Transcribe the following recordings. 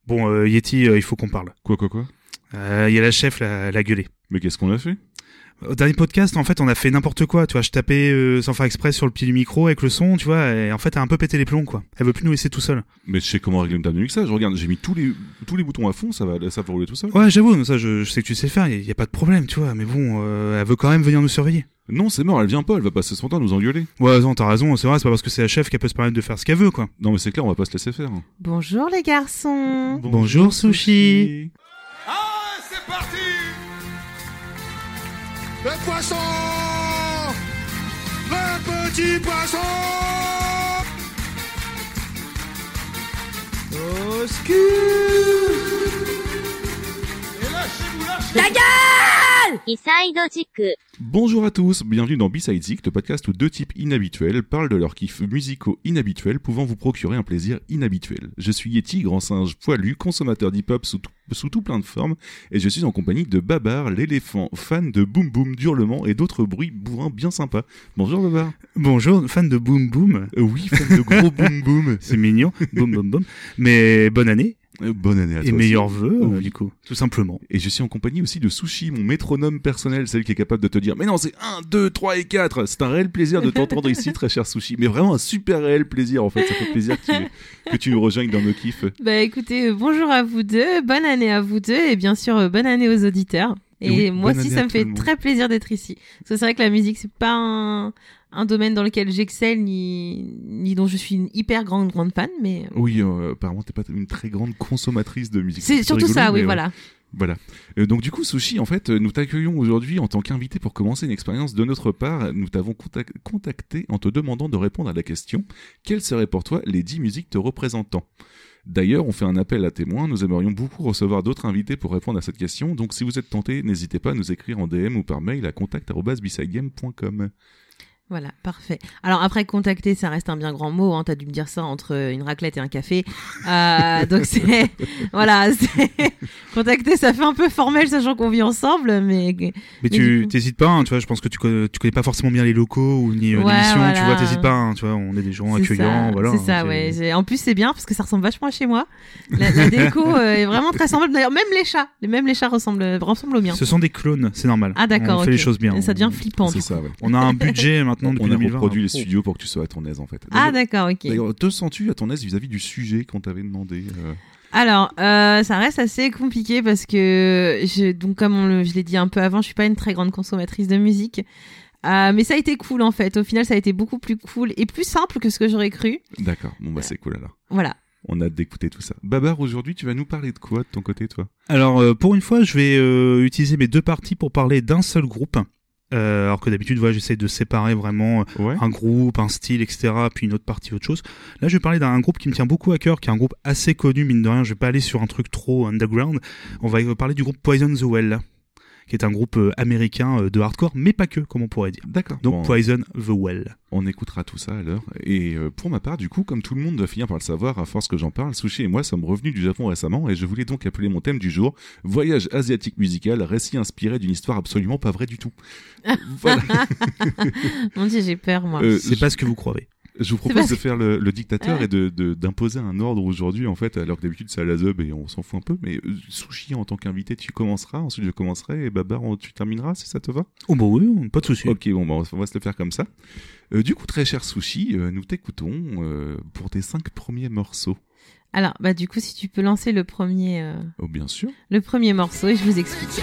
Bon, Yeti, il faut qu'on parle. Quoi Il y a la chef, elle a gueulé. Mais qu'est-ce qu'on a fait? Au dernier podcast, en fait, on a fait n'importe quoi. Tu vois, je tapais sans faire exprès sur le pied du micro avec le son, tu vois, et en fait, elle a un peu pété les plombs, quoi. Elle veut plus nous laisser tout seul. Mais je sais comment régler une table de mixage. Regarde, j'ai mis tous les boutons à fond, ça va rouler tout seul. Ouais, j'avoue, ça, je sais que tu sais faire, y a pas de problème, tu vois, mais bon, elle veut quand même venir nous surveiller. Non, c'est mort, elle vient pas, elle va passer son temps à nous engueuler. Ouais, non, t'as raison, c'est vrai, c'est pas parce que c'est la chef qu'elle peut se permettre de faire ce qu'elle veut, quoi. Non, mais c'est clair, on va pas se laisser faire. Bonjour les garçons. Bonjour, Sushi. Ah, c'est parti! Le poisson! Le petit poisson! Au ski! Et lâchez-vous! La gueule! Iside Zik. Bonjour à tous, bienvenue dans B-Side Zik, le podcast où deux types inhabituels parlent de leurs kiffs musicaux inhabituels pouvant vous procurer un plaisir inhabituel. Je suis Yeti, grand singe poilu, consommateur d'hip-hop sous tout plein de formes, et je suis en compagnie de Babar, l'éléphant, fan de boom boom, d'hurlements et d'autres bruits bourrins bien sympas. Bonjour Babar. Bonjour, fan de boom boom. Oui, fan de gros boom boom. C'est mignon, boom boom boom. Mais bonne année. Bonne année à toi. Et meilleurs vœux, Oui. du coup, tout simplement. Et je suis en compagnie aussi de Sushi, mon métronome personnel, celle qui est capable de te dire « Mais non, c'est 1, 2, 3 et 4 !» C'est un réel plaisir de t'entendre ici, très cher Sushi. Mais vraiment un super réel plaisir, en fait. Ça fait plaisir que tu nous rejoignes dans nos kiffs. Bah écoutez, bonjour à vous deux, bonne année à vous deux et bien sûr bonne année aux auditeurs. Et oui, moi bonne aussi année ça à me tout fait le monde. très plaisir d'être ici. Parce que c'est vrai que la musique c'est pas un domaine dans lequel j'excelle ni dont je suis une hyper grande fan, mais Oui, apparemment, t'es pas une très grande consommatrice de musique. c'est surtout rigolo, ça, oui mais, voilà. Voilà. Donc du coup, Sushi, en fait, nous t'accueillons aujourd'hui en tant qu'invité pour commencer une expérience de notre part. Nous t'avons contacté en te demandant de répondre à la question « Quelles seraient pour toi les 10 musiques te représentant ?» D'ailleurs, on fait un appel à témoins. Nous aimerions beaucoup recevoir d'autres invités pour répondre à cette question. Donc si vous êtes tenté, n'hésitez pas à nous écrire en DM ou par mail à contact@bsidegame.com. Voilà, parfait. Alors après, contacter, ça reste un bien grand mot. Hein. T'as dû me dire ça entre une raclette et un café. Donc c'est... Voilà, contacter, ça fait un peu formel, sachant qu'on vit ensemble, mais Tu du coup- t'hésites pas, hein, tu vois, je pense que tu connais pas forcément bien les locaux ou ni Ouais, l'émission, voilà. tu vois, t'hésites pas, hein, tu vois, on est des gens C'est accueillants, ça, voilà. c'est ça, hein, ouais. En plus, c'est bien parce que ça ressemble vachement à chez moi. La déco est vraiment très semblable. D'ailleurs, même les chats ressemblent aux miens. Ce sont des clones, c'est normal. Ah d'accord, On fait ok. les choses bien. Ça devient flippant. C'est du ça, coup. ouais. On a un budget maintenant depuis On a 2020. reproduit les studios pour que tu sois à ton aise, en fait. Ah d'accord, ok. D'ailleurs, te sens-tu à ton aise vis-à-vis du sujet qu'on t'avait demandé Alors, ça reste assez compliqué parce que donc comme je l'ai dit un peu avant, je suis pas une très grande consommatrice de musique. Mais ça a été cool en fait. Au final, ça a été beaucoup plus cool et plus simple que ce que j'aurais cru. D'accord, bon bah c'est cool alors. Voilà. On a hâte d'écouter tout ça. Babar, aujourd'hui, tu vas nous parler de quoi de ton côté, toi? Alors, pour une fois, je vais utiliser mes deux parties pour parler d'un seul groupe. Alors que d'habitude, voilà, j'essaie de séparer vraiment Ouais. un groupe, un style, etc. Puis une autre partie, autre chose. Là, je vais parler d'un groupe qui me tient beaucoup à cœur, qui est un groupe assez connu, mine de rien. Je vais pas aller sur un truc trop underground. On va parler du groupe Poison the Well, qui est un groupe américain de hardcore, mais pas que, comme on pourrait dire. D'accord. Donc Bon, Poison the Well. on écoutera tout ça alors. Et pour ma part, du coup, comme tout le monde doit finir par le savoir, à force que j'en parle, Sushi et moi sommes revenus du Japon récemment et je voulais donc appeler mon thème du jour Voyage asiatique musical, récit inspiré d'une histoire absolument pas vraie du tout. Voilà. Mon Dieu, j'ai peur moi. C'est pas ce que vous croyez. Je vous C'est propose parce de faire le dictateur Ouais. et d'imposer un ordre aujourd'hui, en fait, alors que d'habitude c'est à la zeub et on s'en fout un peu. Mais Sushi, en tant qu'invité, tu commenceras, ensuite je commencerai et Babar, tu termineras, si ça te va? Oh bah oui, pas de souci. Ok, bon, bah, on va se le faire comme ça. Du coup, très cher Sushi, nous t'écoutons pour tes 5 premiers morceaux. Alors, bah du coup, si tu peux lancer le premier Oh, bien sûr. morceau et je vous explique.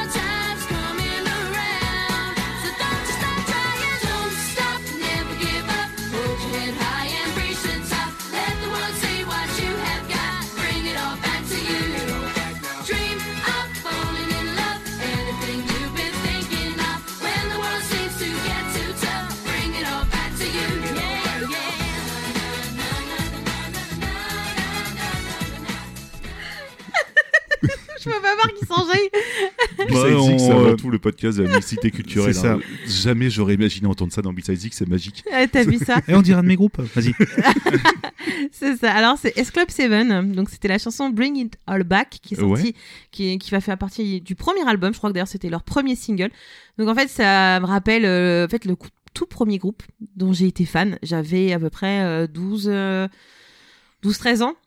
Je peux pas voir qui s'enjaille. B-Side Zik, c'est on, avant tout le podcast de la mixité culturelle. c'est ça. hein. Jamais j'aurais imaginé entendre ça dans B-Side Zik, c'est magique. T'as vu ça? Et on dirait un de mes groupes. Vas-y. C'est ça. Alors, c'est S-Club 7. Donc, c'était la chanson Bring It All Back qui est sortie, qui va faire partie du premier album. Je crois que d'ailleurs, c'était leur premier single. Donc, en fait, ça me rappelle en fait, le tout premier groupe dont j'ai été fan. J'avais à peu près 12-13 ans.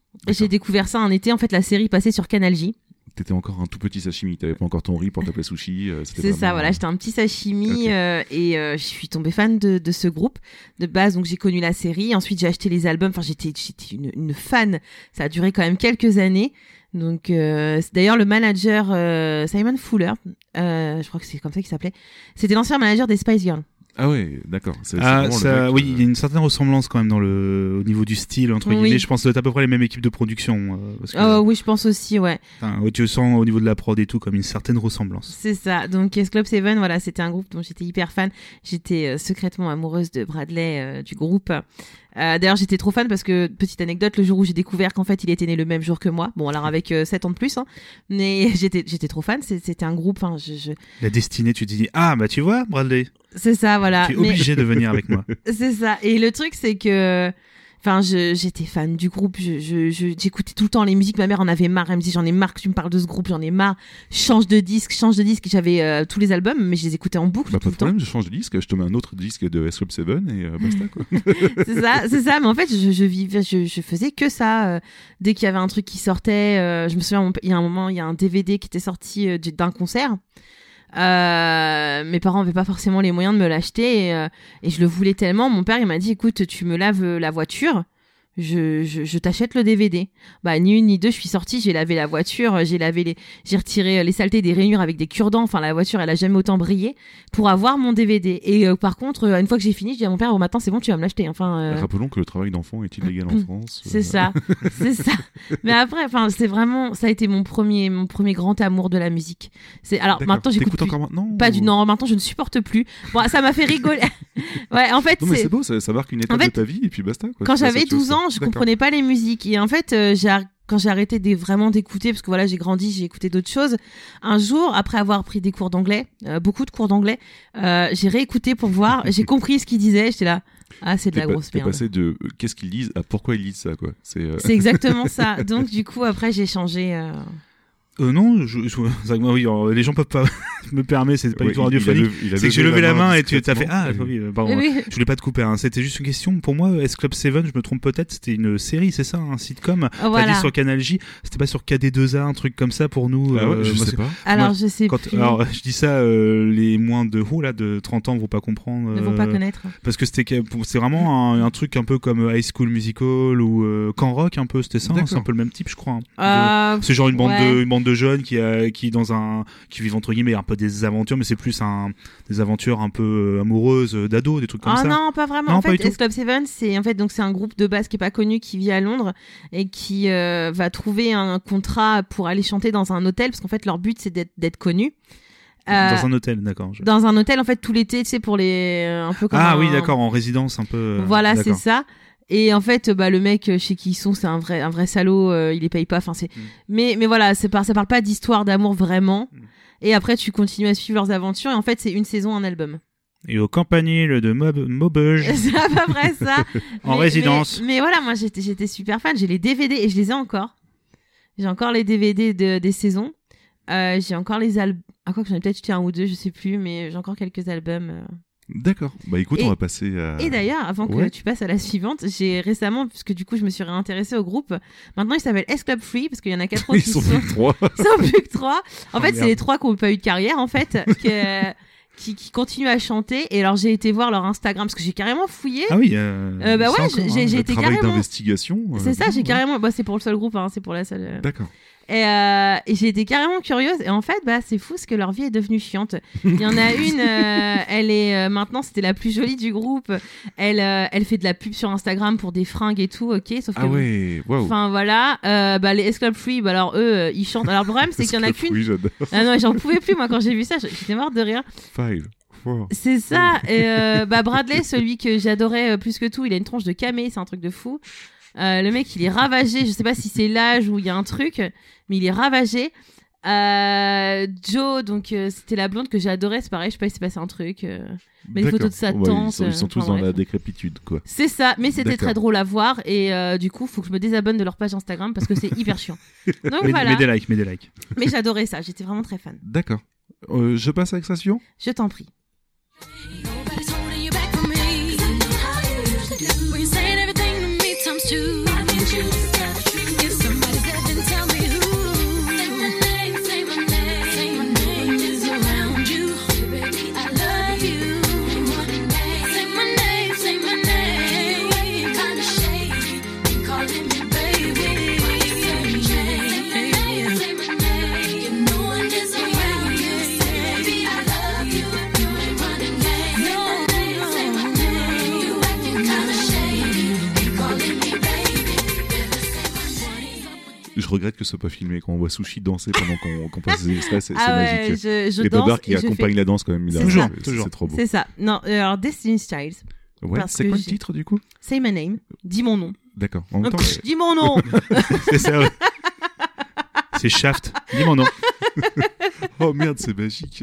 J'ai découvert ça un été, en fait la série passait sur Canal J. T'étais encore un tout petit sashimi, t'avais pas encore ton riz pour t'appeler sushi. C'est ça, voilà, j'étais un petit sashimi et je suis tombée fan de ce groupe de base, donc j'ai connu la série, ensuite j'ai acheté les albums, enfin j'étais une fan, ça a duré quand même quelques années, donc c'est d'ailleurs le manager Simon Fuller, je crois que c'est comme ça qu'il s'appelait, c'était l'ancien manager des Spice Girls. Ah ouais, d'accord. C'est Ah, vraiment ça, le mec, oui, il y a une certaine ressemblance quand même au niveau du style, entre guillemets. Je pense que c'est à peu près les mêmes équipes de production. Parce que, oui, je pense aussi, ouais. Tu sens au niveau de la prod et tout comme une certaine ressemblance. C'est ça. Donc, S-Club 7, voilà, c'était un groupe dont j'étais hyper fan. J'étais secrètement amoureuse de Bradley, du groupe. D'ailleurs, j'étais trop fan parce que, petite anecdote, le jour où j'ai découvert qu'en fait, il était né le même jour que moi. Bon, alors avec 7 ans de plus, hein. Mais j'étais trop fan. C'était un groupe, La destinée, tu te dis, ah, bah, tu vois, Bradley. C'est ça, voilà. Tu es obligé de venir avec moi. C'est ça. Et le truc, c'est que, j'étais fan du groupe. J'écoutais tout le temps les musiques. Ma mère en avait marre. Elle me disait, j'en ai marre que tu me parles de ce groupe. J'en ai marre. Change de disque. J'avais tous les albums, mais je les écoutais en boucle Bah, tout pas le de problème, temps. je change de disque. Je te mets un autre disque de S-Club 7 et basta, quoi. C'est ça. Mais en fait, je faisais que ça. Dès qu'il y avait un truc qui sortait, je me souviens, il y a un moment, il y a un DVD qui était sorti d'un concert. Mes parents avaient pas forcément les moyens de me l'acheter et je le voulais tellement. Mon père il m'a dit écoute, tu me laves la voiture, je t'achète le DVD. Bah ni une ni deux, je suis sortie, j'ai lavé la voiture, j'ai retiré les saletés des rainures avec des cure-dents. Enfin la voiture elle a jamais autant brillé pour avoir mon DVD. Et par contre une fois que j'ai fini, je dis à mon père au matin c'est bon tu vas me l'acheter. Rappelons que le travail d'enfant est illégal en France. C'est ça. Mais après c'est vraiment ça a été mon premier grand amour de la musique. Alors maintenant j'écoute plus. Encore maintenant Non, maintenant je ne supporte plus. Bon ça m'a fait rigoler. Ouais en fait non mais c'est beau, ça marque une étape de ta vie et puis basta, quoi. Quand j'avais 12 ans je comprenais pas les musiques et en fait quand j'ai arrêté vraiment d'écouter parce que voilà j'ai grandi, j'ai écouté d'autres choses, un jour après avoir pris des cours d'anglais, beaucoup de cours d'anglais, j'ai réécouté pour voir, j'ai compris ce qu'ils disaient, j'étais là c'est de la grosse merde. T'es passé de qu'est-ce qu'ils disent à pourquoi ils disent ça, quoi. C'est exactement ça. Donc du coup après j'ai changé non, c'est vrai que moi, oui, les gens peuvent pas me permettre, c'est pas du tout radiophonique. C'est que j'ai levé la main et tu t'as fait pardon. Oui. Je voulais pas te couper, hein. C'était juste une question. Pour moi, S-Club 7, je me trompe peut-être, c'était une série, c'est ça, un sitcom. Voilà. T'as dit sur Canal J, c'était pas sur KD2A, un truc comme ça pour nous. Je sais pas. Alors, je sais plus. Alors, je dis ça, les moins de 30 ans vont pas comprendre. Ne vont pas connaître. Parce que c'est vraiment un truc un peu comme High School Musical ou Camp Rock, un peu, c'était ça, hein, c'est un peu le même type, je crois. Hein. C'est genre une bande de jeunes qui vivent entre guillemets un peu des aventures, mais c'est plus des aventures un peu amoureuses d'ados, des trucs comme ça. Non, pas vraiment. Non, en pas fait, S-Club 7, c'est un groupe de base qui est pas connu, qui vit à Londres et qui va trouver un contrat pour aller chanter dans un hôtel, parce qu'en fait leur but c'est d'être connu. Dans un hôtel, d'accord. Dans un hôtel, en fait, tout l'été, tu sais, pour les un peu comme oui, d'accord, en résidence un peu. Voilà, c'est ça. Et en fait, le mec chez qui ils sont, c'est un vrai salaud. Il les paye pas. Enfin, mais voilà, ça parle pas d'histoire d'amour vraiment. Et après, tu continues à suivre leurs aventures. Et en fait, c'est une saison, un album. Et au campanile de Maubeuge. C'est à peu près ça. En résidence. Mais voilà, moi, j'étais super fan. J'ai les DVD et je les ai encore. J'ai encore les DVD des saisons. J'ai encore les albums. Quoi que j'en ai peut-être acheté un ou deux, je sais plus, mais j'ai encore quelques albums. D'accord. Bah écoute, on va passer à... Et d'ailleurs, avant que tu passes à la suivante, j'ai récemment, parce que du coup je me suis réintéressée au groupe, maintenant il s'appelle S-Club 3, parce qu'il y en a 4 autres Ils sont plus que 3. Ils sont plus que 3. En fait, c'est les 3 qui n'ont pas eu de carrière, en fait, qui continuent à chanter. Et alors j'ai été voir leur Instagram, parce que j'ai carrément fouillé. Ah oui. J'ai été travail carrément... d'investigation. C'est ça, j'ai carrément... c'est pour le seul groupe, c'est pour la seule... D'accord. Et j'ai été carrément curieuse. Et en fait, c'est fou ce que leur vie est devenue chiante. Il y en a une, elle est maintenant, c'était la plus jolie du groupe. Elle fait de la pub sur Instagram pour des fringues et tout, ok. Sauf que enfin voilà, les S-Club 3, alors eux, ils chantent. Alors le problème, c'est qu'il y en a qu'une. Oui, j'adore. Ah non, j'en pouvais plus moi quand j'ai vu ça. J'étais morte de rire. 5, 4. C'est ça. Et Bradley, celui que j'adorais plus que tout, il a une tronche de camé, c'est un truc de fou. Le mec il est ravagé, je sais pas si c'est l'âge ou il y a un truc, mais il est ravagé. Joe, donc c'était la blonde que j'adorais, c'est pareil, je sais pas si c'est passé un truc, mais les photos de sa tante, ils sont tous dans la décrépitude, quoi. C'est ça, mais c'était très drôle à voir et du coup faut que je me désabonne de leur page Instagram parce que c'est hyper chiant. Donc voilà. Mets des likes. Mais j'adorais ça, j'étais vraiment très fan. D'accord. Je passe à l'extraction. Je t'en prie. We're saying everything to me times two. regrette que ce soit pas filmé quand on voit Sushi danser pendant qu'on passe des extraits, c'est ouais, magique. je Et danse Bobard qui et je accompagne fais- la danse quand même. C'est Toujours, ça. toujours. C'est trop beau. C'est ça. Non, alors Destiny's Child. Ouais, parce c'est que quoi le j'ai- titre du coup? Say my name. Dis mon nom. D'accord. En même temps, Dis mon nom. C'est ça, ouais. C'est Shaft. Dis mon nom. oh merde, c'est magique.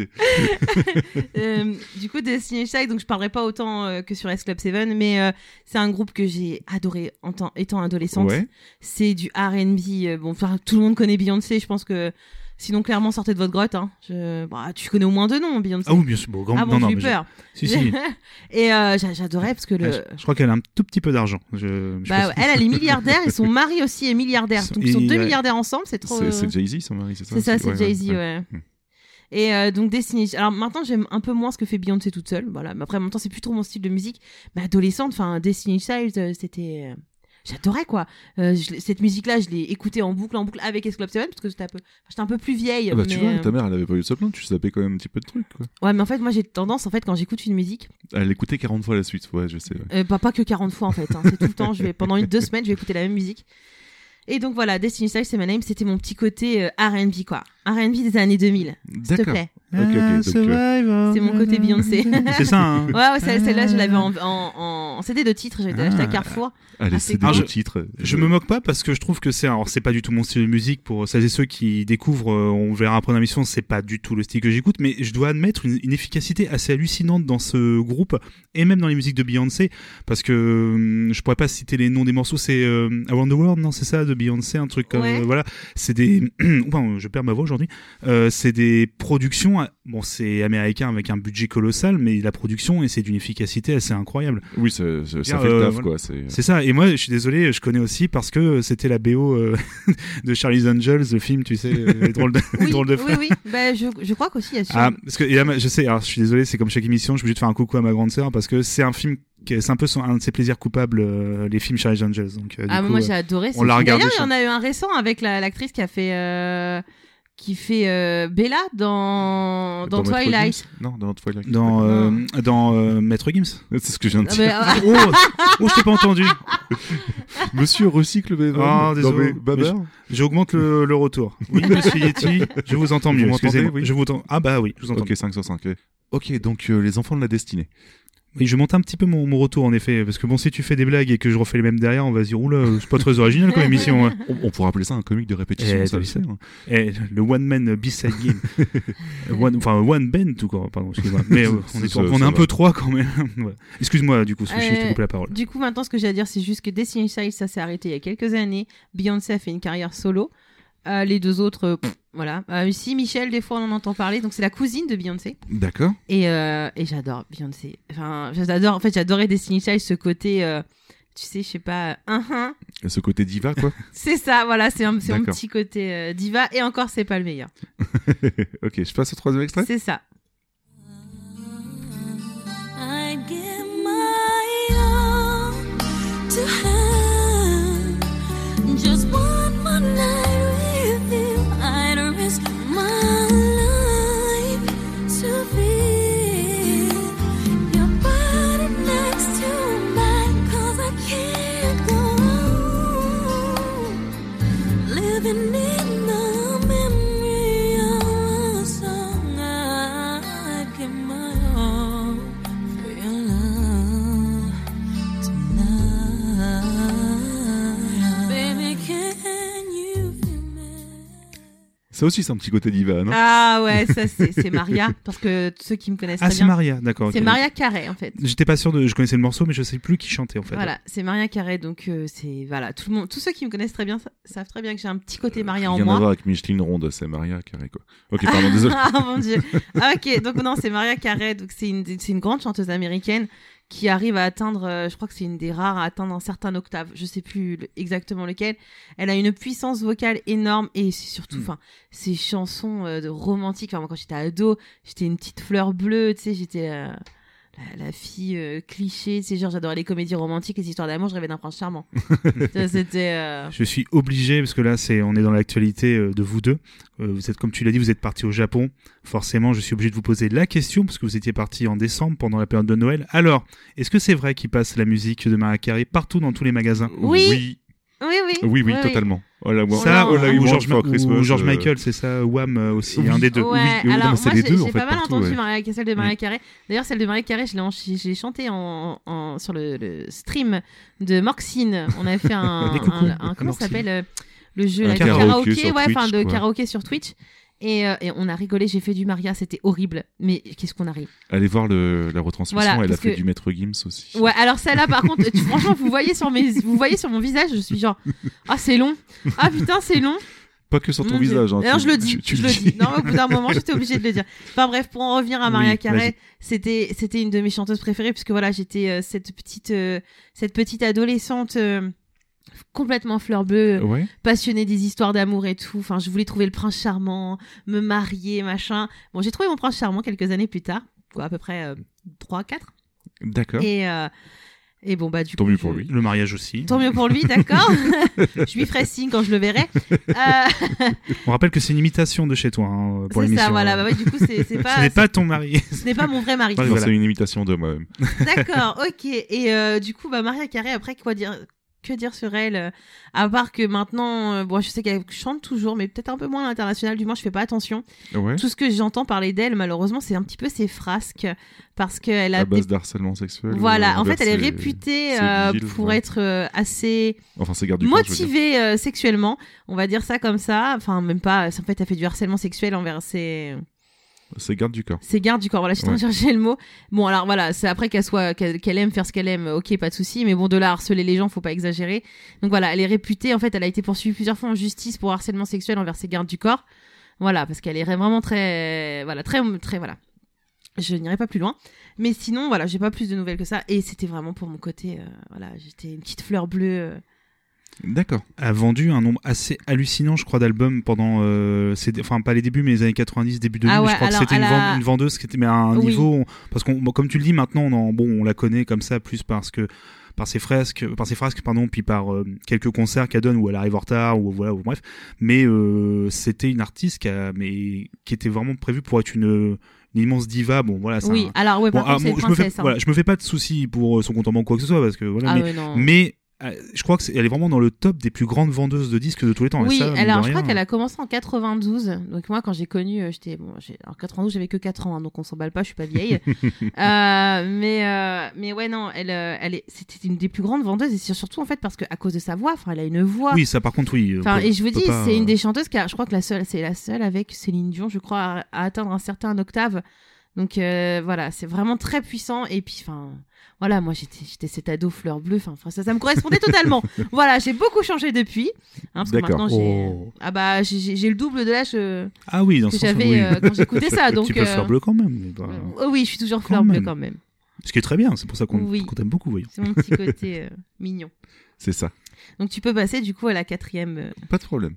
Du coup, Destiny's Child, donc je parlerai pas autant que sur S Club 7, mais c'est un groupe que j'ai adoré étant adolescente. Ouais. C'est du R&B. Bon, enfin, tout le monde connaît Beyoncé. Je pense que sinon, clairement, sortez de votre grotte. Hein. Bah, tu connais au moins deux noms, Beyoncé. Ah oui, bien sûr. Bon, Ah bon, j'ai eu mais peur. Si, si. Et j'adorais parce que le. Je crois qu'elle a un tout petit peu d'argent. Bah, elle est milliardaire et son mari aussi est milliardaire. Donc ils sont deux ouais. milliardaires ensemble, c'est trop. C'est Jay-Z, son mari, c'est ça? C'est ça, c'est Ouais, Jay-Z, ouais. ouais. Et donc Destiny. Alors maintenant j'aime un peu moins ce que fait Beyoncé toute seule. Voilà. Mais après en même temps c'est plus trop mon style de musique. Mais adolescente, enfin Destiny Child, c'était. J'adorais quoi. Cette musique-là, je l'ai écoutée en boucle avec S Club 7 parce que j'étais un peu plus vieille. Ah bah tu mais, vois, ta mère, elle avait pas eu de se plaindre, tu sapais quand même un petit peu de trucs, quoi. Ouais, mais en fait moi j'ai tendance quand j'écoute une musique, Elle écoutait 40 fois la suite, ouais, je sais. Ouais. pas que 40 fois en fait. Hein, c'est tout le temps. Pendant 2 semaines, je vais écouter la même musique. Et donc voilà, Destiny's Child, c'est my name, c'était mon petit côté R&B quoi. R&B des années 2000, s'il te D'accord. plaît. Ok, donc, C'est mon côté Beyoncé. C'est ça, hein. Ouais, celle-là, je l'avais en CD de titre, j'avais acheté à Carrefour. Allez, c'est c'est cool. des Ah, titres. Je me moque pas parce que je trouve que c'est pas du tout mon style de musique. Pour celles et ceux qui découvrent, on verra après dans l'émission, c'est pas du tout le style que j'écoute, mais je dois admettre une efficacité assez hallucinante dans ce groupe et même dans les musiques de Beyoncé, parce que je pourrais pas citer les noms des morceaux. C'est Around the World, non, c'est ça, de Beyoncé, un truc comme Ouais. voilà. C'est des, Oula, je perds ma voix aujourd'hui. C'est des productions. Bon, c'est américain avec un budget colossal, mais la production et c'est d'une efficacité assez incroyable. Oui, ça fait le taf, voilà. quoi. C'est ça, et moi je suis désolé, je connais aussi parce que c'était la BO de Charlie's Angels, le film, tu sais, les drôles de, les Oui, drôles de oui, frères. oui. Bah, je crois qu'aussi, il y a Ah, parce que et là, je sais, alors je suis désolé, c'est comme chaque émission, je suis obligé de faire un coucou à ma grande sœur parce que c'est un film c'est un peu un de ses plaisirs coupables, les films Charlie's Angels. Donc, du coup, moi j'ai adoré. on l'a regardé. D'ailleurs, il y en a eu un récent avec l'actrice qui a fait Bella dans Maître Twilight. Gims Non, dans Twilight. dans Maître Gims. C'est ce que je viens de Ah, dire. mais, Oh, je t'ai pas entendu. Monsieur recycle Bevan. Ah, désolé. Babar. J'augmente le retour. Oui, monsieur Yeti, je vous entends mieux. Vous m'entendez, Excusez-moi. oui. Je vous entends. Ah bah oui, je vous entends. Ok, 5 sur 5. Ok, donc les enfants de la destinée. Oui, je monte un petit peu mon retour en effet, parce que bon, si tu fais des blagues et que je refais les mêmes derrière, on va se dire oula, c'est pas très original comme émission. Hein. On pourrait appeler ça un comique de répétition, Eh, ça le t'as sait. vu hein. Et le one man B-side game, one band tout quoi. Pardon, excuse-moi. Mais on est Ça un va. peu trois quand même. Voilà. Excuse-moi du coup, Sushi, je te coupe la parole. Du coup, maintenant, ce que j'ai à dire, c'est juste que Destiny's Child, ça s'est arrêté il y a quelques années. Beyoncé a fait une carrière solo. Les deux autres, voilà. Ici, Michel, des fois, on en entend parler. Donc, c'est la cousine de Beyoncé. D'accord. Et j'adore Beyoncé. Enfin, j'adore. En fait, j'adorais Destiny's Child, ce côté, tu sais, je sais pas, Ce côté diva, quoi. C'est ça, voilà, c'est mon D'accord. petit côté diva. Et encore, c'est pas le meilleur. Ok, je passe au troisième extrait. C'est ça. I give my all to have just one more night with you. I'd risk my life to feel your body next to mine, 'cause I can't go on living in the memory of a song. I'd give my all for your love tonight. Baby, can you feel me? Ça aussi, c'est un petit côté diva, non? Ah ouais, ça c'est Maria, parce que ceux qui me connaissent Ah, très c'est bien, Maria, d'accord. c'est ok. Maria Carey en fait. J'étais pas sûr je connaissais le morceau, mais je sais plus qui chantait en fait. Voilà, c'est Maria Carey, donc c'est voilà, tous ceux qui me connaissent très bien savent très bien que j'ai un petit côté Maria en Rien à moi. voir avec Micheline Ronde, c'est Maria Carré, quoi. Ok, pardon, désolé. Ah mon dieu. Ah, ok, donc non, c'est Maria Carey, donc c'est une grande chanteuse américaine qui arrive à atteindre, je crois que c'est une des rares à atteindre un certain octave, je sais plus exactement lequel. Elle a une puissance vocale énorme et c'est surtout, enfin, ces chansons de romantiques. Enfin, moi quand j'étais ado, j'étais une petite fleur bleue, tu sais, j'étais la fille cliché, tu sais, genre j'adorais les comédies romantiques, les histoires d'amour, je rêvais d'un prince charmant. Ça, c'était. Je suis obligé, parce que là, on est dans l'actualité de vous deux. Vous êtes, comme tu l'as dit, vous êtes partis au Japon. Forcément, je suis obligé de vous poser la question, parce que vous étiez partis en décembre, pendant la période de Noël. Alors, est-ce que c'est vrai qu'il passe la musique de Mariah Carey partout dans tous les magasins? Oui. Oui. Oui, totalement. Oh là, moi, Ça, oh là, ou George George, for Christmas, George Michael, c'est ça, Wham aussi, Oui. un des deux. Ouais, Oui, alors non, mais c'est moi les deux, en j'ai fait, pas mal partout, entendu ouais. celle de Mariah Carey. D'ailleurs celle de Mariah Carey, j'ai chanté sur le stream de Morxine. On avait fait Les coucous. comment ça Morxine. s'appelle le jeu Un là, de karaoké karaoké, sur ouais, enfin Twitch, de quoi. karaoké sur Twitch. Et on a rigolé, j'ai fait du Maria, c'était horrible. Mais qu'est-ce qu'on a ri. Allez voir la retransmission, Voilà, elle a parce fait que- du Maître Gims aussi. Ouais, alors celle-là par contre, franchement, vous voyez sur mon visage, je suis genre ah c'est long. Ah putain, c'est long. Pas que sur ton Mon Dieu. visage. Hein, D'ailleurs, tu- je le dis. tu je le le dis. dis. Non, au bout d'un moment, j'étais obligée de le dire. Enfin bref, pour en revenir à Mariah Oui, Carey, vas-y. c'était une de mes chanteuses préférées puisque voilà, j'étais cette petite adolescente complètement fleur bleue, Ouais. passionnée des histoires d'amour et tout. Enfin, je voulais trouver le prince charmant, me marier, machin. Bon, j'ai trouvé mon prince charmant quelques années plus tard, quoi, à peu près 3-4. D'accord. Et bon, bah, du Tant coup. mieux pour lui. Le mariage aussi. Tant mieux pour lui, d'accord. Je lui ferai signe quand je le verrai. On rappelle que c'est une imitation de chez toi hein, pour C'est l'émission. ça, voilà. Bah, ouais, du coup, c'est Ce pas. n'est pas ton mari. Ce n'est pas mon vrai mari. Ouais, Non, voilà. c'est une imitation de moi-même. D'accord, ok. Et du coup, bah, Mariah Carey, après, quoi dire que dire sur elle à part que maintenant, bon, je sais qu'elle chante toujours, mais peut-être un peu moins à l'international, du moins, je fais pas attention. Ouais. Tout ce que j'entends parler d'elle, malheureusement, c'est un petit peu ses frasques, parce qu'elle a À base d'harcèlement sexuel. Voilà, en fait, elle est envers ses- réputée ses vigiles, pour ouais. être assez Enfin, c'est garde du corps, je veux dire. motivée sexuellement, on va dire ça comme ça. Enfin, même pas. En fait, elle fait du harcèlement sexuel envers ses C'est garde du corps. gardes du corps. Voilà, je suis en train de chercher le mot. Bon, alors voilà, c'est après qu'elle aime faire ce qu'elle aime, ok, pas de souci. Mais bon, de là à harceler les gens, faut pas exagérer. Donc voilà, elle est réputée. En fait, elle a été poursuivie plusieurs fois en justice pour harcèlement sexuel envers ses gardes du corps. Voilà, parce qu'elle est vraiment très, voilà, très, voilà. Je n'irai pas plus loin. Mais sinon, voilà, j'ai pas plus de nouvelles que ça. Et c'était vraiment pour mon côté, voilà, j'étais une petite fleur bleue. D'accord. A vendu un nombre assez hallucinant, je crois, d'albums pendant, enfin pas les débuts, mais les années 90, début 2000. Ah ouais, je crois alors, que c'était elle a- une vendeuse qui était mais à un Oui. niveau, parce qu'on, bon, comme tu le dis maintenant, on la connaît comme ça plus parce que par ses frasques, pardon, puis par quelques concerts qu'elle donne où elle arrive en retard ou voilà, ou bref. Mais c'était une artiste qui était vraiment prévue pour être une immense diva. Bon voilà. C'est Oui, alors ouais, Bon, par contre, c'est une princesse. Hein. voilà, je me fais pas de soucis pour son compte en banque ou quoi que ce soit parce que voilà. Ah mais ouais, non. je crois qu'elle est vraiment dans le top des plus grandes vendeuses de disques de tous les temps. Oui, et ça, mine alors de je crois rien, qu'elle a commencé en 92. Donc moi, quand j'ai connu, en 92, j'avais que 4 ans, hein, donc on s'emballe pas, je suis pas vieille. Mais ouais, non, c'était une des plus grandes vendeuses et c'est surtout en fait parce qu'à cause de sa voix, enfin, elle a une voix. Oui, ça par contre, oui. Enfin, et je vous on peut dis, pas, c'est une des chanteuses c'est la seule avec Céline Dion, je crois, à atteindre un certain octave. Donc voilà, c'est vraiment très puissant. Et puis, enfin, voilà, moi j'étais cette ado fleur bleue. Enfin, ça me correspondait totalement. Voilà, j'ai beaucoup changé depuis. Hein, parce que D'accord. maintenant j'ai le double de l'âge Ah oui, dans que ce sens, j'avais oui. quand j'écoutais ça. Un Donc petit peu fleur bleue quand même. Mais pas- oh oui, je suis toujours Quand fleur bleue même. quand même. Ce qui est très bien, c'est pour ça qu'on Oui. t'aime beaucoup, voyons. C'est mon petit côté mignon. C'est ça. Donc tu peux passer du coup à la 4e. Pas de problème.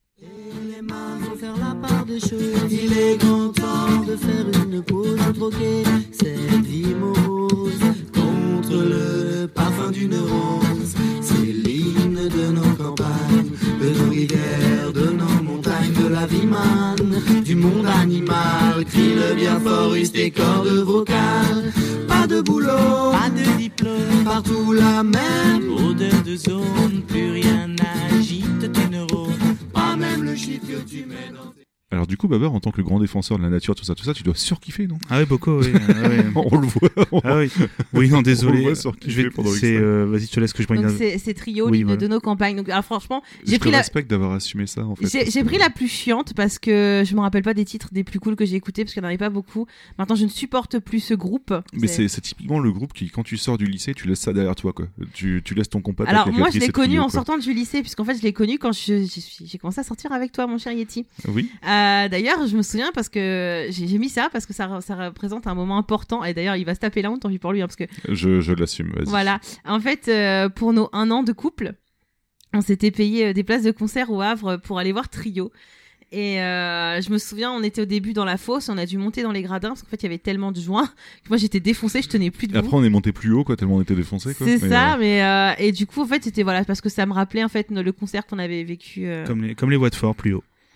Les mains vont faire la part des choses. Il est grand temps de faire une pause, de troquer cette vie morose contre le parfum d'une rose. C'est l'hymne de nos campagnes, de nos rivières, de nos montagnes, de la vie manne, du monde animal. Crie le bien fort, use tes cordes vocales. Pas de boulot, pas de diplôme, partout la même odeur de zone. Plus rien n'agite tes neurones. Pas même le chiffre que tu mets dans tes... Alors du coup, Babar, en tant que grand défenseur de la nature, tout ça, tu dois surkiffer, non? Ah oui, beaucoup, oui. Ah, oui. On le voit. Ah oui. Oui, non, On désolé. le voit surkiffer pendant c'est, l'extrait. vas-y, je te laisse que je prenne Donc une... c'est trio, Oui, l'hymne voilà. de nos campagnes. Donc alors, franchement, Je j'ai te pris la. respecte d'avoir assumé ça, en fait. J'ai pris la plus chiante parce que je me rappelle pas des titres des plus cools que j'ai écoutés parce qu'il n'y en avait pas beaucoup. Maintenant, je ne supporte plus ce groupe. Mais c'est typiquement le groupe qui, quand tu sors du lycée, tu laisses ça derrière toi, quoi. Tu laisses ton compas. ta Alors, moi, je calculatrice l'ai et connu trio, en quoi. sortant du lycée, puisqu'en fait, je l'ai connu quand j'ai commencé à sortir avec toi, mon cher Yeti. Oui. D'ailleurs, je me souviens parce que j'ai mis ça parce que ça représente un moment important. Et d'ailleurs, il va se taper la honte, tant pis pour lui, hein, parce que Je l'assume, vas-y. voilà. En fait, pour nos 1 an de couple, on s'était payé des places de concert au Havre pour aller voir Trio. Et je me souviens, on était au début dans la fosse, on a dû monter dans les gradins parce qu'en fait il y avait tellement de joints que moi j'étais défoncée, je tenais plus Et debout. après, on est monté plus haut, quoi, tellement on était défoncé, quoi. C'est Mais, ça, et du coup en fait c'était voilà parce que ça me rappelait en fait le concert qu'on avait vécu. Comme les Watford plus haut.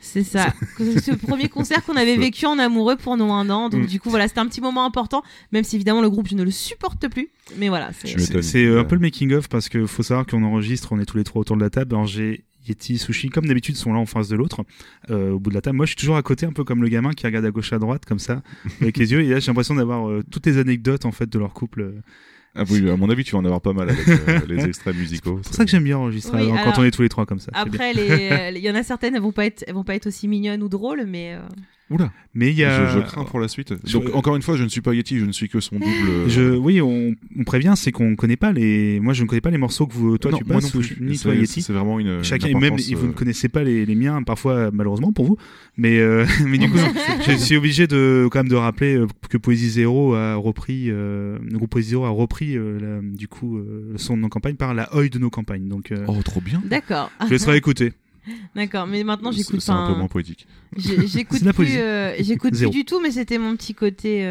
C'est ça. Ce premier concert qu'on avait vécu en amoureux pour nos 1 an. Donc, du coup, voilà, c'était un petit moment important. Même si, évidemment, le groupe, je ne le supporte plus. Mais voilà. C'est un peu le making-of parce qu'il faut savoir qu'on enregistre, on est tous les 3 autour de la table. Alors, j'ai Yeti, Sushi, comme d'habitude, sont là en face de l'autre, au bout de la table. Moi, je suis toujours à côté, un peu comme le gamin qui regarde à gauche, à droite, comme ça, avec les yeux. Et là, j'ai l'impression d'avoir toutes les anecdotes, en fait, de leur couple. Ah oui, à mon avis, tu vas en avoir pas mal avec les extraits musicaux. C'est pour ça que j'aime bien enregistrer quand on est tous les 3 comme ça. Après, il y en a certaines, elles vont pas être aussi mignonnes ou drôles, mais. Oula. Mais il y a. Je crains pour la suite. Donc, encore une fois, je ne suis pas Yeti, je ne suis que son double. Oui, on prévient, c'est qu'on connaît pas les. Moi, je ne connais pas les morceaux que toi tu passes, ni toi Yeti. C'est vraiment une. Chacun, et même vous ne connaissez pas les miens, parfois malheureusement pour vous. Mais du coup, je suis obligé quand même de rappeler que Poésie Zéro a repris, le groupe Poésie Zéro a repris du coup le son de nos campagnes par la Oi de nos campagnes. Donc. Oh, trop bien. D'accord. Je laisserai écouter. D'accord, mais maintenant j'écoute c'est un peu moins poétique. J'écoute plus du tout, mais c'était mon petit côté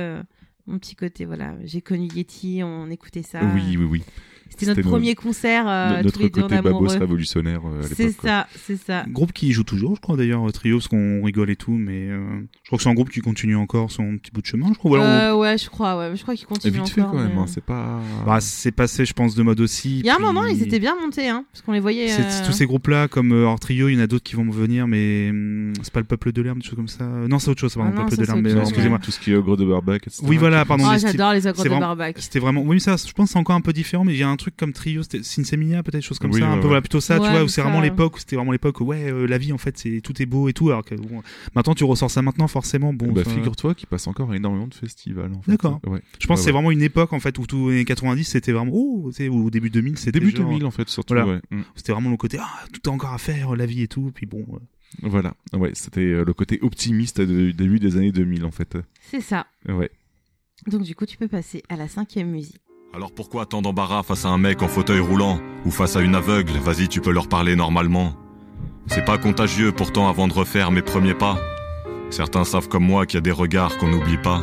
voilà, j'ai connu Yeti, on écoutait ça. Oui. C'était notre premier concert notre tous les deux en côté amoureux. babos révolutionnaire à l'époque. C'est ça. Groupe qui joue toujours, je crois d'ailleurs, Trio, parce qu'on rigole et tout, mais je crois que c'est un groupe qui continue encore son petit bout de chemin, je crois. Ouais, je crois qu'il continue vite encore. Fait quand même, hein, c'est pas. Bah, c'est passé, je pense, de mode aussi. Il y a un moment, ils étaient bien montés, hein, parce qu'on les voyait. Tous ces groupes-là, comme Trio, il y en a d'autres qui vont me venir, mais c'est pas le Peuple de l'herbe, des choses comme ça. Non, c'est autre chose, pardon, le Peuple de l'herbe. Mais excusez-moi. Tout ce qui est Ogre de Barbac, etc. Oui, voilà, pardon. J'adore les Ogres de Barbac. C'était vraiment. Oui, ça, je pense, que c'est encore un peu différent, mais il y a un truc comme Trio, Sinseminia, peut-être, chose comme ça, un peu voilà, plutôt ça, tu vois, où c'est vraiment l'époque, c'était vraiment l'époque où la vie en fait, c'est tout est beau et tout, alors que bon, maintenant tu ressors ça maintenant forcément, bon. Bah figure-toi qu'il passe encore énormément de festivals. En fait. D'accord. Ouais. Je pense que c'est vraiment une époque en fait où tout les 90 c'était vraiment ou au début 2000 c'était début 2000 en fait surtout. Voilà. Ouais. C'était vraiment le côté tout est encore à faire, la vie et tout, puis bon. Voilà, ouais, c'était le côté optimiste du début des années 2000 en fait. C'est ça. Ouais. Donc du coup tu peux passer à la 5e musique. Alors pourquoi tant d'embarras face à un mec en fauteuil roulant ou face à une aveugle? Vas-y, tu peux leur parler normalement. C'est pas contagieux pourtant avant de refaire mes premiers pas. Certains savent comme moi qu'il y a des regards qu'on n'oublie pas.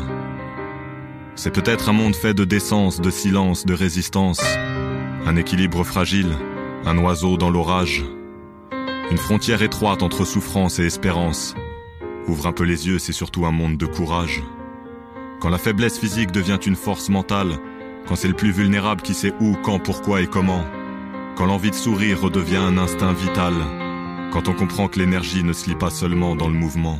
C'est peut-être un monde fait de décence, de silence, de résistance. Un équilibre fragile, un oiseau dans l'orage. Une frontière étroite entre souffrance et espérance. Ouvre un peu les yeux, c'est surtout un monde de courage. Quand la faiblesse physique devient une force mentale, quand c'est le plus vulnérable qui sait où, quand, pourquoi et comment. Quand l'envie de sourire redevient un instinct vital. Quand on comprend que l'énergie ne se lie pas seulement dans le mouvement.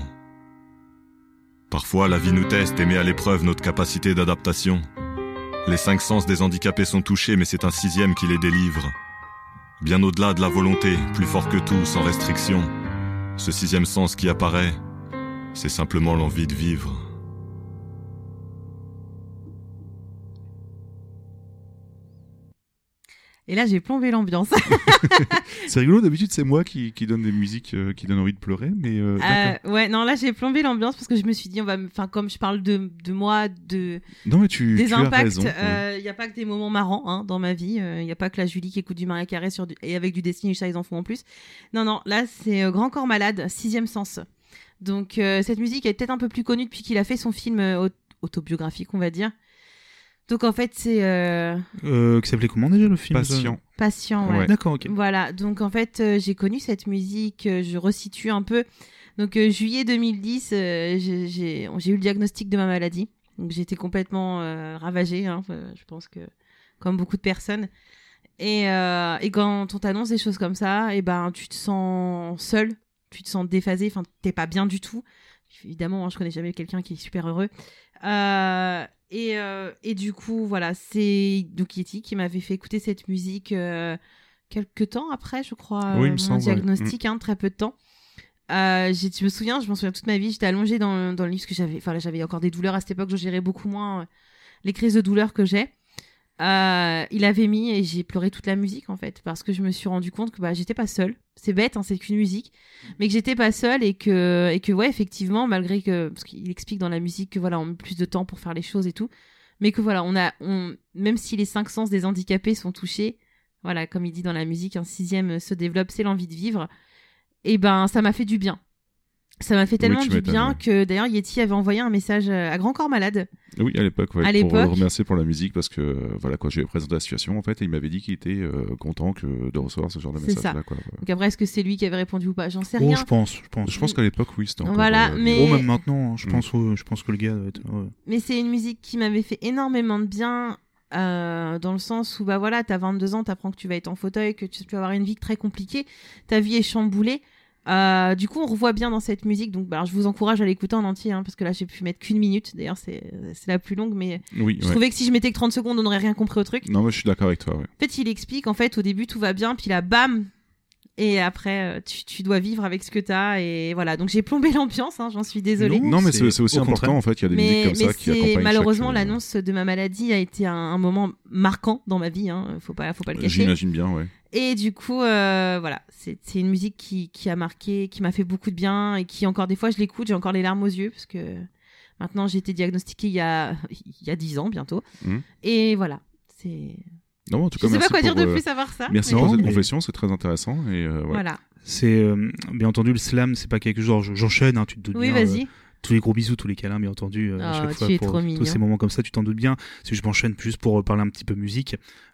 Parfois, la vie nous teste et met à l'épreuve notre capacité d'adaptation. Les 5 sens des handicapés sont touchés, mais c'est un 6e qui les délivre. Bien au-delà de la volonté, plus fort que tout, sans restriction. Ce 6e sens qui apparaît, c'est simplement l'envie de vivre. Et là, j'ai plombé l'ambiance. C'est rigolo, d'habitude, c'est moi qui donne des musiques qui donnent envie de pleurer, mais ouais, non, là, j'ai plombé l'ambiance parce que je me suis dit, comme je parle de moi, non, mais des impacts, as raison. Il n'y a pas que des moments marrants dans ma vie. Il n'y a pas que la Julie qui écoute du Maria Carré et avec du Destiny's Child, ils en font en plus. Non, là, c'est Grand Corps Malade, 6e sens. Donc, cette musique est peut-être un peu plus connue depuis qu'il a fait son film autobiographique, on va dire. Donc en fait c'est qui s'appelait comment déjà le film? Patient, ouais. D'accord, ok. Voilà, donc en fait j'ai connu cette musique, je resitue un peu. Donc juillet 2010, j'ai eu le diagnostic de ma maladie. Donc j'étais complètement ravagée, hein, je pense que comme beaucoup de personnes. Et quand on t'annonce des choses comme ça, et ben tu te sens seul, tu te sens déphasé, enfin t'es pas bien du tout. Évidemment, hein, je connais jamais quelqu'un qui est super heureux. Et du coup, voilà, c'est donc Yeti qui m'avait fait écouter cette musique quelques temps après, je crois, oui, mon diagnostic, hein, très peu de temps. Je m'en souviens toute ma vie, j'étais allongée dans le lit parce que j'avais encore des douleurs à cette époque, je gérais beaucoup moins les crises de douleur que j'ai. Il avait mis et j'ai pleuré toute la musique en fait parce que je me suis rendu compte que j'étais pas seule. C'est bête, hein, c'est qu'une musique, mais que j'étais pas seule et que ouais, effectivement, malgré que parce qu'il explique dans la musique que voilà, on met plus de temps pour faire les choses et tout, mais que voilà, même si les 5 sens des handicapés sont touchés, voilà, comme il dit dans la musique, un 6e se développe, c'est l'envie de vivre. Et ben, ça m'a fait du bien. Ça m'a fait tellement tu du m'étonnes, bien ouais. que d'ailleurs Yeti avait envoyé un message à Grand Corps Malade. Oui, à l'époque, ouais, À pour l'époque. le remercier pour la musique, parce que voilà, quand j'ai présenté la situation, en fait, il m'avait dit qu'il était content de recevoir ce genre de C'est message ça. là, quoi. Donc après, est-ce que c'est lui qui avait répondu ou pas? J'en sais Oh, rien. je pense. Je pense qu'à l'époque, oui, c'était encore. Voilà, mais- Oh, même maintenant, hein, je pense que le gars doit être. Ouais. Mais c'est une musique qui m'avait fait énormément de bien. Dans le sens où bah voilà, t'as 22 ans, t'apprends que tu vas être en fauteuil, que tu vas avoir une vie très compliquée, ta vie est chamboulée. Du coup, on revoit bien dans cette musique. Donc, bah, alors, je vous encourage à l'écouter en entier, hein, parce que là, j'ai pu mettre qu'une minute. D'ailleurs, c'est la plus longue, mais Oui, je ouais. trouvais que si je mettais que 30 secondes, on n'aurait rien compris au truc. Non, mais je suis d'accord avec toi, ouais. En fait, il explique, en fait, au début, tout va bien, puis là, bam. Et après, tu dois vivre avec ce que t'as. Et voilà. Donc, j'ai plombé l'ambiance, hein, j'en suis désolée. Non, mais c'est aussi au important, contraire. en fait, il y a des musiques comme ça qui accompagnent malheureusement, chaque, l'annonce de ma maladie a été un moment marquant dans ma vie, hein. Faut pas le cacher. J'imagine bien, ouais. Et du coup, voilà, c'est une musique qui a marqué, qui m'a fait beaucoup de bien et qui encore des fois je l'écoute, j'ai encore les larmes aux yeux parce que maintenant j'ai été diagnostiquée il y a 10 ans bientôt. Et voilà, c'est. Non, en tout cas, Je sais pas merci quoi dire pour, de plus à part ça. Merci mais- pour cette mais- confession, c'est très intéressant et ouais. Voilà. C'est bien entendu le slam, c'est pas quelque chose. J'enchaîne, hein, tu te doutes Oui, bien. vas-y. Tous les gros bisous, tous les câlins, bien entendu. À Oh, chaque fois tu es pour trop mignon. tous ces moments comme ça, tu t'en doutes bien. Si je m'enchaîne juste pour parler un petit peu musique,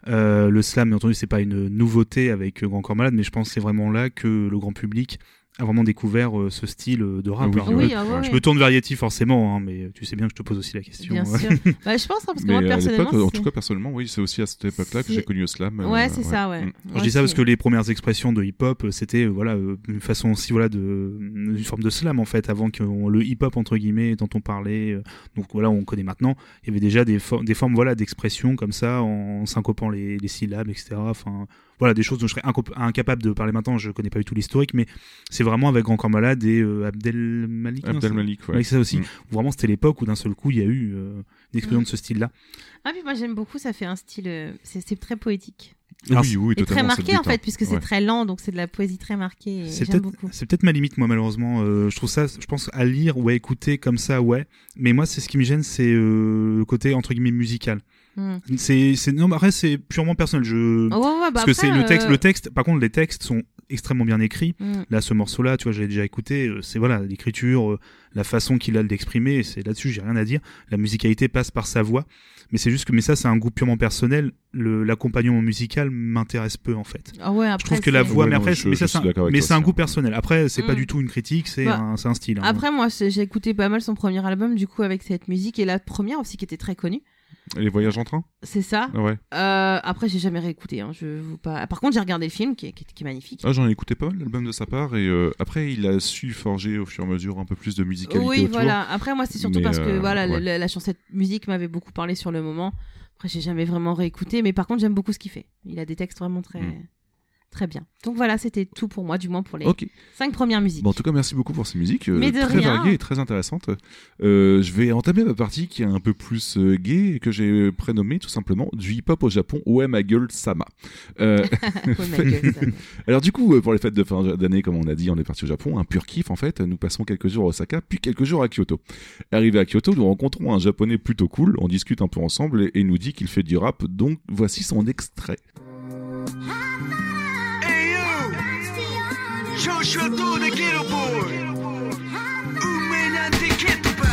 le slam, bien entendu, c'est pas une nouveauté avec Grand Corps Malade, mais je pense que c'est vraiment là que le grand public a vraiment découvert ce style de rap. Oui, Alors, Oui, ouais. ah ouais, Je ouais. me tourne vers Yeti forcément, hein, mais tu sais bien que je te pose aussi la question. Bien sûr. Bah, je pense, hein, parce que Mais moi à personnellement. l'époque, en c'est- tout cas, personnellement, oui, c'est aussi à cette époque-là que C'est- j'ai connu le slam. Ouais, c'est ça, ouais. Je dis ça parce que les premières expressions de hip-hop, c'était voilà une façon aussi voilà une forme de slam en fait, avant que le hip-hop entre guillemets dont on parlait. Donc voilà, on connaît maintenant. Il y avait déjà des formes voilà d'expression comme ça en syncopant les syllabes, etc. Enfin voilà des choses dont je serais incapable de parler maintenant. Je connais pas du tout l'historique, mais c'est vraiment avec Grand Corps Malade et Abdel Malik. Abdel Malik, ouais. Ouais, c'est ça aussi. Où vraiment c'était l'époque où d'un seul coup il y a eu une explosion de ce style-là. Ah, puis moi j'aime beaucoup, ça fait un style. C'est très poétique. Alors, Oui, Et très totalement, c'est marqué le en but, fait, hein. puisque c'est Ouais. très lent, donc c'est de la poésie très marquée. Et C'est j'aime peut-être beaucoup. c'est peut-être ma limite moi malheureusement. Je trouve ça, je pense à lire ou à écouter comme ça, ouais. Mais moi c'est ce qui me gêne, c'est le côté entre guillemets musical. Non, mais après c'est purement personnel. Oh, ouais, bah Parce que après, c'est le texte. Par contre, les textes sont extrêmement bien écrits. mm. Là, ce morceau-là, tu vois, j'ai déjà écouté. C'est voilà l'écriture, la façon qu'il a d'exprimer. C'est là-dessus, j'ai rien à dire. La musicalité passe par sa voix. Mais c'est juste que, mais ça, c'est un goût purement personnel. L'accompagnement musical m'intéresse peu en fait. Ah ouais, après, Je trouve que la c'est- voix, Ouais, mais non, après, je mais ça, suis c'est d'accord avec toi un aussi, goût hein. personnel. Après, c'est pas Mm. du tout une critique, c'est Bah, un style. hein. Après, moi, j'ai écouté pas mal son premier album, du coup, avec cette musique, et la première aussi, qui était très connue. Les voyages en train. C'est ça. Ah ouais. Après, j'ai jamais réécouté. Hein, je vous pas. Par contre, j'ai regardé le film, qui est magnifique. Ah, j'en ai écouté pas mal l'album de sa part et après il a su forger au fur et à mesure un peu plus de musicalité Oui, autour. voilà. Après, moi, c'est surtout Mais, parce que voilà, ouais. la chanson, cette musique m'avait beaucoup parlé sur le moment. Après, j'ai jamais vraiment réécouté, mais par contre, j'aime beaucoup ce qu'il fait. Il a des textes vraiment très bien. Donc voilà, c'était tout pour moi, du moins pour les Ok. 5 premières musiques. Bon, en tout cas, merci beaucoup pour ces musiques Mais de très rien. variées et très intéressantes. Je vais entamer ma partie qui est un peu plus gay et que j'ai prénommée tout simplement du hip-hop au Japon. Ouais, ma gueule, Sama. Ouais, ma gueule, ça. Alors du coup, pour les fêtes de fin d'année, comme on a dit, on est parti au Japon, un pur kiff en fait. Nous passons quelques jours à Osaka, puis quelques jours à Kyoto. Arrivé à Kyoto, nous rencontrons un japonais plutôt cool. On discute un peu ensemble et nous dit qu'il fait du rap. Donc voici son extrait. Hey yo! 調子はどうだゲロボーイ運命なんてケットバ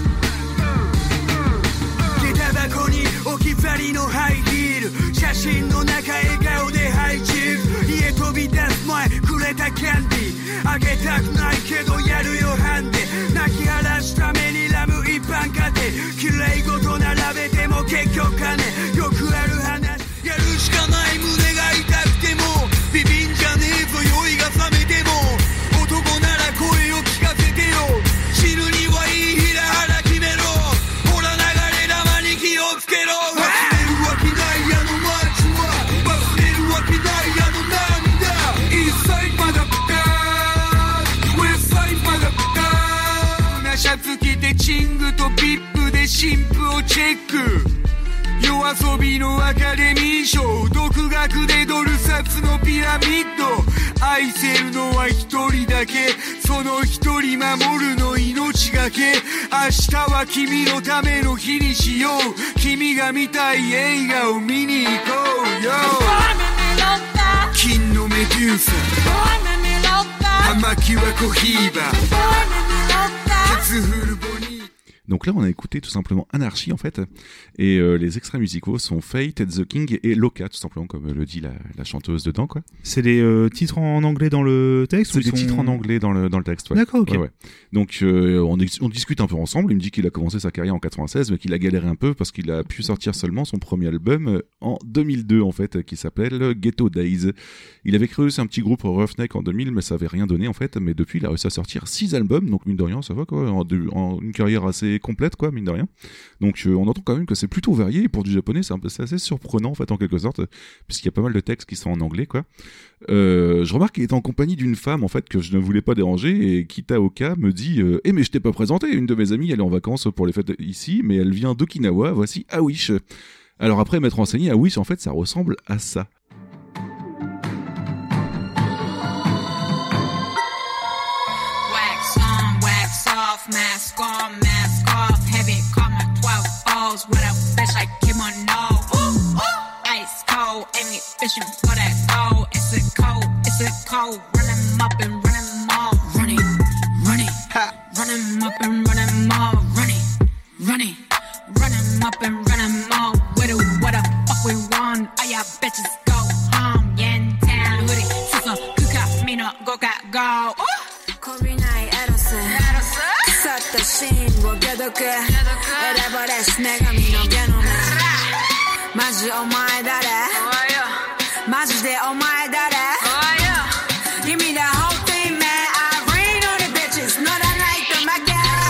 ッグ下駄箱に置き去りのハイヒール写真の中笑顔でハイチーク家飛び出す前くれたキャンディーあげたくないけどやるよハンデ泣き晴らすためにラム一般家庭綺麗事並べても結局金よくある話やるしかない胸が痛くてもビビンじゃねえぞ酔いが覚めても男なら声を聞かせてよ死ぬにはいいひら腹決めろほら流れ玉に気をつけろ忘れるわけないあの街は忘れるわけないあの涙一切まだウェスサイまだなシャツ着てチングとビップで新婦をチェック夜遊びのアカデミー賞独学でドル札のピラミッド愛せるのは一人だけその一人守るの命がけ明日は君のための日にしよう君が見たい映画を見に行こうよ金のメデューサ巻きはコーヒーバーケツフルボニー Donc là, on a écouté tout simplement Anarchy en fait, et les extraits musicaux sont Fate, The King et Loca, tout simplement comme le dit la chanteuse dedans quoi. C'est des titres en anglais dans le texte? C'est des titres en anglais dans le texte. Ouais. D'accord, ok. Ouais. Donc on discute un peu ensemble. Il me dit qu'il a commencé sa carrière en 96, mais qu'il a galéré un peu parce qu'il a pu sortir seulement son premier album en 2002 en fait, qui s'appelle Ghetto Days. Il avait créé un petit groupe Roughneck en 2000, mais ça avait rien donné en fait. Mais depuis, il a réussi à sortir 6 albums, donc mine de rien, ça va quoi, en une carrière assez complète quoi, mine de rien. Donc on entend quand même que c'est plutôt varié, et pour du japonais c'est assez surprenant en fait en quelque sorte, puisqu'il y a pas mal de textes qui sont en anglais quoi. Je remarque qu'il est en compagnie d'une femme en fait que je ne voulais pas déranger, et Kitaoka me dit mais je t'ai pas présenté, une de mes amies elle est en vacances pour les fêtes ici, mais elle vient d'Okinawa, voici Awish. Alors après m'être renseigné, Awish en fait ça ressemble à ça. Mask on, mask off, heavy, call my 12 balls with a bitch like kimono. Ooh, ooh. Ice cold, Amy fishing for that gold. It's a cold, run 'em up and run 'em all. Running, ha. Run 'em up and run 'em all. Running, run 'em up and run 'em all. What the fuck we want? All y'all bitches go home, yen town, hoodie, sister, kuka, me no, go, go. Korinai, Eros. 腐ったシーンを解読選ばれし女神のゲノムマジお前誰マジでお前誰 Give me the whole thing man I rain on the bitches know that like the market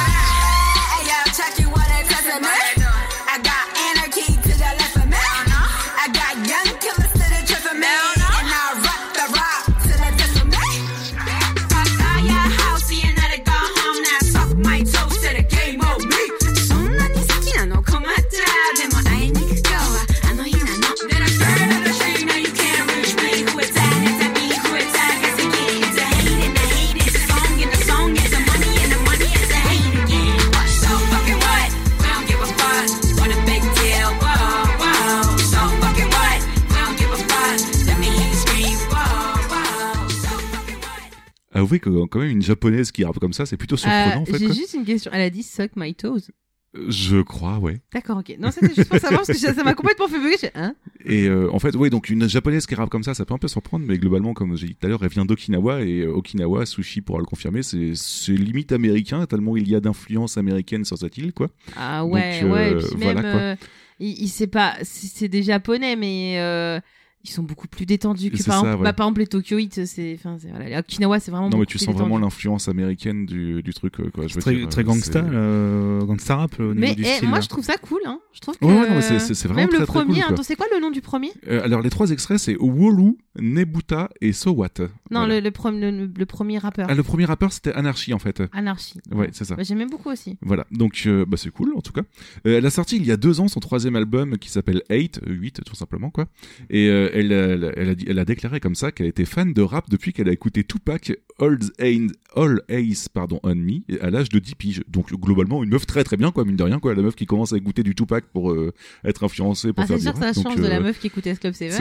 Hey yo check you what it says in me I got anarchy to the left of me I got young killers to the trip of me And I rock the rock to the death of me Fuck all your house and let it go home now My toes to the game of me そんなに好きなの困ったでも会いに行く今日はあの日なの Then I turn on the street now you can't reach me Who is that? It's a me Who is that? It's a kid It's a hate and the hate It's a song and the song It's a money and the money It's a hate again So fucking what? We don't give a fuck What a big deal Whoa, whoa So fucking what? We don't give a fuck Let me hear you scream Whoa, whoa So fucking what? Avouez que quand même une japonaise qui rappe comme ça, c'est plutôt surprenant en fait. J'ai quoi. juste une question. Elle a dit suck my toes. Je crois, ouais. D'accord, ok. Non, c'était juste pour savoir parce que ça m'a complètement fait bugger. Hein Et en fait, oui, donc une japonaise qui rappe comme ça peut un peu surprendre, mais globalement, comme j'ai dit tout à l'heure, elle vient d'Okinawa, et Okinawa, Sushi pourra le confirmer, c'est limite américain, tellement il y a d'influence américaine sur cette île, quoi. Ah ouais, donc, ouais. Et puis voilà, même, il sait pas, c'est des japonais, mais ils sont beaucoup plus détendus que par exemple les Tokyoïtes. Voilà, les Okinawa, c'est vraiment. Non, mais beaucoup tu plus sens détendu. vraiment l'influence américaine du truc, quoi. Je veux très, dire, très gangsta, gangsta rap au niveau du style. Moi, là. je trouve ça cool. Hein. Je trouve que ouais, non, mais c'est vraiment même très, le très premier. cool, quoi. C'est quoi le nom du premier alors, les 3 extraits, c'est Wolu, Nebuta et Sowat. Non, voilà. le premier rappeur. Ah, le premier rappeur, c'était Anarchy, en fait. Anarchy. Ouais, c'est ça. Bah, j'aimais beaucoup aussi. Voilà, donc c'est cool en tout cas. Elle a sorti il y a 2 ans son 3e album qui s'appelle 8 tout simplement quoi. Et elle a déclaré comme ça qu'elle était fan de rap depuis qu'elle a écouté Tupac All Ace on Me à l'âge de 10 piges. Donc globalement une meuf très très bien quoi, mine de rien quoi, la meuf qui commence à écouter du Tupac pour être influencée pour faire du rap. C'est sûr que ça change de la meuf qui écoutait Club 7.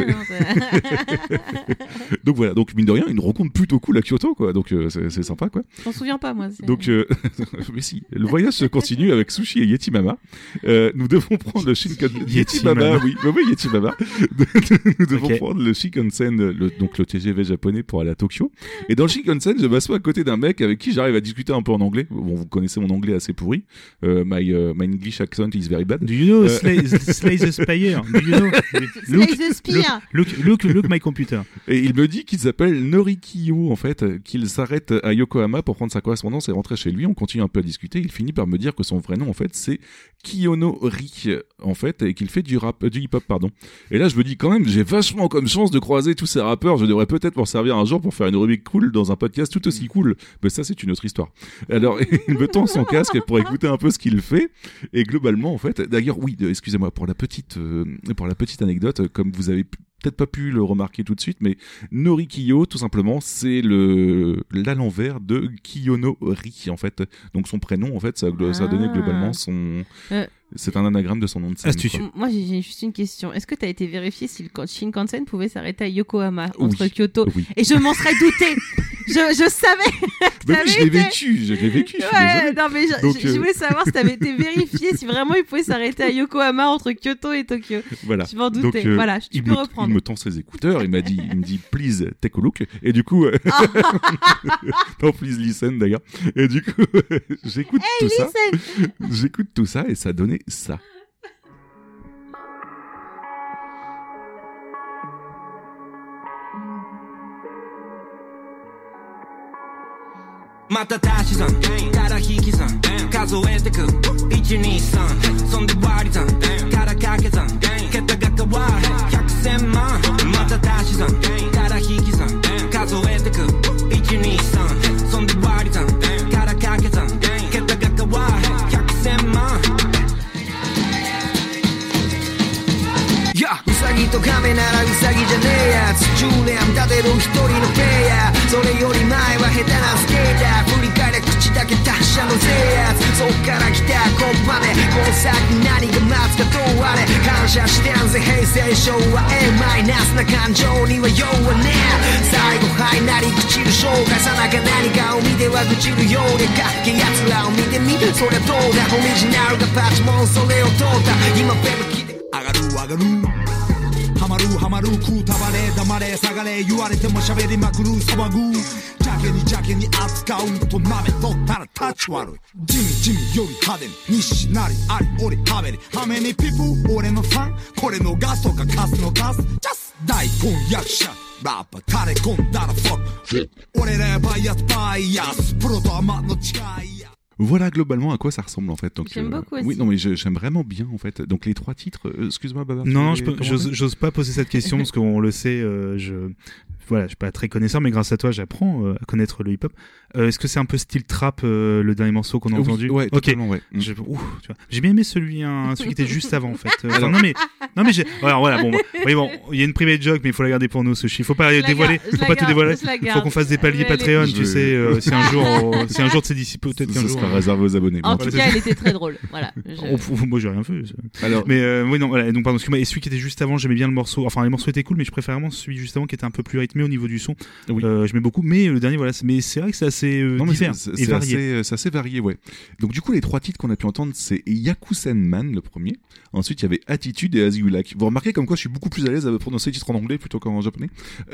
Donc voilà, donc mine de rien une rencontre plutôt cool à Kyoto quoi. Donc c'est sympa quoi. Je m'en souviens pas moi. Donc mais si, le voyage se continue avec Sushi et Yeti Mama. Nous devons prendre le Shinkansen. Yeti Mama, oui, Yeti Mama. Nous devons prendre le Shinkansen, donc le TGV japonais pour aller à Tokyo. Et dans le Shinkansen, je m'assois à côté d'un mec avec qui j'arrive à discuter un peu en anglais. Bon, vous connaissez mon anglais assez pourri. My English accent is very bad. Do you know Slay the Spire? Do you know? Slay the Spire. Look my computer. Et il me dit qu'il s'appelle Norikiyo en fait, qu'il s'arrête à Yokohama pour prendre sa correspondance et rentrer chez lui. On continue un peu à discuter. Il finit par me dire que son vrai nom en fait c'est Kiyono Ri en fait, et qu'il fait du hip-hop pardon. Et là je me dis quand même j'ai vachement comme chance de croiser tous ces rappeurs. Je devrais peut-être m'en servir un jour pour faire une rubrique cool dans un podcast tout aussi cool. Mais ça c'est une autre histoire. Alors il me tend son casque pour écouter un peu ce qu'il fait. Et globalement en fait, d'ailleurs oui, excusez-moi pour la petite anecdote, comme vous avez peut-être pas pu le remarquer tout de suite, mais Norikiyo, tout simplement, c'est l'à l'envers de Kiyono Ri, en fait. Donc son prénom, en fait, ça a donné globalement son... C'est un anagramme de son nom de scène. Moi, j'ai juste une question. Est-ce que tu as été vérifié si le Shinkansen pouvait s'arrêter à Yokohama, entre Kyoto Oui. Et je m'en serais douté. Je savais. Bah oui, je l'ai vécu, je suis désolé. Non, mais je voulais savoir si t'avais été vérifié, si vraiment il pouvait s'arrêter à Yokohama entre Kyoto et Tokyo. Voilà. Je m'en doutais. Voilà, tu peux reprendre. Il me tend ses écouteurs, il me dit please take a look, et du coup non, please listen d'ailleurs, et du coup j'écoute tout ça et ça donnait ça. また足し算から引き算数えてく123そんで割り算から掛け算桁が変わる100千万また足し算から引き算数えてく123そんで割り算から掛け算桁が変わる100千万ウサギとカメならウサギじゃねえやつ10年立てる一人のプレイヤーそれより前は下手なスケーター振り返れ口だけ達者のせいやつそっから来たコンパネこの先何が待つかどうあれ感謝してんぜ平成昭和 A マイナスな感情には用はねえ最後はいなり朽ちる生涯さなか何かを見ては愚痴るようでかっけ奴らを見てみそりゃどうだオリジナルがパチモンそれを通った今ペブ来て上がる上がるハマるハマる食うたばれ黙れ下がれ言われても喋りまくる騒ぐ邪気に扱うと舐めとったら立ち悪い地味より派手に西なりあり俺はめりはめにピプ俺のファンこれのガスとかカスのカスジャス大根役者ラッパ垂れ込んだらフォック俺らやバイアスプロとアマの違い Voilà globalement à quoi ça ressemble en fait. Donc, j'aime beaucoup aussi. Oui, non mais j'aime vraiment bien en fait. Donc les trois titres, excuse-moi Baba. Non, j'ose pas poser cette question parce qu'on le sait, je suis pas très connaisseur, mais grâce à toi, j'apprends à connaître le hip-hop. Est-ce que c'est un peu style trap le dernier morceau qu'on a entendu? Ouais, totalement, ouais. Tu vois. J'ai bien aimé celui qui était juste avant en fait. Non mais alors voilà, bon, il y a une private joke, mais il faut la garder pour nous, Sushi. Faut pas dévoiler, faut pas tout dévoiler. Faut qu'on fasse des paliers Patreon, tu sais, si un jour c'est d'ici peut-être qu'un jour. Réservé aux abonnés. En tout cas, elle était très drôle. Voilà. Moi, j'ai rien fait. Alors, mais oui, non, voilà. Donc, pardon, excuse-moi. Et celui qui était juste avant, j'aimais bien le morceau. Enfin, les morceaux étaient cool, mais je préfère vraiment celui juste avant qui était un peu plus rythmé au niveau du son. Oui. J'aimais beaucoup. Mais le dernier, voilà. Mais c'est vrai que c'est assez divers et varié. C'est assez varié, ouais. Donc, du coup, les trois titres qu'on a pu entendre, c'est Yakusen Man, le premier. Ensuite, il y avait Attitude et As You Like. Vous remarquez comme quoi je suis beaucoup plus à l'aise à prononcer les titres en anglais plutôt qu'en japonais.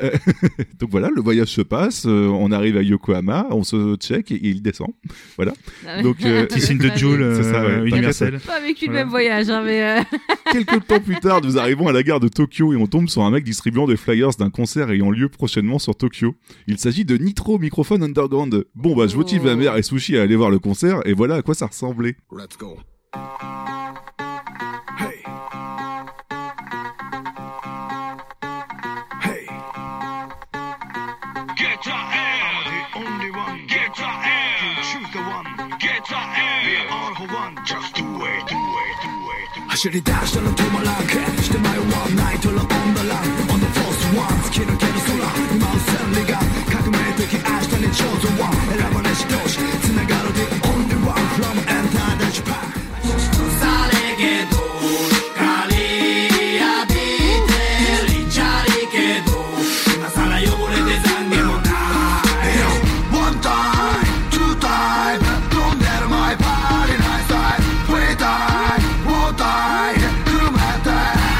Donc voilà, le voyage se passe. On arrive à Yokohama, on se check et il descend. Voilà. Donc, petit signe de Joule, c'est ça, ouais, universel. Pas vécu le même voyage, hein, mais. Quelques temps plus tard, nous arrivons à la gare de Tokyo et on tombe sur un mec distribuant des flyers d'un concert ayant lieu prochainement sur Tokyo. Il s'agit de Nitro Microphone Underground. Bon, bah, je motive ma mère et Sushi à aller voir le concert et voilà à quoi ça ressemblait. Let's go.走り出したら止まらんけして迷わないトラオンダラン On the first one 突き抜ける空今の千里が革命的明日に Chosen one 選ばれし同士つながる The only one from Enter the Japan されけど借り浴びてリチャリけど今さら汚れて懺悔もない One time two time 飛んでるマイパーリーナイスタイム Free time One time 車って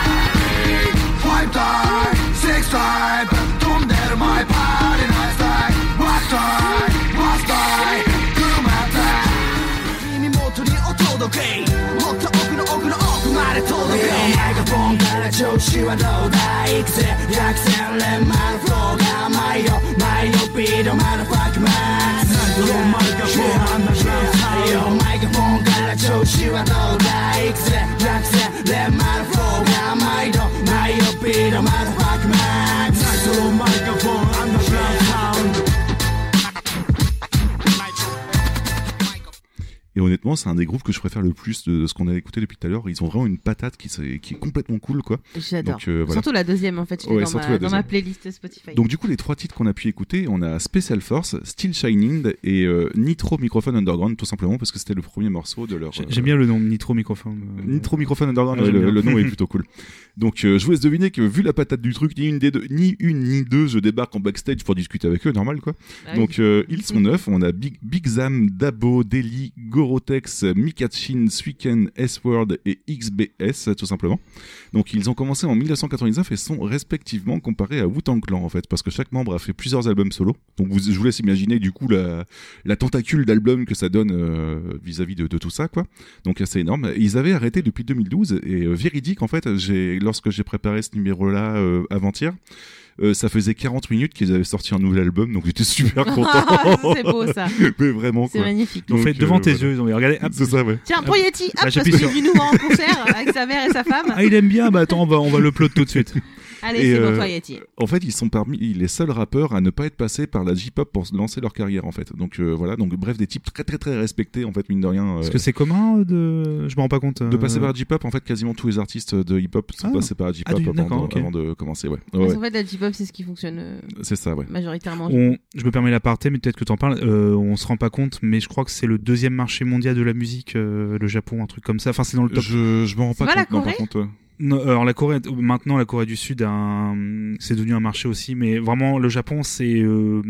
5 time 6 time 飛んでるマイパーリーナイスタイム One time One time 車って耳元にお届けもっと奥の奥の奥まで届けマイクロフォンから調子はどうだいくぜ百戦錬磨のフローが甘いよマイのビートマイのファックマックスマイクロフォンマイクロフォンから調子はどうだいくぜ百戦錬磨のフローが甘いよマイのビートマイのファックマックスマイクロフォンアンダーグラウンドサウンド Et honnêtement, c'est un des groupes que je préfère le plus de ce qu'on a écouté depuis tout à l'heure. Ils ont vraiment une patate qui est complètement cool, quoi. J'adore. Donc, voilà. Surtout la deuxième, en fait. Je l'ai dans ma playlist Spotify. Donc, du coup, les 3 titres qu'on a pu écouter, on a Special Force, Still Shining et Nitro Microphone Underground, tout simplement parce que c'était le premier morceau de leur. J'aime bien le nom Nitro Microphone. Nitro Microphone Underground, le nom est plutôt cool. Donc, je vous laisse deviner que vu la patate du truc, ni une ni deux, je débarque en backstage pour discuter avec eux, normal, quoi. Ah, donc, ils sont 9. On a Big Zam, Dabo, Deli, Gorotex, Mikachin, Suiken, S-Word et XBS, tout simplement. Donc, ils ont commencé en 1999 et sont respectivement comparés à Wu-Tang Clan, en fait, parce que chaque membre a fait plusieurs albums solo. Donc, je vous laisse imaginer, du coup, la tentacule d'albums que ça donne vis-à-vis de tout ça, quoi. Donc, c'est énorme. Ils avaient arrêté depuis 2012 et véridique, en fait, lorsque j'ai préparé ce numéro-là avant-hier, ça faisait 40 minutes qu'ils avaient sorti un nouvel album, donc j'étais super content. C'est beau, ça. Mais vraiment, c'est magnifique. Ils ont fait devant tes yeux, ils ont regardé. C'est ça, ouais. Tiens, pour Yeti, parce qu'il est venu nous voir en concert avec sa mère et sa femme. Ah, il aime bien, bah attends, on va le plot tout de suite. Allez, c'est pour toi, Yeti. En fait, ils sont parmi les seuls rappeurs à ne pas être passés par la J-pop pour lancer leur carrière, en fait. Donc voilà, donc bref, des types très très très respectés, en fait, mine de rien. Est-ce que c'est commun je me rends pas compte. De passer par la J-pop, en fait, quasiment tous les artistes de hip-hop sont passés par la J-pop avant de commencer, ouais. Parce qu'en fait, la J-pop, c'est ce qui fonctionne. C'est ça, ouais. Majoritairement. Je me permets l'aparté, mais peut-être que t'en parles. On se rend pas compte, mais je crois que c'est le 2e marché mondial de la musique, le Japon, un truc comme ça. Enfin, c'est dans le top. Je me rends pas compte. Non, par contre. Non, alors la Corée du Sud c'est devenu un marché aussi, mais vraiment le Japon c'est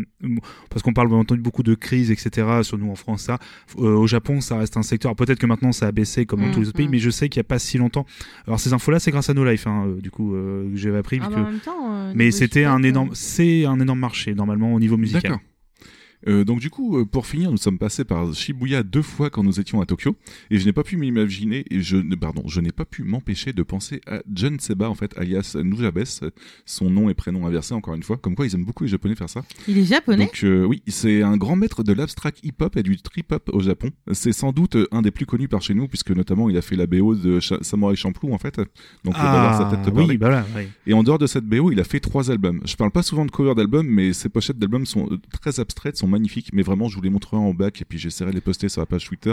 parce qu'on parle bien entendu beaucoup de crise, etc. Sur nous en France, ça au Japon ça reste un secteur. Peut-être que maintenant ça a baissé comme dans tous les autres pays, mais je sais qu'il y a pas si longtemps. Alors ces infos-là c'est grâce à No Life, du coup que j'avais appris. En même temps, mais c'était un énorme marché normalement au niveau musical. D'accord. Donc du coup, pour finir, nous sommes passés par Shibuya 2 fois quand nous étions à Tokyo, et je n'ai pas pu m'imaginer, je n'ai pas pu m'empêcher de penser à John Seba, en fait, alias Nujabes, son nom et prénom inversé, encore une fois, comme quoi ils aiment beaucoup les Japonais faire ça. Il est japonais? Donc oui, c'est un grand maître de l'abstract hip-hop et du trip-hop au Japon. C'est sans doute un des plus connus par chez nous, puisque notamment il a fait la BO de Samurai Champloo, en fait. Donc ça peut-être te parler. Oui, bah là, oui. Et en dehors de cette BO, il a fait 3 albums. Je parle pas souvent de cover d'albums, mais ses pochettes d'albums sont très abstraites, sont magnifiques, mais vraiment je vous les montrerai en bac et puis j'essaierai de les poster sur la page Twitter.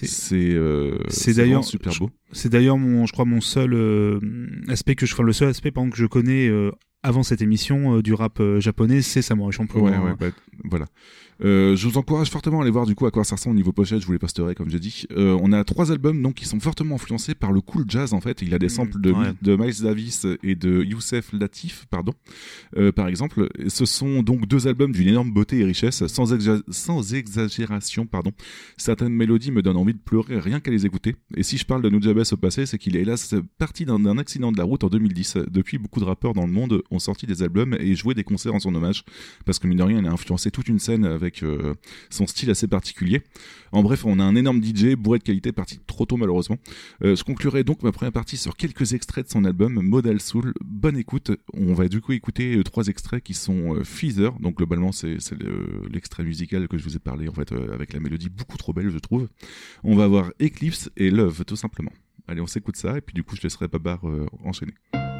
C'est d'ailleurs super beau. C'est d'ailleurs je crois mon seul aspect le seul aspect par exemple que je connais avant cette émission du rap japonais, c'est Samurai Champloo. Ouais, voilà. Je vous encourage fortement à aller voir du coup à quoi ça ressemble au niveau pochette, je vous les posterai comme j'ai dit. On a 3 albums donc qui sont fortement influencés par le cool jazz en fait. Il a des samples de Miles Davis et de Youssef Latif, par exemple. Ce sont donc 2 albums d'une énorme beauté et richesse, sans exagération, Certaines mélodies me donnent envie de pleurer rien qu'à les écouter. Et si je parle de Nujabes au passé, c'est qu'il est hélas parti d'un accident de la route en 2010. Depuis, beaucoup de rappeurs dans le monde ont sorti des albums et joué des concerts en son hommage, parce que mine de rien, il a influencé toute une scène avec son style assez particulier. En bref, on a un énorme DJ bourré de qualité, parti trop tôt malheureusement. Je conclurai donc ma première partie sur quelques extraits de son album Modal Soul. Bonne écoute. On va du coup écouter 3 extraits qui sont Feather, donc globalement c'est l'extrait musical que je vous ai parlé en fait, avec la mélodie beaucoup trop belle je trouve. On va avoir Eclipse et Love tout simplement. Allez, on s'écoute ça et puis du coup je laisserai Babar enchaîner.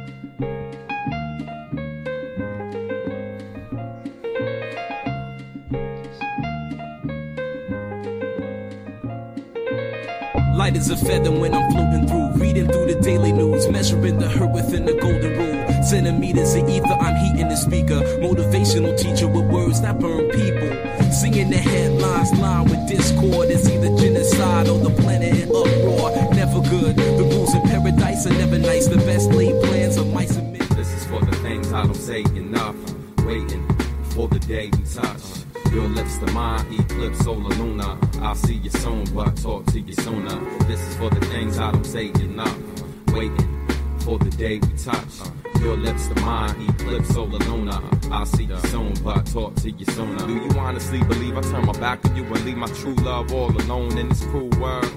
Light as a feather when I'm floating through, reading through the daily news, measuring the hurt within the golden rule. Centimeters of ether, I'm heating the speaker. Motivational teacher with words that burn people. Singing the headlines, line with discord. It's either genocide or the planet in uproar. Never good. The rules in paradise are never nice. The best laid plans of mice and men. This is for the things I don't say enough. Waiting for the day we touch. Your lips to mine, eclipse, solar, lunar. I'll see you soon, but talk to you sooner. This is for the things I don't say enough. Waiting for the day we touch. Your lips to mine, eclipse, solar, lunar. I'll see you soon, but talk to you sooner. Do you honestly believe I turn my back on you and leave my true love all alone in this cruel world?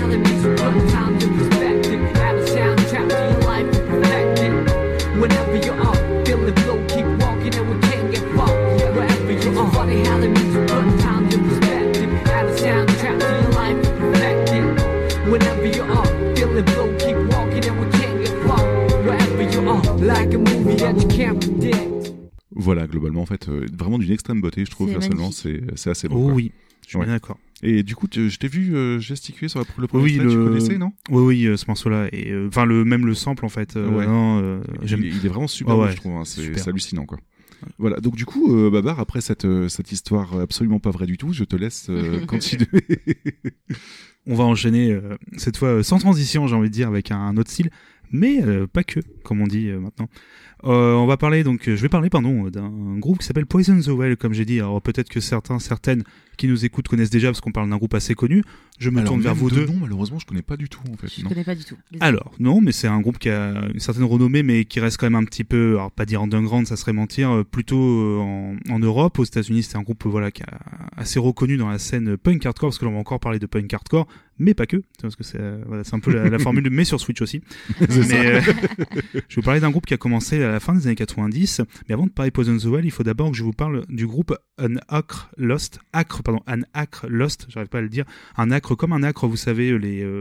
Whenever you're up, feel the flow, keep walking and we can't get far. Wherever you're up, funny how the music put time to perspective. Out of sound, trapped in your life, perfected. Whenever you're up, feel the flow, keep walking and we can't get far. Wherever you're up, like a movie that you can't predict. Voilà, globalement, en fait, vraiment d'une extrême beauté, je trouve, personnellement, c'est assez beau. Oh, oui. Je suis bien d'accord. Et du coup, je t'ai vu gesticuler sur le premier extrait, tu connaissais, non? Oui, ce morceau-là. Et enfin, même le sample, en fait. Il est vraiment super, je trouve. Hein, c'est hallucinant, quoi. Voilà, donc du coup, Babar, après cette histoire absolument pas vraie du tout, je te laisse continuer. On va enchaîner cette fois sans transition, j'ai envie de dire, avec un autre style, mais pas que, comme on dit maintenant. On va parler je vais parler d'un groupe qui s'appelle Poison the Well, comme j'ai dit. Alors peut-être que certaines qui nous écoutent connaissent déjà parce qu'on parle d'un groupe assez connu. Je me tourne vers vous deux. Non, malheureusement, je connais pas du tout en fait. Je connais pas du tout. Alors non, mais c'est un groupe qui a une certaine renommée, mais qui reste quand même un petit peu, alors pas dire underground, ça serait mentir, plutôt en Europe. Aux États-Unis, c'est un groupe qui est assez reconnu dans la scène punk hardcore, parce que là on va encore parler de punk hardcore, mais pas que, parce que c'est un peu la formule, mais sur Switch aussi. Je vais vous parler d'un groupe qui a commencé à la fin des années 90, mais avant de parler Poison the Well, il faut d'abord que je vous parle du groupe An Acre Lost, j'arrive pas à le dire, un acre comme un acre, vous savez,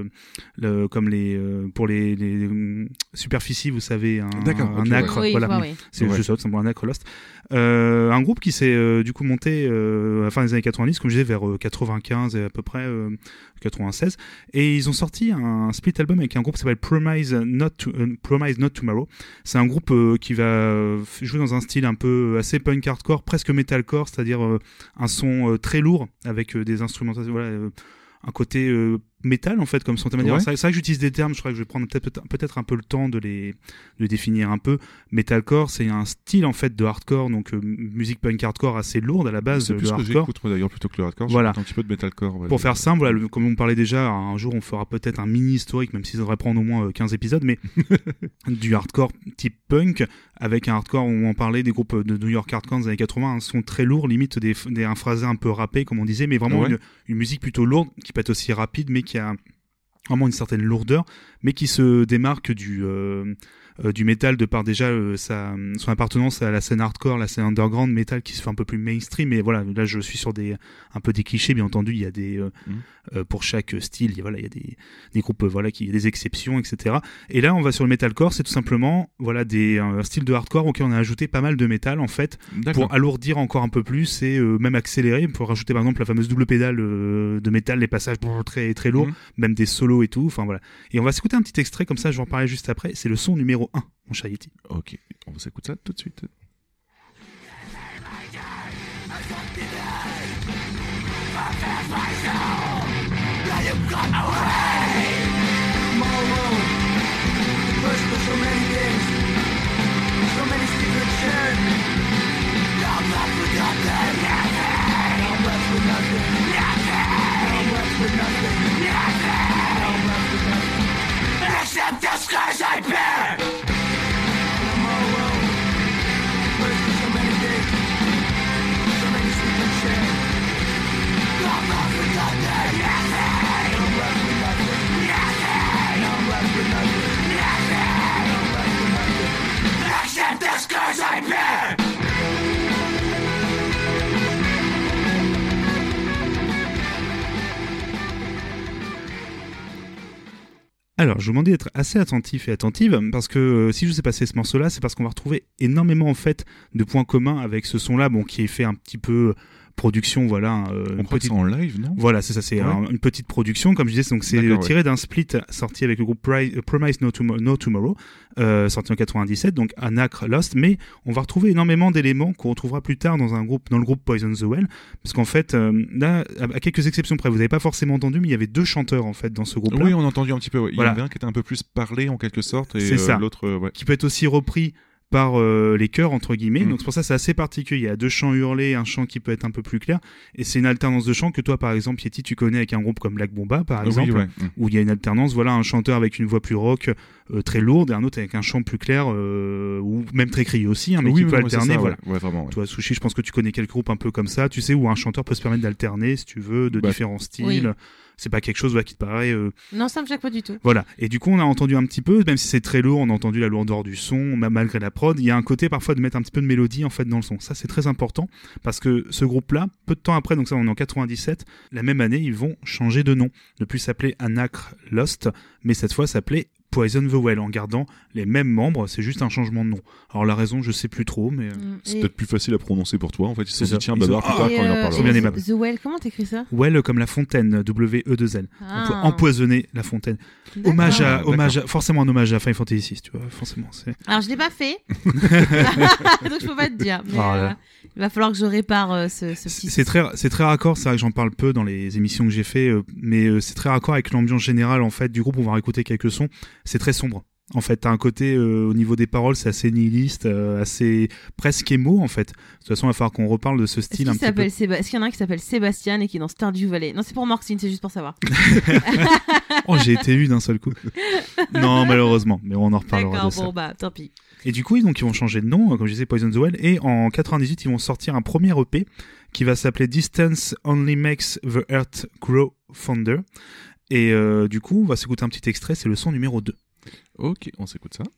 pour les superficies, vous savez, un acre, oui, voilà, c'est ça, c'est un acre Lost. Un groupe qui s'est du coup monté à la fin des années 90, comme je disais, vers 95 et à peu près 96, et ils ont sorti un split album avec un groupe qui s'appelle Promise Not Tomorrow. C'est un groupe qui va jouer dans un style un peu assez punk hardcore, presque metalcore, c'est-à-dire un son très lourd avec des instrumentations, un côté métal en fait, comme son thème. C'est vrai que j'utilise des termes, je crois que je vais prendre peut-être un peu le temps de les définir un peu. Metalcore, c'est un style en fait de hardcore, donc musique punk hardcore assez lourde à la base. C'est plus ce que j'écoute moi d'ailleurs plutôt que le hardcore. Voilà. Un petit peu de metalcore. Pour faire simple, comme on parlait déjà, un jour on fera peut-être un mini historique, même si ça devrait prendre au moins 15 épisodes, mais du hardcore type punk avec un hardcore où on parlait des groupes de New York hardcore des années 80, un son très lourd, limite un phrasé un peu rappé comme on disait, mais vraiment une musique plutôt lourde qui peut être aussi rapide, mais qui a vraiment une certaine lourdeur, mais qui se démarque du métal de par déjà son appartenance à la scène hardcore, la scène underground métal qui se fait un peu plus mainstream. Mais voilà, là je suis sur un peu des clichés, bien entendu. Il y a des pour chaque style, il y a des groupes il y a des exceptions, etc. Et là on va sur le metalcore, c'est tout simplement un style de hardcore auquel on a ajouté pas mal de métal en fait. D'accord. Pour alourdir encore un peu plus et même accélérer, pour rajouter par exemple la fameuse double pédale de métal, les passages très très lourds, même des solos et tout. Enfin voilà. Et on va s'écouter un petit extrait comme ça, je vais en parler juste après. C'est le son numéro 1, mon cher Yeti. Ok, on s'écoute ça tout de suite. Accept the scars I bear. So many things, so many sleeping chairs. I'm left with nothing. I'm left with nothing. I'm left with nothing. I'm left with nothing. Accept the scars I bear. Alors, je vous demandais d'être assez attentif et attentive, parce que si je vous ai passé ce morceau-là, c'est parce qu'on va retrouver énormément en fait de points communs avec ce son-là, qui est fait un petit peu production, on croit que c'est en live, non? Voilà, c'est ça, c'est une petite production, comme je disais, donc c'est tiré d'un split sorti avec le groupe Promise No Tomorrow, sorti en 97, donc An Acre Lost, mais on va retrouver énormément d'éléments qu'on retrouvera plus tard dans le groupe Poison the Well, parce qu'en fait, là, à quelques exceptions près, vous n'avez pas forcément entendu, mais il y avait deux chanteurs en fait dans ce groupe-là. Oui, on a entendu un petit peu. Il y en avait un qui était un peu plus parlé en quelque sorte, et l'autre, qui peut être aussi repris par les chœurs entre guillemets, donc c'est pour ça c'est assez particulier. Il y a deux chants hurlés, un chant qui peut être un peu plus clair, et c'est une alternance de chants que toi par exemple Yeti tu connais avec un groupe comme Black Bomba par exemple, où il y a une alternance, un chanteur avec une voix plus rock très lourde et un autre avec un chant plus clair ou même très crié aussi, mais qui peut alterner. Vraiment, toi Sushi, je pense que tu connais quelques groupes un peu comme ça, tu sais, où un chanteur peut se permettre d'alterner si tu veux de différents styles. C'est pas quelque chose qui te paraît non, ça me choque pas du tout. Voilà, et du coup on a entendu un petit peu, même si c'est très lourd, on a entendu la lourdeur du son malgré la prod. Il y a un côté parfois de mettre un petit peu de mélodie en fait dans le son. Ça c'est très important, parce que ce groupe là, peu de temps après, donc ça on est en 97, la même année ils vont changer de nom, ne plus s'appeler An Acre Lost, mais cette fois s'appeler Poison the Well en gardant les mêmes membres, c'est juste un changement de nom. Alors la raison, je sais plus trop, mais c'est peut-être plus facile à prononcer pour toi. En fait, ils se sont C'est ça. dit tiens, Babar plus tard quand il en parlera. Ils sont bien aimables. The Well, comment t'écris ça? Well comme la fontaine, W-E-2-L. On peut empoisonner la fontaine. Forcément un hommage à Final Fantasy VI, tu vois, forcément. Alors je l'ai pas fait, donc je peux pas te dire. Mais il va falloir que je répare ce petit. C'est très raccord, c'est vrai que j'en parle peu dans les émissions que j'ai fait, mais c'est très raccord avec l'ambiance générale en fait du groupe. On va réécouter quelques sons. C'est très sombre. En fait, t'as un côté au niveau des paroles, c'est assez nihiliste, assez presque émo en fait. De toute façon, il va falloir qu'on reparle de ce style un petit peu. Est-ce qu'il y en a un qui s'appelle Sébastien et qui est dans Stardew Valley? Non, c'est pour Morxine, c'est juste pour savoir. Oh, j'ai été eu d'un seul coup. Non, malheureusement, mais on en reparlera. D'accord, de ça. bon bah, tant pis. Et du coup, ils vont changer de nom, comme je disais, Poison the Well, et en 98, ils vont sortir un premier EP qui va s'appeler Distance Only Makes the Earth Grow Fonder. Et du coup, on va s'écouter un petit extrait, c'est le son numéro 2. Ok, on s'écoute ça.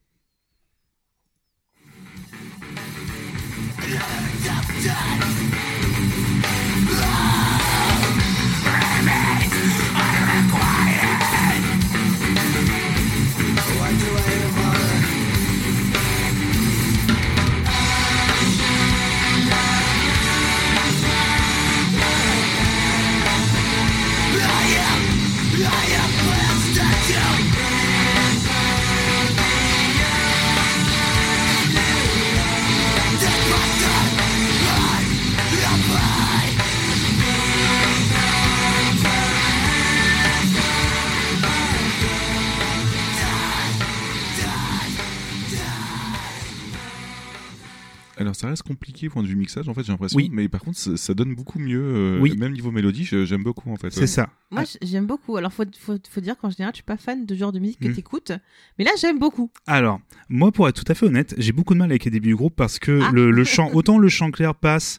Alors ça reste compliqué point de vue mixage en fait j'ai l'impression, mais par contre ça donne beaucoup mieux, même niveau mélodie j'aime beaucoup en fait. C'est ça. Moi j'aime beaucoup, alors faut dire qu'en général je suis pas fan de genre de musique que t'écoutes, mais là j'aime beaucoup. Alors moi pour être tout à fait honnête, j'ai beaucoup de mal avec les débuts du groupe parce que le chant, autant le chant clair passe,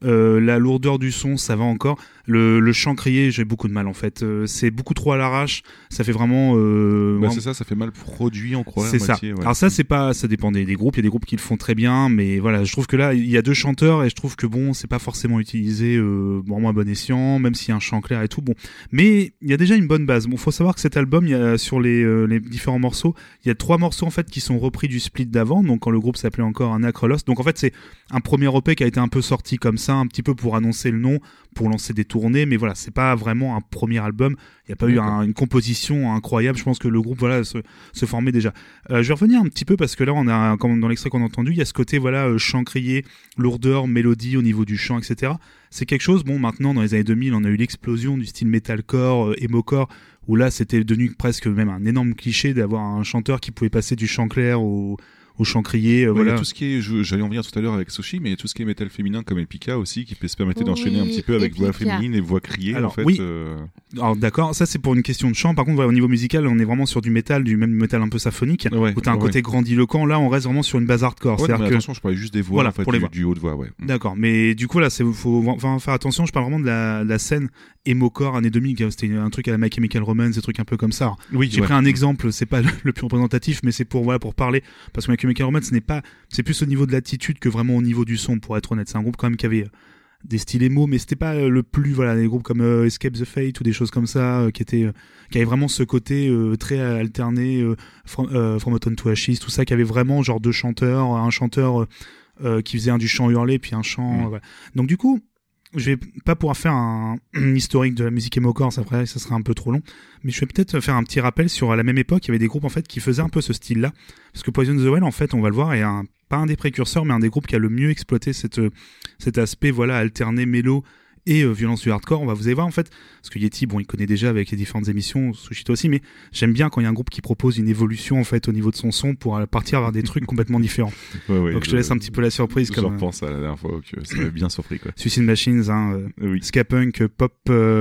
la lourdeur du son ça va encore, le chant crié j'ai beaucoup de mal en fait, c'est beaucoup trop à l'arrache, ça fait vraiment c'est ça fait mal produit en croire c'est moitié, ça. Ouais. Alors ça c'est pas, ça dépend des groupes, il y a des groupes qui le font très bien, mais voilà, je trouve que là il y a 2 chanteurs et je trouve que bon c'est pas forcément utilisé vraiment à bon escient, même s'il y a un chant clair et tout, bon, mais il y a déjà une bonne base. Bon, faut savoir que cet album, il y a sur les différents morceaux, il y a 3 morceaux en fait qui sont repris du split d'avant, donc quand le groupe s'appelait encore Anacrolos, donc en fait c'est un premier EP qui a été un peu sorti comme ça, un petit peu pour annoncer le nom, pour lancer des tournées, mais voilà, c'est pas vraiment un premier album. Il n'y a pas eu une composition incroyable. Je pense que le groupe voilà se formait déjà. Je vais revenir un petit peu parce que là on a, comme dans l'extrait qu'on a entendu, il y a ce côté voilà chant crié, lourdeur, mélodie au niveau du chant, etc. C'est quelque chose. Bon, maintenant dans les années 2000, on a eu l'explosion du style metalcore, emocore, où là c'était devenu presque même un énorme cliché d'avoir un chanteur qui pouvait passer du chant clair au chant crié, voilà. Il y a tout ce qui est, j'allais en venir tout à l'heure avec Sushi, mais il y a tout ce qui est métal féminin comme Epica aussi, qui peut se permettre d'enchaîner un petit peu avec voix féminine et voix criée. Alors, en fait. Oui. Alors d'accord, ça c'est pour une question de chant. Par contre, voilà, au niveau musical, on est vraiment sur du métal, du même métal un peu symphonique, où t'as un côté grandiloquent. Là, on reste vraiment sur une base hardcore. Mais attention, je parlais juste des voix, voilà, en fait, pour les voix. du haut de voix, ouais. D'accord, mais du coup là, faut faire attention. Je parle vraiment de la scène emocore années 2000. C'était un truc à la My Chemical Romance, des trucs un peu comme ça. Alors, j'ai pris un exemple, c'est pas le plus représentatif, mais c'est pour parler, parce que My Chemical Romance c'est plus au niveau de l'attitude que vraiment au niveau du son, pour être honnête. C'est un groupe quand même qui avait des styles émo, mais c'était pas le plus, voilà, des groupes comme Escape the Fate ou des choses comme ça, qui avaient vraiment ce côté très alterné, From Autumn to Ashes, tout ça, qui avait vraiment genre 2 chanteurs, un chanteur qui faisait du chant hurlé, puis un chant, voilà. Donc du coup, je vais pas pouvoir faire un historique de la musique emocore, ça serait un peu trop long, mais je vais peut-être faire un petit rappel sur la même époque. Il y avait des groupes en fait qui faisaient un peu ce style-là, parce que Poison the Well, en fait, on va le voir, est pas un des précurseurs, mais un des groupes qui a le mieux exploité cet aspect, voilà, alterné mélo et violence du hardcore. Vous allez voir en fait, parce que Yeti, bon, il connaît déjà avec les différentes émissions, Sushito aussi, mais j'aime bien quand il y a un groupe qui propose une évolution en fait au niveau de son son pour partir vers des trucs complètement différents. Donc je te laisse un petit peu la surprise. Je repense à la dernière fois que ça m'avait bien surpris, quoi. Suicide Machines, ska punk, pop,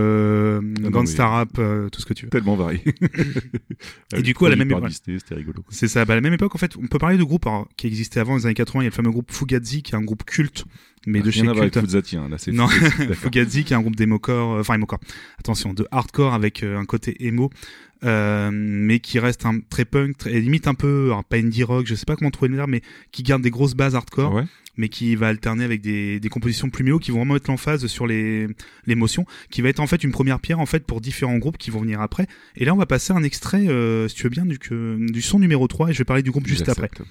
gangsta rap, tout ce que tu veux. Tellement varié. Et du coup à la même époque, c'était rigolo. C'est ça, à la même époque en fait, on peut parler de groupes qui existaient avant les années 80. Il y a le fameux groupe Fugazi, qui est un groupe culte mais de chez Rien à voir avec Cult. Fugazi, hein, là c'est Non, Fugazi, d'accord. Fugazi qui est un groupe d'émocore, attention, de hardcore avec un côté emo, mais qui reste très punk, limite un peu, alors pas indie rock, je sais pas comment trouver le terme, mais qui garde des grosses bases hardcore, Ouais. mais qui va alterner avec des compositions plus mélo qui vont vraiment être l'emphase sur l'émotion, qui va être en fait une première pierre en fait pour différents groupes qui vont venir après. Et là on va passer un extrait, si tu veux bien, du son numéro 3 et je vais parler du groupe juste après. J'accepte.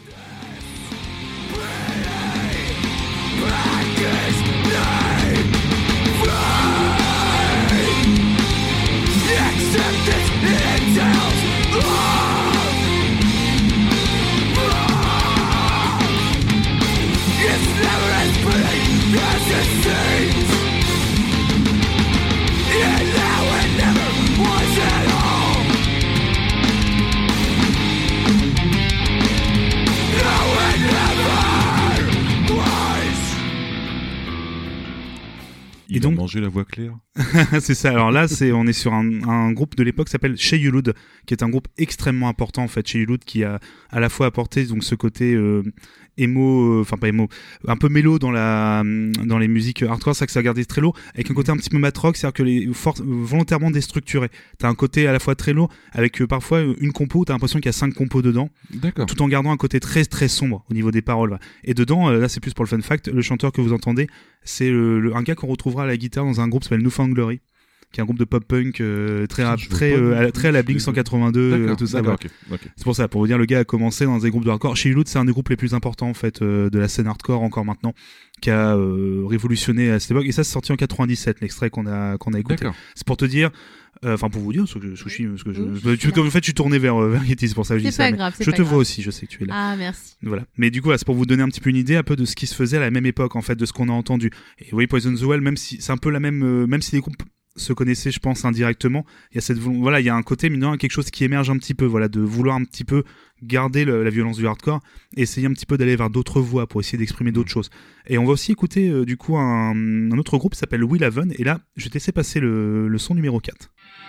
Et Il a donc- mangé la voix claire. C'est ça. Alors là, on est sur un groupe de l'époque qui s'appelle Shea Hulud, qui est un groupe extrêmement important en fait. Shea Hulud qui a à la fois apporté donc ce côté emo, pas emo, un peu mélo dans les musiques hardcore, c'est que ça a gardé très lourd, avec un côté un petit peu mat rock, c'est-à-dire que les volontairement déstructuré. T'as un côté à la fois très lourd, avec parfois une compo, t'as l'impression qu'il y a 5 compos dedans, D'accord. tout en gardant un côté très très sombre au niveau des paroles. Et dedans, là c'est plus pour le fun fact, le chanteur que vous entendez, c'est un gars qu'on retrouvera à la guitare dans un groupe qui s'appelle Newfound Glory, qui est un groupe de pop-punk très à la Blink 182, D'accord, tout ça. d'accord, Voilà. ok. C'est pour ça, pour vous dire, le gars a commencé dans des groupes de hardcore. Chez Hulud, c'est un des groupes les plus importants en fait de la scène hardcore encore maintenant, qui a révolutionné à cette époque. Et ça, c'est sorti en 97, l'extrait qu'on a écouté. D'accord. C'est pour te dire, pour vous dire, Sushi, en fait, je suis tourné vers Yeti, c'est pour ça que je dis C'est ça. pas mais grave, c'est je pas te grave. vois aussi, je sais que tu es là. Ah, merci. Voilà. Mais du coup, c'est pour vous donner un petit peu une idée un peu de ce qui se faisait à la même époque en fait, de ce qu'on a entendu. Et oui, Poison the Well, même si c'est un peu la même, même si les groupes se connaissaient, je pense, indirectement, il y a il y a un côté minant, quelque chose qui émerge un petit peu, voilà, de vouloir un petit peu garder la violence du hardcore et essayer un petit peu d'aller vers d'autres voies pour essayer d'exprimer d'autres choses. Et on va aussi écouter du coup un autre groupe qui s'appelle Will Haven, et là, je vais te laisser passer le son numéro 4.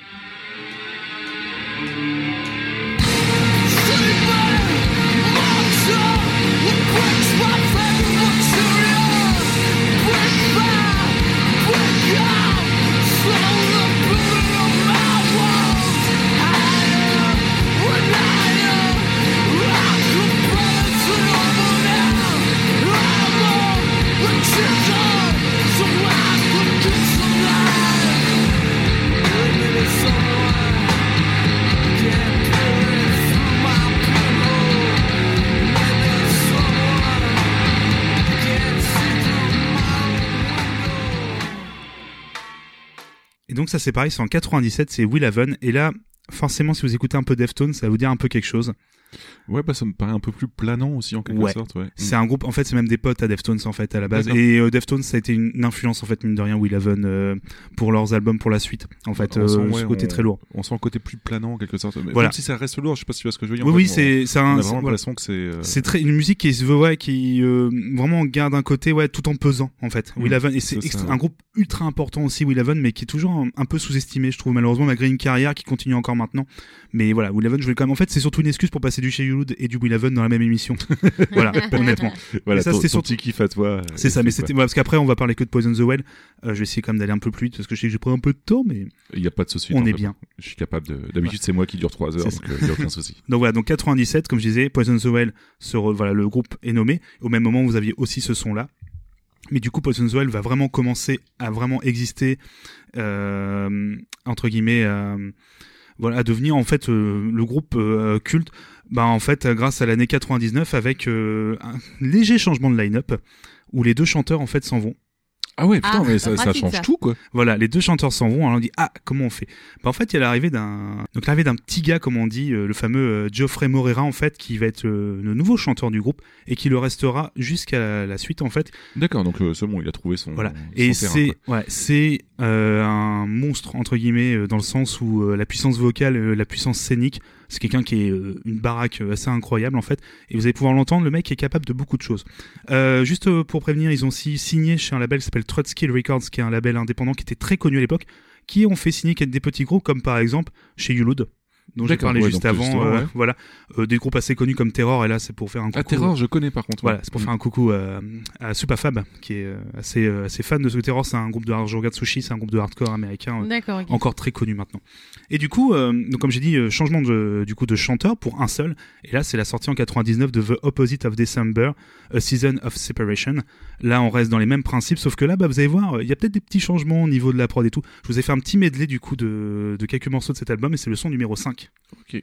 Et donc ça c'est pareil, c'est en 97, c'est Will Haven, et là forcément si vous écoutez un peu Deftones, ça va vous dire un peu quelque chose. Ouais, ça me paraît un peu plus planant aussi en quelque sorte. Ouais. C'est un groupe, en fait c'est même des potes à Deftones en fait à la base. D'accord. Et Deftones ça a été une influence en fait mine de rien, Will Haven, pour leurs albums pour la suite. En fait, ce côté très lourd. On sent le côté plus planant en quelque sorte. Mais voilà. même si ça reste lourd, je sais pas si tu vois ce que je veux dire. Oui, fait, c'est on un. a vraiment l'impression que c'est. C'est très une musique qui se veut, qui vraiment garde un côté tout en pesant en fait. Will Haven, et c'est un groupe ultra important aussi, Will Haven, mais qui est toujours un peu sous-estimé, je trouve malheureusement, malgré une carrière qui continue encore maintenant. Mais voilà, Will Haven, je voulais quand même. En fait, c'est surtout une excuse pour passer du Shea Hulud et du Will Haven dans la même émission. Voilà, honnêtement. Voilà, ça, c'était c'était son petit kiff à toi. C'est ça, mais c'était parce qu'après on va parler que de Poison the Well. Je vais essayer quand même d'aller un peu plus vite parce que je sais que j'ai pris un peu de temps, mais il y a pas de souci. On est bien. Je suis capable de. D'habitude, c'est moi qui dure 3 heures, donc il y a aucun souci. Donc voilà, donc 97, comme je disais, Poison the Well, voilà, le groupe est nommé. Au même moment, vous aviez aussi ce son-là. Mais du coup, Poison the Well va vraiment commencer à vraiment exister, entre guillemets, voilà, à devenir en fait le groupe culte. En fait, grâce à l'année 99, avec un léger changement de line-up, où les deux chanteurs en fait s'en vont. Ah ouais, putain, mais ça pratique, change ça. tout, quoi. Voilà, les deux chanteurs s'en vont, alors on dit, comment on fait? En fait, il y a l'arrivée d'un petit gars, comme on dit, le fameux Geoffrey Moreira, en fait, qui va être le nouveau chanteur du groupe, et qui le restera jusqu'à la suite, en fait. D'accord, donc c'est bon, il a trouvé son. Voilà. Son Et terrain, c'est un monstre, entre guillemets, dans le sens où la puissance vocale, la puissance scénique, c'est quelqu'un qui est une baraque assez incroyable, en fait. Et vous allez pouvoir l'entendre, le mec est capable de beaucoup de choses. Juste pour prévenir, ils ont aussi signé chez un label qui s'appelle Trotsky Records, qui est un label indépendant qui était très connu à l'époque, qui ont fait signer des petits groupes, comme par exemple chez Hulud. dont j'ai parlé juste avant, justement, ouais. voilà, des groupes assez connus comme Terror, et là c'est pour faire un coucou. Ah, Terror, je connais par contre. Voilà, c'est pour faire un coucou à Supafab, qui est assez fan de ce Terror. C'est un groupe de je regarde Sushi, c'est un groupe de hardcore américain, encore très connu maintenant. Et du coup, donc comme j'ai dit, changement de chanteur pour un seul, et là c'est la sortie en 99 de The Opposite of December, A Season of Separation. Là on reste dans les mêmes principes, sauf que là vous allez voir, il y a peut-être des petits changements au niveau de la prod et tout. Je vous ai fait un petit medley du coup de quelques morceaux de cet album, et c'est le son numéro 5. Ok.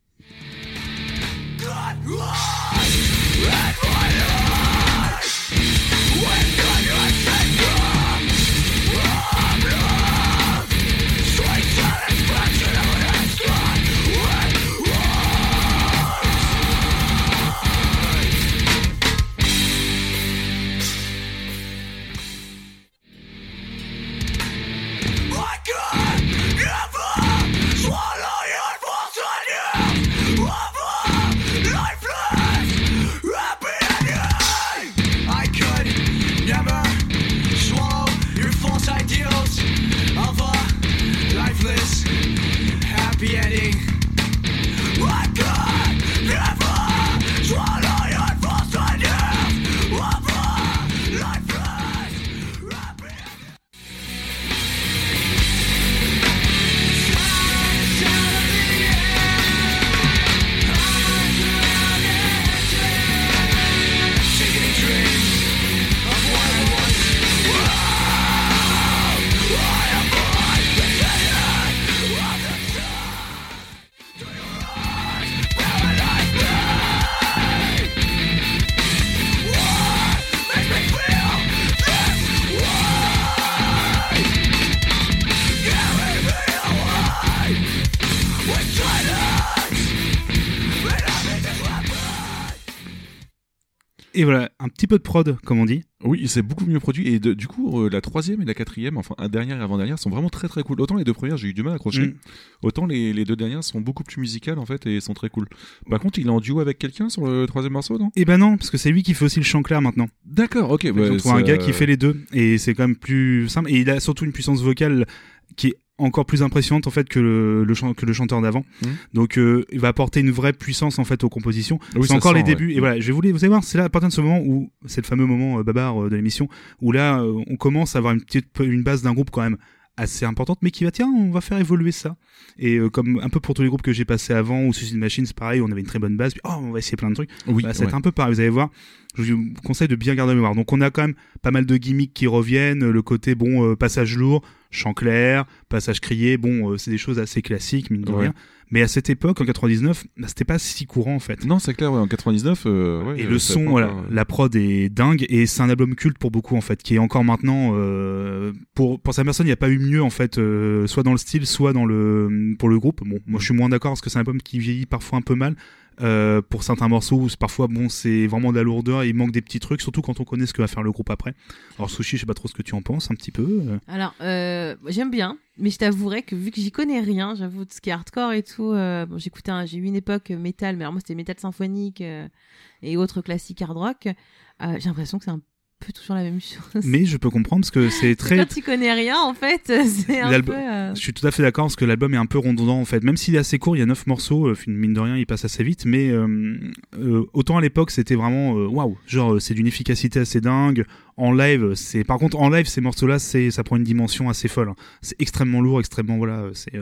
Et voilà, un petit peu de prod, comme on dit. Oui, c'est beaucoup mieux produit. Et du coup, la troisième et la quatrième, enfin, dernière et avant-dernière, sont vraiment très très cool. Autant les deux premières, j'ai eu du mal à accrocher. Autant les deux dernières sont beaucoup plus musicales, en fait, et sont très cool. Par contre, il est en duo avec quelqu'un sur le troisième morceau, non? Eh ben non, parce que c'est lui qui fait aussi le chant clair maintenant. D'accord, ok. Ils ont trouvé un gars qui fait les deux. Et c'est quand même plus simple. Et il a surtout une puissance vocale qui est encore plus impressionnante en fait que le chanteur d'avant. Donc il va apporter une vraie puissance en fait aux compositions. Oui, c'est encore les débuts, et voilà, vous allez voir, c'est là à partir de ce moment où c'est le fameux moment babar de l'émission où là on commence à avoir une base d'un groupe quand même assez importante, mais qui va on va faire évoluer ça. Et comme un peu pour tous les groupes que j'ai passés avant, ou Suicide Machine, c'est pareil, on avait une très bonne base, puis on va essayer plein de trucs. Oui, ça va être un peu pareil, vous allez voir. Je vous conseille de bien garder la mémoire. Donc on a quand même pas mal de gimmicks qui reviennent, le côté passage lourd, chant clair, passage crié, c'est des choses assez classiques, mine de rien. Mais à cette époque, en 99, c'était pas si courant en fait. Non, c'est clair, en 99. Et le son, la prod est dingue, et c'est un album culte pour beaucoup en fait, qui est encore maintenant pour sa personne, il n'y a pas eu mieux en fait, soit dans le style, soit pour le groupe. Bon, moi je suis moins d'accord parce que c'est un album qui vieillit parfois un peu mal. Pour certains morceaux, parfois c'est vraiment de la lourdeur et il manque des petits trucs, surtout quand on connaît ce que va faire le groupe après. Alors Sushi, je sais pas trop ce que tu en penses un petit peu. Alors j'aime bien, mais je t'avouerais que vu que j'y connais rien, j'avoue, de ce qui est hardcore et tout, j'ai eu une époque métal, mais alors moi c'était métal symphonique et autres classiques hard rock. J'ai l'impression que c'est un peu toujours la même chose. Mais je peux comprendre parce que c'est très... Quand tu connais rien, en fait, c'est un peu... Je suis tout à fait d'accord parce que l'album est un peu redondant, en fait. Même s'il est assez court, il y a 9 morceaux, mine de rien, il passe assez vite, mais autant à l'époque, c'était vraiment... waouh, genre, c'est d'une efficacité assez dingue. En live, par contre, en live, ces morceaux-là, ça prend une dimension assez folle. Hein. C'est extrêmement lourd, extrêmement... Voilà, c'est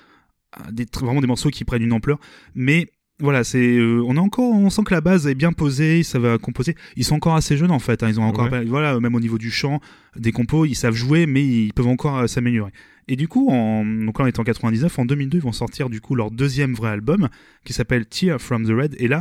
vraiment des morceaux qui prennent une ampleur. Mais... Voilà, on sent que la base est bien posée, ça va composer. Ils sont encore assez jeunes en fait, hein, ils ont encore, voilà, même au niveau du chant, des compos, ils savent jouer, mais ils peuvent encore s'améliorer. Et du coup, donc là on est en 99, en 2002 ils vont sortir du coup leur deuxième vrai album qui s'appelle Tear from the Red. Et là,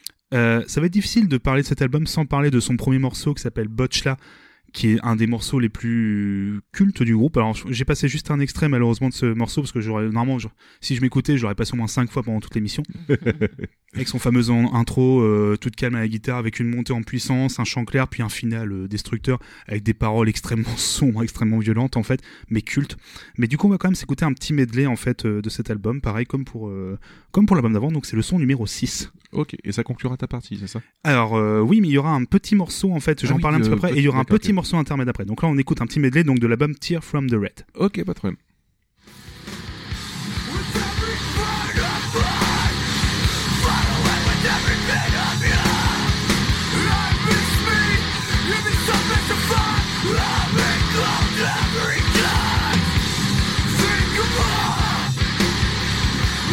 ça va être difficile de parler de cet album sans parler de son premier morceau qui s'appelle Botchla, qui est un des morceaux les plus cultes du groupe. Alors j'ai passé juste un extrait malheureusement de ce morceau parce que normalement si je m'écoutais, j'aurais passé au moins 5 fois pendant toute l'émission. Avec son fameux intro toute calme à la guitare, avec une montée en puissance, un chant clair, puis un final destructeur avec des paroles extrêmement sombres, extrêmement violentes en fait, mais cultes. Mais du coup on va quand même s'écouter un petit medley en fait de cet album, pareil comme pour l'album d'avant. Donc c'est le son numéro 6. Ok, et ça conclura ta partie, c'est ça? Alors oui, mais il y aura un petit morceau en fait, j'en parle un petit peu après, et il y aura un petit morceau intermède après. Donc là on écoute un petit medley donc de l'album Tear from the Red. Ok, pas de problème.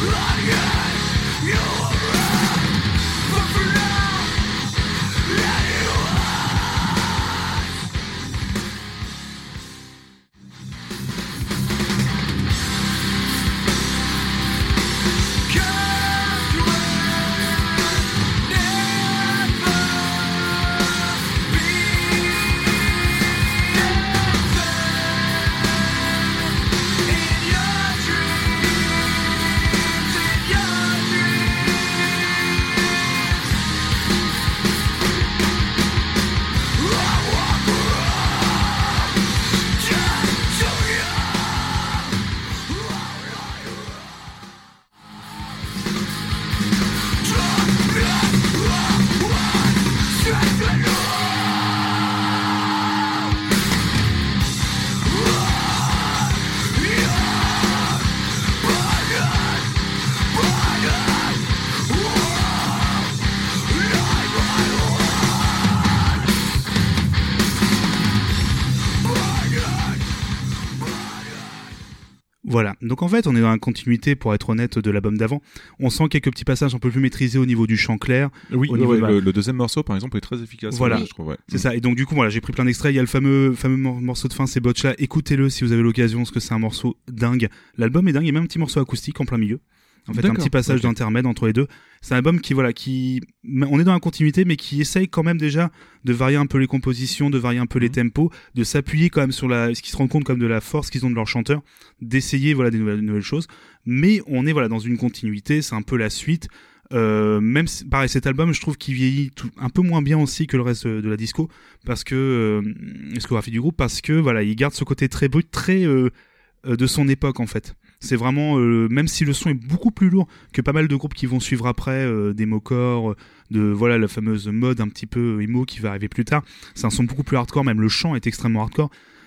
Voilà, donc en fait on est dans la continuité, pour être honnête, de l'album d'avant. On sent quelques petits passages un peu plus maîtrisés au niveau du chant clair. Oui, au niveau le deuxième morceau par exemple est très efficace. Voilà, je trouve, ouais. C'est ça. Et donc du coup voilà, j'ai pris plein d'extraits. Il y a le fameux morceau de fin, c'est Botcha. Écoutez-le si vous avez l'occasion, parce que c'est un morceau dingue. L'album est dingue, il y a même un petit morceau acoustique en plein milieu. En fait, un petit passage d'intermède entre les deux. C'est un album qui, on est dans la continuité, mais qui essaye quand même déjà de varier un peu les compositions, de varier un peu les tempos, de s'appuyer quand même sur ce qu'ils se rendent compte comme de la force qu'ils ont de leurs chanteurs, d'essayer, des nouvelles choses. Mais on est, dans une continuité, c'est un peu la suite. Même, pareil, cet album, je trouve qu'il vieillit un peu moins bien aussi que le reste de la disco, parce que, discographie du groupe, parce que, il garde ce côté très brut, très, de son époque, en fait. C'est vraiment, même si le son est beaucoup plus lourd que pas mal de groupes qui vont suivre après, des Mocor, la fameuse mode un petit peu emo qui va arriver plus tard. C'est un son beaucoup plus hardcore, même le chant est extrêmement hardcore.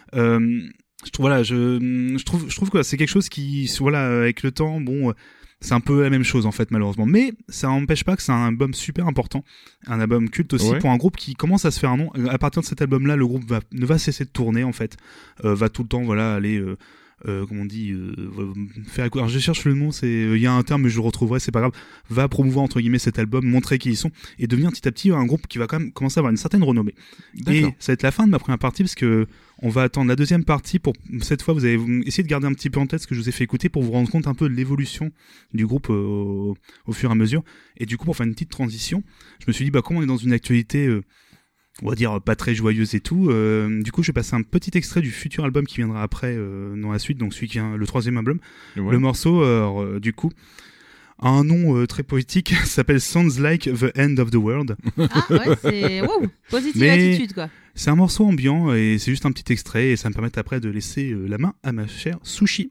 Je trouve que c'est quelque chose qui, avec le temps, c'est un peu la même chose en fait, malheureusement. Mais ça n'empêche pas que c'est un album super important, un album culte aussi pour un groupe qui commence à se faire un nom. À partir de cet album-là, le groupe ne va cesser de tourner en fait, va tout le temps aller comment on dit, faire. Alors je cherche le nom, il y a un terme mais je le retrouverai, c'est pas grave. Va promouvoir entre guillemets cet album, montrer qui ils sont et devenir petit à petit un groupe qui va quand même commencer à avoir une certaine renommée. D'accord. Et ça va être la fin de ma première partie parce que on va attendre la deuxième partie pour cette fois. Vous allez essayer de garder un petit peu en tête ce que je vous ai fait écouter pour vous rendre compte un peu de l'évolution du groupe au fur et à mesure. Et du coup, pour faire une petite transition, je me suis dit comme on est dans une actualité on va dire pas très joyeuse et tout, du coup je vais passer un petit extrait du futur album qui viendra après dans la suite, donc celui qui vient, le troisième album. Le morceau du coup a un nom très poétique, s'appelle Sounds Like the End of the World. Ah ouais, c'est positive attitude quoi. C'est un morceau ambiant et c'est juste un petit extrait et ça me permet après de laisser la main à ma chère Sushi.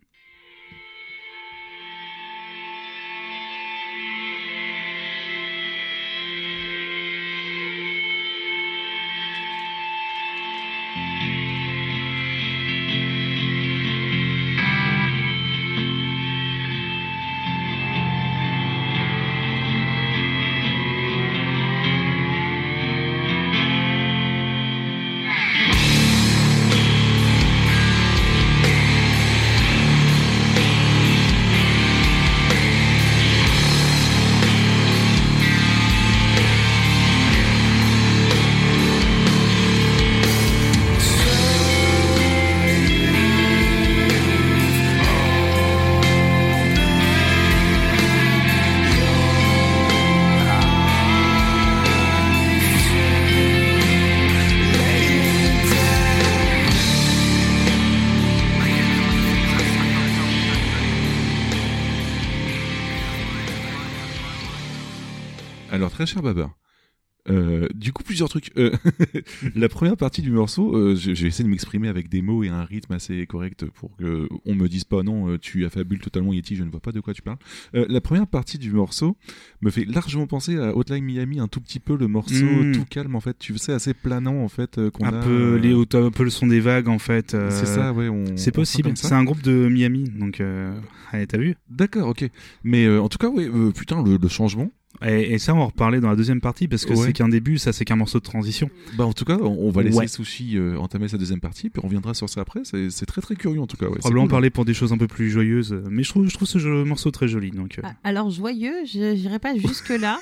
Alors très cher Babar, du coup plusieurs trucs. La première partie du morceau, j'ai essayé de m'exprimer avec des mots et un rythme assez correct pour que on me dise pas non, tu affabules totalement Yeti, je ne vois pas de quoi tu parles. La première partie du morceau me fait largement penser à Hotline Miami, un tout petit peu le morceau tout calme en fait, tu sais, assez planant en fait, qu'on un peu un peu le son des vagues en fait. C'est ça, ouais. C'est possible. C'est un groupe de Miami, donc allez, t'as vu? D'accord, ok. Mais en tout cas, ouais, putain, le changement. Et ça, on va en reparler dans la deuxième partie parce que c'est qu'un début, ça c'est qu'un morceau de transition. Bah en tout cas, on va laisser Sushi entamer sa deuxième partie, puis on reviendra sur ça après. C'est très très curieux en tout cas. Probablement parler pour des choses un peu plus joyeuses, mais je trouve ce morceau très joli. Donc. Alors joyeux, je n'irai pas jusque là.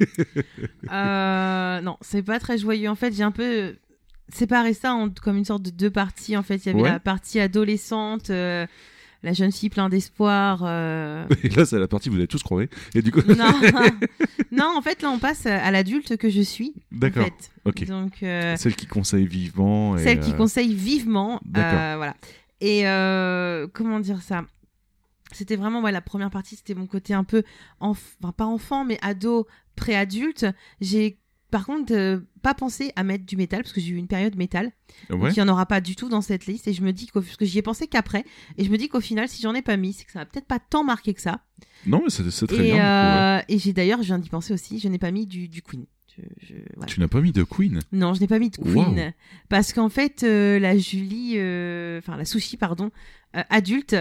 Non, c'est pas très joyeux. En fait, j'ai un peu séparé ça comme une sorte de deux parties. En fait, il y avait la partie adolescente. La jeune fille plein d'espoir. Et là, c'est la partie où vous avez tous crevé. Et du coup... non, en fait, là, on passe à l'adulte que je suis. D'accord. En fait. Ok. Donc, celle qui conseille vivement. Celle qui conseille vivement. D'accord. Voilà. Et comment dire ça ? C'était vraiment la première partie, c'était mon côté un peu, pas enfant, mais ado, pré-adulte. J'ai par contre pas pensé à mettre du métal parce que j'ai eu une période métal. Donc il n'y en aura pas du tout dans cette liste et je me dis parce que j'y ai pensé qu'après et je me dis qu'au final si j'en ai pas mis c'est que ça m'a peut-être pas tant marqué que ça. Non mais c'est très bien. Et j'ai d'ailleurs, je viens d'y penser aussi, je n'ai pas mis du Queen. Voilà. Tu n'as pas mis de Queen ? Non, je n'ai pas mis de Queen parce qu'en fait la Julie, la Sushi pardon, adulte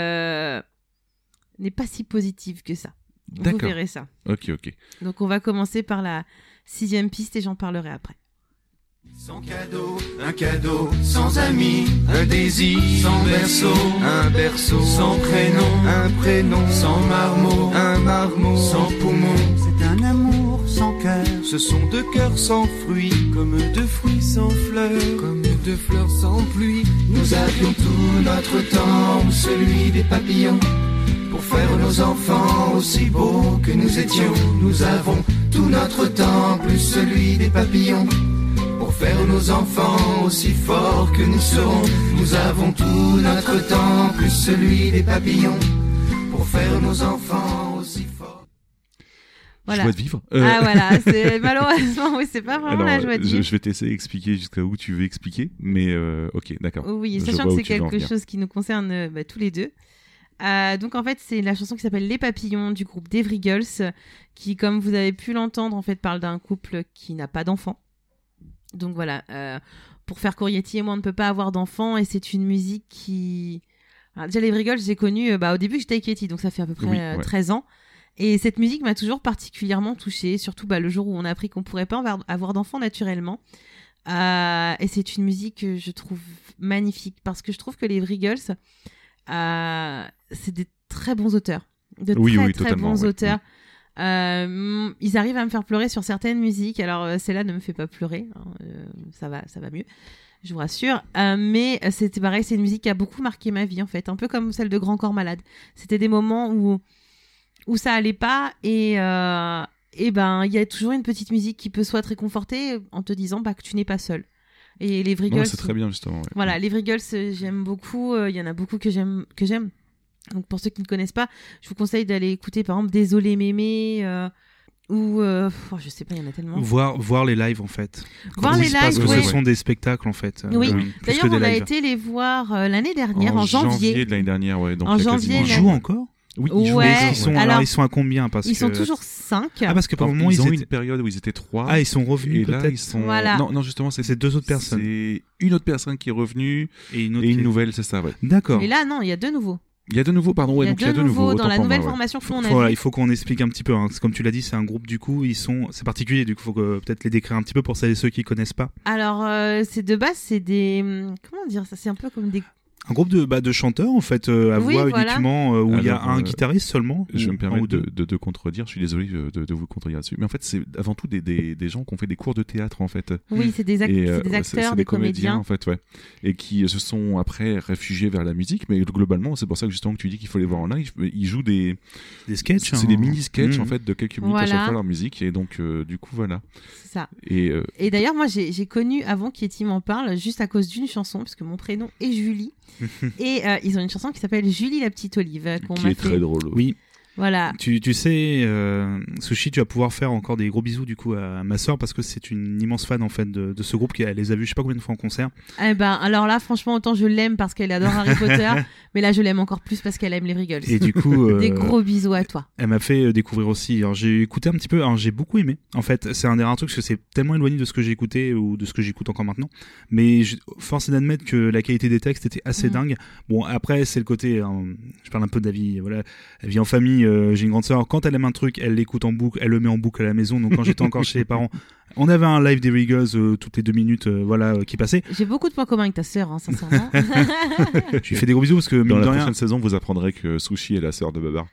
n'est pas si positive que ça. D'accord. Vous verrez ça. Ok. Donc on va commencer par la 6e piste et j'en parlerai après. Sans cadeau, un cadeau, sans amis, un désir, sans berceau, un berceau, sans prénom, un prénom, sans marmot, un marmot, sans poumon. C'est un amour sans cœur, ce sont deux cœurs sans fruits, comme deux fruits sans fleurs, comme deux fleurs sans pluie. Nous avions tout notre temps, ou celui des papillons, pour faire nos enfants aussi beaux que nous étions. Nous avons tout notre temps, plus celui des papillons, pour faire nos enfants aussi forts que nous serons. Nous avons tout notre temps, plus celui des papillons, pour faire nos enfants aussi forts. Voilà. Joie de vivre. Voilà, c'est malheureusement, c'est pas vraiment la joie de vivre. Je vais t'essayer d'expliquer jusqu'à où tu veux expliquer, mais ok, d'accord. Oui, sachant que c'est quelque chose qui nous concerne tous les deux. Donc en fait c'est la chanson qui s'appelle Les Papillons du groupe Devry Girls qui, comme vous avez pu l'entendre, en fait parle d'un couple qui n'a pas d'enfant. Donc voilà, pour faire court, Yeti et moi on ne peut pas avoir d'enfant et c'est une musique qui... Alors, déjà les Devry Girls j'ai connu au début j'étais avec Yeti, donc ça fait à peu près 13 ans et cette musique m'a toujours particulièrement touchée, surtout le jour où on a appris qu'on pourrait pas avoir d'enfant naturellement. Et c'est une musique que je trouve magnifique parce que je trouve que les Devry Girls c'est des très bons auteurs, très bons auteurs. Ils arrivent à me faire pleurer sur certaines musiques. Alors celle-là ne me fait pas pleurer, hein. Ça va mieux, je vous rassure. Mais c'était pareil, c'est une musique qui a beaucoup marqué ma vie en fait, un peu comme celle de Grand Corps Malade. C'était des moments où ça allait pas et il y a toujours une petite musique qui peut soit te réconforter en te disant que tu n'es pas seul. Et les Devry Girls, c'est très bien justement. Ouais. Voilà, les Devry Girls, j'aime beaucoup. Il y en a beaucoup que j'aime. Donc pour ceux qui ne connaissent pas, je vous conseille d'aller écouter par exemple Désolé Mémé ou je sais pas, il y en a tellement. Voir les lives en fait. Voir les lives, parce que ce sont des spectacles en fait. Oui. D'ailleurs, on a été les voir l'année dernière en janvier de l'année dernière, ouais. Donc en janvier. Ils jouent encore. Oui, ils sont à combien parce ils sont toujours 5. Ah, parce que par moment ils ont une période où ils étaient 3. Ah, ils sont revenus et peut-être. Là, ils sont... Voilà. Non, justement, c'est 2 autres personnes. C'est une autre personne qui est revenue et une nouvelle, c'est ça, ouais. D'accord. Et là, non, il y a 2 nouveaux. Il y a de nouveaux, pardon. Il y a de nouveaux dans la nouvelle formation qu'on a. Voilà, il faut qu'on explique un petit peu. Hein. Comme tu l'as dit, c'est un groupe du coup. C'est particulier. Du coup, faut peut-être les décrire un petit peu pour celles et ceux qui connaissent pas. Alors, c'est de base, c'est des comment dire ça, c'est un peu comme des un groupe de chanteurs en fait à voix uniquement où il y a un guitariste seulement. Je me permets de contredire, je suis désolé de vous contredire là-dessus, mais en fait c'est avant tout des gens qui ont fait des cours de théâtre en fait. Oui, c'est des acteurs, c'est des comédiens en fait, ouais, et qui se sont après réfugiés vers la musique, mais globalement c'est pour ça que justement que tu dis qu'il faut les voir en live. Ils jouent des sketchs, c'est des mini-sketchs en fait de quelques minutes à chaque fois leur musique, et donc du coup voilà. C'est ça. Et d'ailleurs moi j'ai connu avant qu'Yeti m'en parle juste à cause d'une chanson parce que mon prénom est Julie. Et ils ont une chanson qui s'appelle Julie la petite olive qui est très drôle. Oui. Voilà. Tu sais, Sushi, tu vas pouvoir faire encore des gros bisous du coup à ma sœur parce que c'est une immense fan en fait de ce groupe elle les a vus je sais pas combien de fois en concert. Alors là franchement autant je l'aime parce qu'elle adore Harry Potter, mais là je l'aime encore plus parce qu'elle aime les Devry Girls. Et du coup des gros bisous à toi. Elle m'a fait découvrir aussi. Alors j'ai écouté un petit peu, j'ai beaucoup aimé. En fait, c'est un des rares trucs parce que c'est tellement éloigné de ce que j'ai écouté ou de ce que j'écoute encore maintenant. Mais force est d'admettre que la qualité des textes était assez dingue. Bon après c'est le côté, je parle un peu de la vie, voilà, la vie en famille. j'ai une grande sœur, quand elle aime un truc, elle l'écoute en boucle, elle le met en boucle à la maison. Donc quand j'étais encore chez les parents, on avait un live des Regals toutes les 2 minutes qui passait. J'ai beaucoup de points communs avec ta sœur, hein, sincèrement. Je lui fais des gros bisous parce que Dans mine la de rien, prochaine saison, vous apprendrez que Sushi est la sœur de Babar.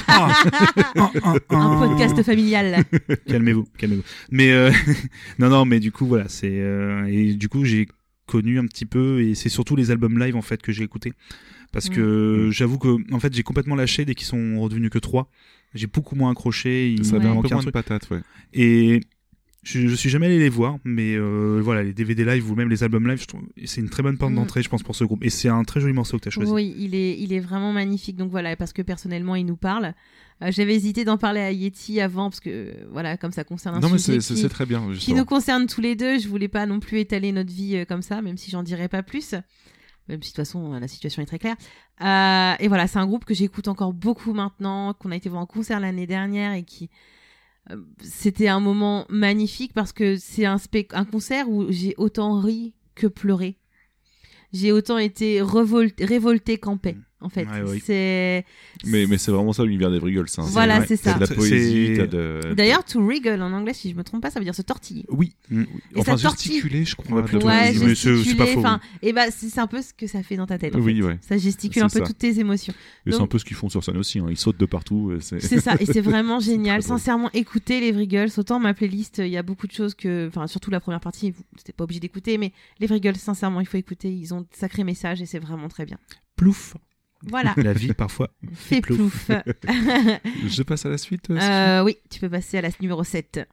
Un podcast familial. calmez-vous. Mais non, mais du coup voilà, et du coup j'ai connu un petit peu, et c'est surtout les albums live en fait que j'ai écoutés, parce que j'avoue que en fait j'ai complètement lâché dès qu'ils sont redevenus que 3. J'ai beaucoup moins accroché. Ça avait un peu manquait moins de truc. patates, ouais. Et je suis jamais allé les voir, mais voilà, les DVD live ou même les albums live, je trouve c'est une très bonne porte d'entrée, je pense, pour ce groupe. Et c'est un très joli morceau que tu as choisi. Oui, il est vraiment magnifique. Donc voilà, parce que personnellement, il nous parle. J'avais hésité d'en parler à Yeti avant, parce que voilà, comme ça concerne un Non, mais sujet c'est très bien, qui justement. nous concerne tous les deux. Je voulais pas non plus étaler notre vie comme ça, même si j'en dirais pas plus. Même si de toute façon la situation est très claire. Et voilà, c'est un groupe que j'écoute encore beaucoup maintenant, qu'on a été voir en concert l'année dernière et qui c'était un moment magnifique parce que c'est un concert où j'ai autant ri que pleuré. J'ai autant été révolté qu'en paix. En fait, ouais, oui. Mais c'est vraiment ça l'univers des Regals. Hein. Voilà, c'est ça. T'as de la poésie, t'as de... D'ailleurs, to wriggle en anglais, si je me trompe pas, ça veut dire se tortiller. Oui. Et Enfin, ça tortille. gesticuler, je crois. Ouais, mais c'est pas faux. Et bah, c'est un peu ce que ça fait dans ta tête. En Oui, fait. ouais. Ça gesticule un peu toutes tes émotions. Et Donc, c'est un peu ce qu'ils font sur scène aussi. Hein. Ils sautent de partout. C'est ça, et c'est vraiment génial. très drôle. Sincèrement, écoutez les Regals. Autant ma playlist, il y a beaucoup de choses que, enfin, surtout la première partie, vous n'êtes pas obligé d'écouter, mais les Regals, sincèrement, il faut écouter. Ils ont de sacrés messages et c'est vraiment très bien. Plouf. Voilà. La vie parfois fait plouf. Je passe à la suite. Oui, tu peux passer à la numéro 7.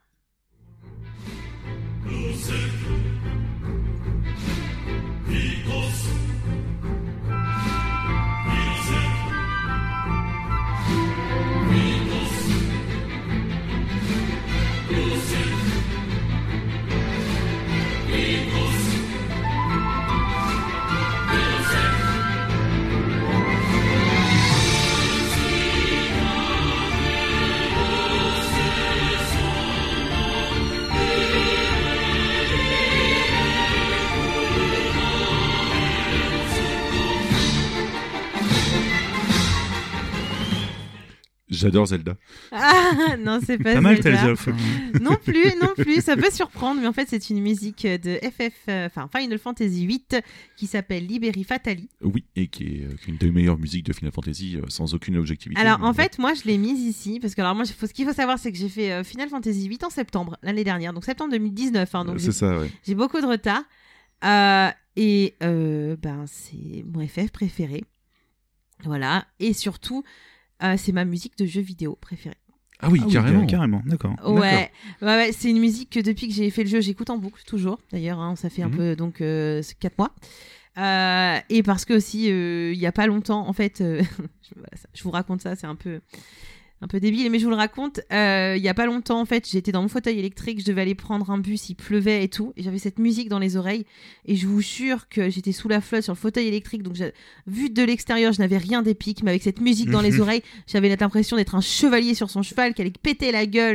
J'adore Zelda. Ah non, c'est pas mal Zelda. Tales of. Non plus, ça peut surprendre, mais en fait c'est une musique de Final Fantasy VIII qui s'appelle Liberi Fatali. Oui, et qui est une des meilleures musiques de Final Fantasy sans aucune objectivité. Alors en fait, moi je l'ai mise ici parce que alors moi ce qu'il faut savoir c'est que j'ai fait Final Fantasy VIII en septembre l'année dernière, donc septembre 2019. Donc c'est ça, ouais. J'ai beaucoup de retard c'est mon FF préféré. Voilà, et surtout c'est ma musique de jeu vidéo préférée. Ah oui, carrément. Carrément, d'accord. Ouais, c'est une musique que depuis que j'ai fait le jeu, j'écoute en boucle toujours. D'ailleurs, hein, ça fait un peu, donc 4 mois. Et parce que aussi, il y a pas longtemps, en fait, je vous raconte ça, c'est un peu débile, mais je vous le raconte. Il y a pas longtemps, en fait, j'étais dans mon fauteuil électrique, je devais aller prendre un bus, il pleuvait et tout, et j'avais cette musique dans les oreilles, et je vous jure que j'étais sous la flotte sur le fauteuil électrique, donc vu de l'extérieur, je n'avais rien d'épique, mais avec cette musique dans les oreilles, j'avais l'impression d'être un chevalier sur son cheval qui allait péter la gueule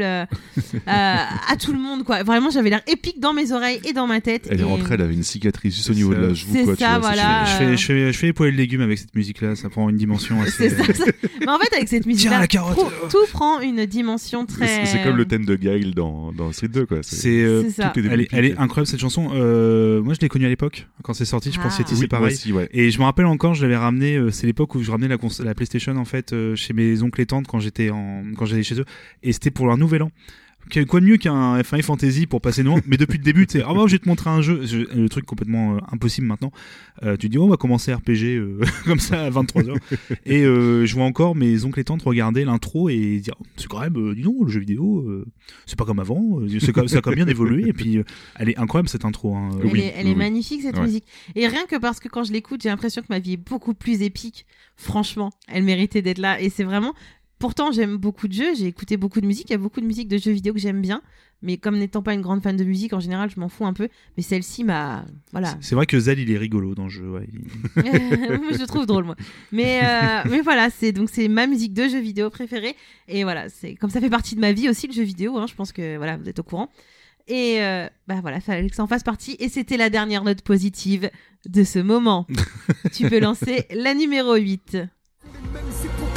à tout le monde, quoi. Vraiment, j'avais l'air épique dans mes oreilles et dans ma tête. Elle est rentrée, elle avait une cicatrice juste au niveau de la joue, c'est quoi. Ça, tu vois, voilà. Je fais les poêles de légumes avec cette musique-là, ça prend une dimension assez... C'est ça. Mais en fait, avec cette musique-là, la carotte. tout prend une dimension très... C'est comme le thème de Guile dans Street 2, quoi. C'est ça. Elle est incroyable, cette chanson. Moi, je l'ai connue à l'époque, quand c'est sorti. Je pense que c'est pareil. Aussi, ouais. Et je me rappelle encore, je l'avais ramené. C'est l'époque où je ramenais la PlayStation, en fait, chez mes oncles et tantes quand j'allais chez eux. Et c'était pour leur nouvel an. Quoi de mieux qu'un Final Fantasy pour passer Noël, mais depuis le début, tu sais, je vais te montrer un jeu, le truc complètement impossible maintenant. Tu dis, on va commencer RPG comme ça à 23h. Et je vois encore mes oncles et tantes regarder l'intro et dire, c'est quand même, dis donc, le jeu vidéo, c'est pas comme avant, ça a quand même bien évolué. Et puis, elle est incroyable cette intro. Hein. Elle est magnifique cette musique. Et rien que parce que quand je l'écoute, j'ai l'impression que ma vie est beaucoup plus épique. Franchement, elle méritait d'être là. Et c'est vraiment. Pourtant, j'aime beaucoup de jeux, j'ai écouté beaucoup de musique, il y a beaucoup de musique de jeux vidéo que j'aime bien, mais comme n'étant pas une grande fan de musique, en général, je m'en fous un peu, mais celle-ci m'a... Voilà. C'est vrai que Zed, il est rigolo dans le jeu, ouais. Je le trouve drôle, moi. Mais voilà, c'est ma musique de jeux vidéo préférée, et voilà, c'est comme ça fait partie de ma vie aussi, le jeu vidéo, hein, je pense que voilà, vous êtes au courant. Et voilà, fallait que ça en fasse partie, et c'était la dernière note positive de ce moment. Tu peux lancer la numéro 8.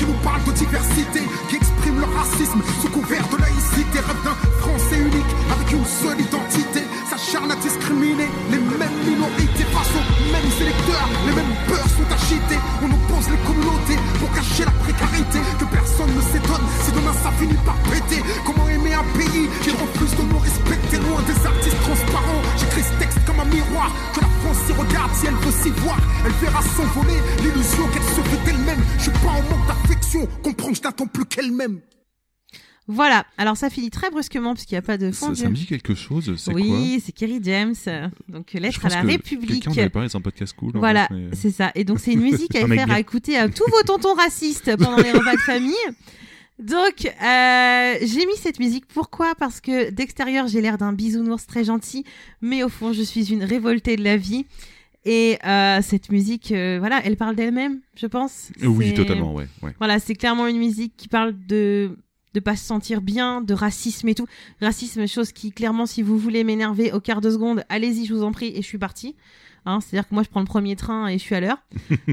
qui nous parlent de diversité, qui expriment leur racisme sous couvert de laïcité. Rêve d'un français unique avec une seule identité, s'acharne à discriminer les mêmes minorités face aux mêmes électeurs. Les mêmes peurs sont agités, on oppose les communautés pour cacher la précarité. Que personne ne s'étonne si demain ça finit par péter. Comment aimer un pays qui refuse de nous respecter? Loin des artistes transparents, j'écris ce texte comme un miroir. Que la France s'y regarde, si elle veut s'y voir, elle verra s'envoler l'illusion qu'elle se fait d'elle-même. Je suis pas en manque d'affection, comprends, je n'attends plus qu'elle-même. Voilà, alors ça finit très brusquement puisqu'il n'y a pas de fond. Ça me dit quelque chose, c'est quoi? Oui, c'est Kerry James, donc Lettre à la République. Quelqu'un en avait parlé dans un podcast cool. Voilà, fait, mais... c'est ça. Et donc c'est une musique à faire à écouter à tous vos tontons racistes pendant les repas de famille. Donc j'ai mis cette musique, pourquoi? Parce que d'extérieur j'ai l'air d'un bisounours très gentil, mais au fond je suis une révoltée de la vie. Et cette musique, voilà, elle parle d'elle-même, je pense. Oui, totalement, ouais. Voilà, c'est clairement une musique qui parle de pas se sentir bien, de racisme et tout. Racisme, chose qui, clairement, si vous voulez m'énerver au quart de seconde, allez-y, je vous en prie, et je suis partie. Hein, c'est-à-dire que moi, je prends le premier train et je suis à l'heure.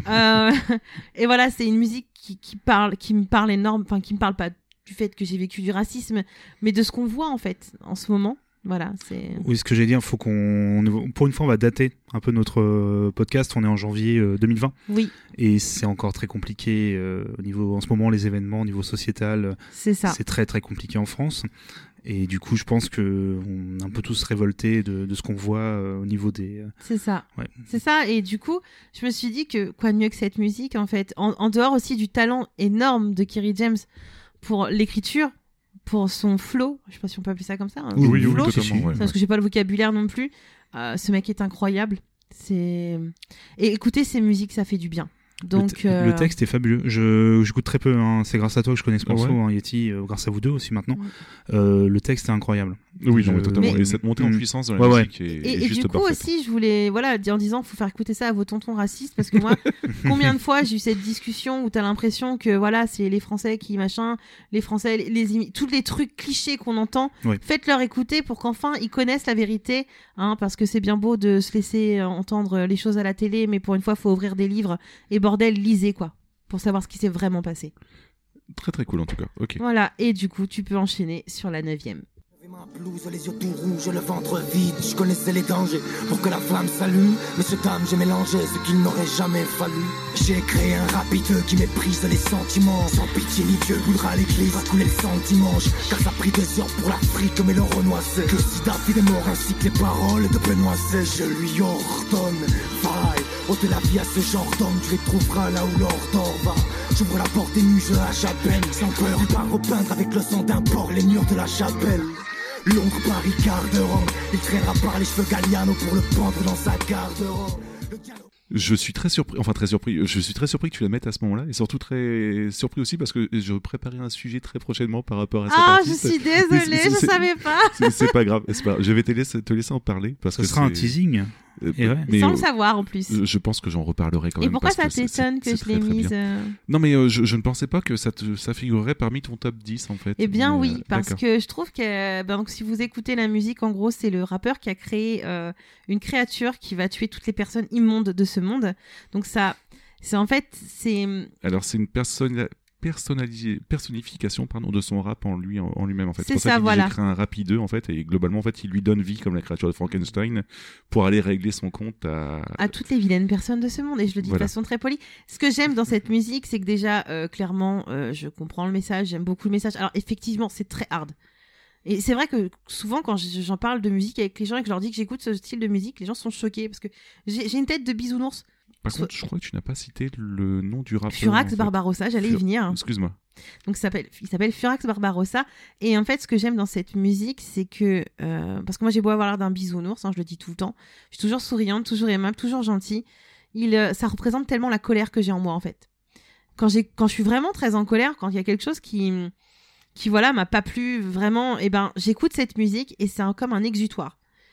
Et voilà, c'est une musique qui me parle énorme, enfin, qui me parle pas du fait que j'ai vécu du racisme, mais de ce qu'on voit, en fait, en ce moment. Voilà, c'est... Oui, ce que j'ai dit, il faut qu'on... Pour une fois, on va dater un peu notre podcast. On est en janvier 2020. Oui. Et c'est encore très compliqué au niveau... En ce moment, les événements au niveau sociétal, c'est ça. C'est très, très compliqué en France. Et du coup, je pense qu'on est un peu tous révoltés de ce qu'on voit au niveau des... C'est ça. Ouais. C'est ça. Et du coup, je me suis dit que quoi de mieux que cette musique, en fait, en dehors aussi du talent énorme de Kerry James pour l'écriture, pour son flow, je sais pas si on peut appeler ça comme ça. Hein, oui, flow, totalement. Ouais, parce que j'ai pas le vocabulaire non plus. Ce mec est incroyable. Et écouter ces musiques, ça fait du bien. Donc le texte est fabuleux. J'écoute très peu. Hein. C'est grâce à toi que je connais ce morceau, hein, Yeti. Grâce à vous deux aussi maintenant. Le texte est incroyable. Oui, non, totalement. Et cette montée en puissance dans la musique est juste et du coup parfaite. aussi, je voulais en disant, faut faire écouter ça à vos tontons racistes, parce que moi, combien de fois j'ai eu cette discussion où t'as l'impression que voilà, c'est les Français qui machin, les Français, tous les trucs clichés qu'on entend. Oui. Faites-leur écouter pour qu'enfin ils connaissent la vérité, hein, parce que c'est bien beau de se laisser entendre les choses à la télé, mais pour une fois, faut ouvrir des livres et bordel, lisez quoi, pour savoir ce qui s'est vraiment passé. Très très cool en tout cas. Ok. Voilà, et du coup, tu peux enchaîner sur la 9e. Ma blouse, les yeux tout rouges, le ventre vide. Je connaissais les dangers pour que la flamme s'allume. Monsieur dame, j'ai mélangé ce qu'il n'aurait jamais fallu. J'ai créé un rapideux qui méprise les sentiments. Sans pitié ni Dieu voudra l'église à couler le sang dimanche. Car ça a pris 2 heures pour l'Afrique, mais le renoissé. Que si David est mort ainsi que les paroles de Benoît XVI, je lui ordonne, vaille, ôte la vie à ce genre d'homme. Tu les trouveras là où l'or d'or va. J'ouvre la porte et nu, je la chapelle. Sans peur, il va repeindre avec le sang d'un porc les murs de la chapelle. Londres, Paris, Garde-Rang. Il traînera par les cheveux Galliano pour le pendre dans sa garde-rang. Je suis très surpris, je suis très surpris que tu la mettes à ce moment-là, et surtout très surpris aussi parce que je préparais un sujet très prochainement par rapport à cette artiste. Je suis désolée, je savais pas. C'est pas grave, je vais te laisser en parler parce que sera un teasing. Mais sans le savoir en plus. Je pense que j'en reparlerai quand même. Et pourquoi ça t'étonne que je l'ai mise Non mais je ne pensais pas que ça figurerait parmi ton top 10 en fait. Eh bien oui, parce que je trouve que donc, si vous écoutez la musique, en gros c'est le rappeur qui a créé une créature qui va tuer toutes les personnes immondes de ce monde. Donc ça, c'est en fait Alors c'est une personnification de son rap en lui-même en fait. C'est pour ça, qu'il voilà. J'ai créé un rapideux en fait, et globalement en fait il lui donne vie comme la créature de Frankenstein pour aller régler son compte à toutes les vilaines personnes de ce monde, et je le dis de façon très polie. Ce que j'aime dans cette musique, c'est que déjà clairement je comprends le message, j'aime beaucoup le message. Alors effectivement c'est très hard, et c'est vrai que souvent quand j'en parle de musique avec les gens et que je leur dis que j'écoute ce style de musique, les gens sont choqués parce que j'ai une tête de bisounours. Par contre, je crois que tu n'as pas cité le nom du rappeur. Furax Barbarossa, j'allais y venir. Excuse-moi. Donc il s'appelle Furax Barbarossa. Et en fait, ce que j'aime dans cette musique, c'est que parce que moi j'ai beau avoir l'air d'un bisounours, hein, je le dis tout le temps, je suis toujours souriante, toujours aimable, toujours gentille. Ça représente tellement la colère que j'ai en moi en fait. Quand je suis vraiment très en colère, quand il y a quelque chose qui voilà m'a pas plu vraiment, et ben j'écoute cette musique et c'est comme un exutoire.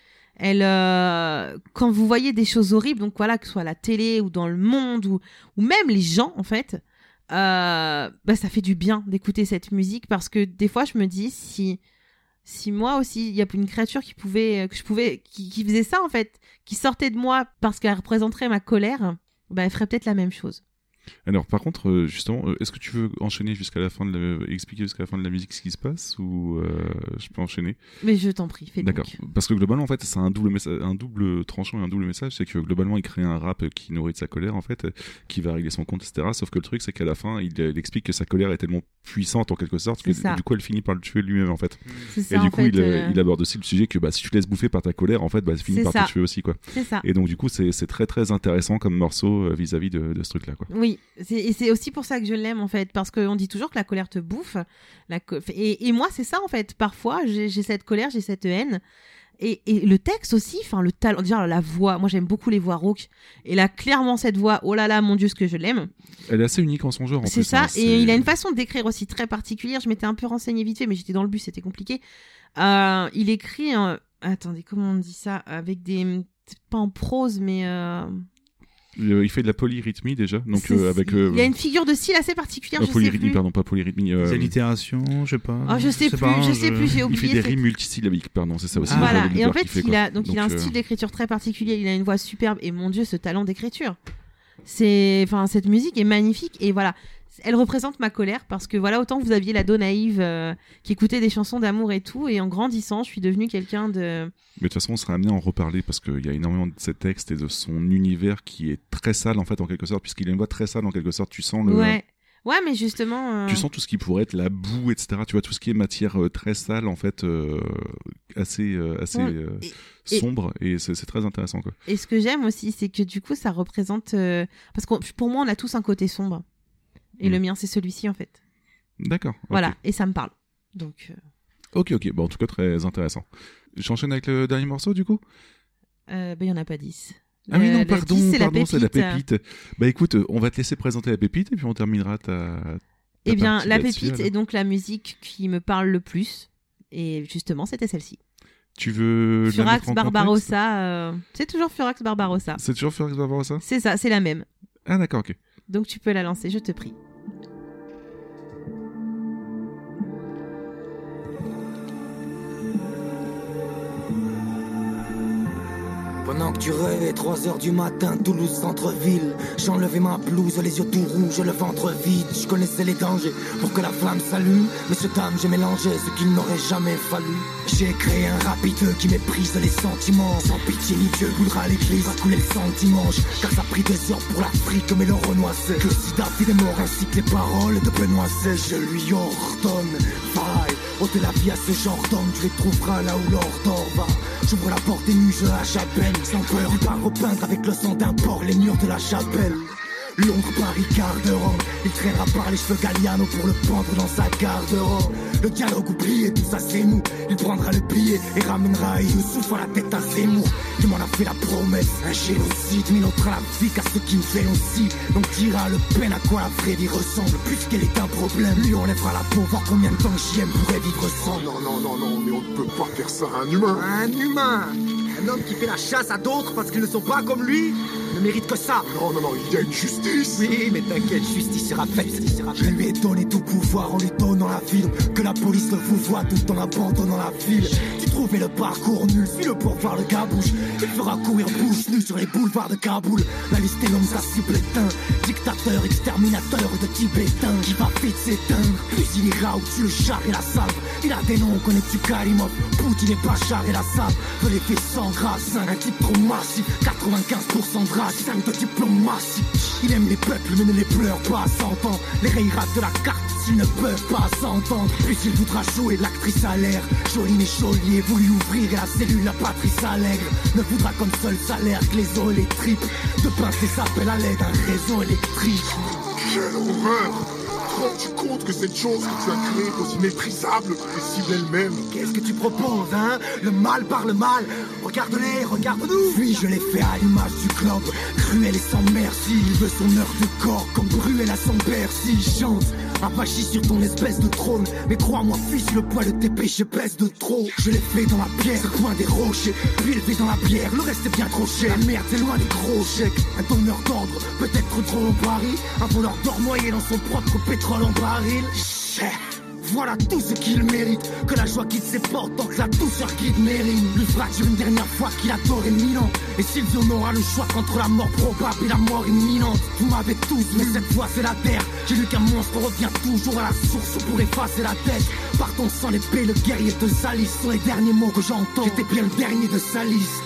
Quand vous voyez des choses horribles, donc voilà, que ce soit à la télé ou dans le monde ou même les gens en fait, ça fait du bien d'écouter cette musique, parce que des fois je me dis si moi aussi il y a une créature qui faisait ça en fait, qui sortait de moi parce qu'elle représenterait ma colère, elle ferait peut-être la même chose. Alors, par contre, justement, est-ce que tu veux enchaîner expliquer jusqu'à la fin de la musique ce qui se passe, ou je peux enchaîner? Mais je t'en prie, fais donc. D'accord. Parce que globalement, en fait, c'est un double tranchant et un double message. C'est que globalement, il crée un rap qui nourrit de sa colère, en fait, qui va régler son compte, etc. Sauf que le truc, c'est qu'à la fin, il explique que sa colère est tellement puissante, en quelque sorte, que du coup, elle finit par le tuer lui-même, en fait. C'est ça, et du en coup, fait, il aborde aussi le sujet que si tu te laisses bouffer par ta colère, en fait, ça finit par te tuer aussi, quoi. C'est ça. Et donc, du coup, c'est très, très intéressant comme morceau vis-à-vis de ce truc-là, quoi. Oui, et c'est aussi pour ça que je l'aime, en fait, parce qu'on dit toujours que la colère te bouffe. Et moi, c'est ça, en fait. Parfois, j'ai cette colère, j'ai cette haine. Et le texte aussi, enfin, le talent, déjà la voix. Moi, j'aime beaucoup les voix rauques. Et là, clairement, cette voix, oh là là, mon Dieu, ce que je l'aime. Elle est assez unique en son genre, en c'est plus. Ça, et il a une façon d'écrire aussi très particulière. Je m'étais un peu renseignée vite fait, mais j'étais dans le bus, c'était compliqué. Il écrit, attendez, comment on dit ça? Avec des, pas en prose, mais il fait de la polyrythmie déjà, donc avec. Il y a une figure de style assez particulière. Je sais plus. Pardon, pas polyrythmie. Des allitérations, je sais pas. Oh, je sais plus, j'ai oublié. Il fait des rimes multisyllabiques, pardon, c'est ça aussi. Voilà, et en fait, il a un style d'écriture très particulier. Il a une voix superbe, et mon Dieu, ce talent d'écriture. Cette musique est magnifique, et voilà. Elle représente ma colère parce que voilà, autant vous aviez l'ado naïve qui écoutait des chansons d'amour et tout, et en grandissant, je suis devenue quelqu'un de... Mais de toute façon, on sera amené à en reparler parce qu'il y a énormément de ses textes et de son univers qui est très sale en fait, en quelque sorte, puisqu'il a une voix très sale en quelque sorte. Tu sens le... Ouais, mais justement... Tu sens tout ce qui pourrait être la boue, etc. Tu vois, tout ce qui est matière très sale, en fait, assez sombre, et c'est très intéressant, quoi. Et ce que j'aime aussi, c'est que du coup, ça représente... Parce que pour moi, on a tous un côté sombre. Et le mien, c'est celui-ci, en fait. D'accord. Voilà, okay. et ça me parle. Donc... Ok. Bon, en tout cas, très intéressant. J'enchaîne avec le dernier morceau, du coup il n'y en a pas 10. Ah oui, non, pardon, c'est la pépite. Bah écoute, on va te laisser présenter la pépite, et puis on terminera ta Eh bien, la pépite est donc la musique qui me parle le plus. Et justement, c'était celle-ci. Tu veux... Furax Barbarossa. C'est toujours Furax Barbarossa. C'est toujours Furax Barbarossa ? C'est ça, c'est la même. Ah d'accord, ok. Donc tu peux la lancer, je te prie. Pendant que tu rêvais, 3h du matin, Toulouse centre-ville. J'enlevais ma blouse, les yeux tout rouges, le ventre vide. Je connaissais les dangers pour que la flamme s'allume. Mais ce dame, j'ai mélangé ce qu'il n'aurait jamais fallu. J'ai créé un rapideux qui méprise les sentiments. Sans pitié ni Dieu voudra l'église, à couler le sang dimanche. Car ça a pris des heures pour l'Afrique, mais le renoissé. Que si David est mort ainsi que les paroles de Benoît XVI, je lui ordonne, vaille, ôte la vie à ce genre d'homme, tu les trouveras là où l'or d'or va. J'ouvre la porte des nues, je la chapelle. Sans peur, il va repeindre avec le sang d'un porc les murs de la chapelle. Londres, Paris, garde-robe. Il traînera par les cheveux Galliano pour le pendre dans sa garde-robe. Le dialogue oublié, tout ça c'est mou. Il prendra le billet et ramènera Youssouf à la tête à Zemmour. Qui m'en a fait la promesse, un génocide. Mais l'autre à la vie qu'à ceux qui me génocident. Donc dira Le Pen à quoi la vraie vie ressemble. Puisqu'elle est un problème, lui on lèvera la peau. Voir combien de temps JM pourrait vivre sans. Non, mais on ne peut pas faire ça à un humain. Un humain? Un homme qui fait la chasse à d'autres parce qu'ils ne sont pas comme lui ne mérite que ça. Non, il y a une justice. Oui, mais t'inquiète, justice sera faite. Je lui ai donné tout pouvoir en lui donnant la ville. Que la police le vous voit tout en abandonnant la ville. Tu trouvais le parcours nul, suis-le pour voir le gabouche. Il fera courir bouche nue sur les boulevards de Kaboul. La liste est longue, ça cible éteint. Dictateur, exterminateur de Tibétains qui va vite s'éteindre. Puis il ira où tu le char et la salve. Il a des noms, connais-tu Karimov, Poutine et Bachar et la salve. Veut les faits sans grâce, un type trop massif. 95% de race, 5 de diplôme massif. Il aime les peuples mais ne les pleure pas à 100 ans. Les rayera de la carte s'ils ne peuvent pas s'entendre. Puis il voudra jouer l'actrice à l'air. Jolie et Joliet voulu ouvrir et la cellule la Patrice Allègre ne voudra comme seul salaire que les os et les tripes. De pincer s'appelle à l'aide d'un réseau électrique. Quelle horreur! Rends-tu compte que cette chose que tu as créée est aussi méprisable que les cibles elles-mêmes? Qu'est-ce que tu proposes, hein? Le mal par le mal. Regarde-les, regarde-nous. Puis je l'ai fait à l'image du globe. Cruel et sans merci. Il veut son heure de corps comme Bruel à son Bercy. Chante, apaché sur ton espèce de trône. Mais crois-moi, fils, le poids de tes péchés pèse de trop. Je l'ai fait dans la pierre, le coin des rochers. Puis élevé dans la bière, le reste est bien trop cher. La merde, c'est loin des gros chèques. Un donneur d'ordre, peut-être trop en Paris. Un voleur d'or noyé dans son propre pétrole en baril. voilà tout ce qu'il mérite. Que la joie quitte ses portes, tant que la douceur guide Mérine. Lui fera-t-il une dernière fois qu'il adorait Milan. Et Silvio n'aura le choix qu'entre la mort probable et la mort imminente. Vous m'avez tous, mais cette fois c'est la terre. J'ai lu qu'un monstre revient toujours à la source pour effacer la tête. Partons sans l'épée, le guerrier de Salis sont les derniers mots que j'entends. J'étais bien le dernier de sa liste.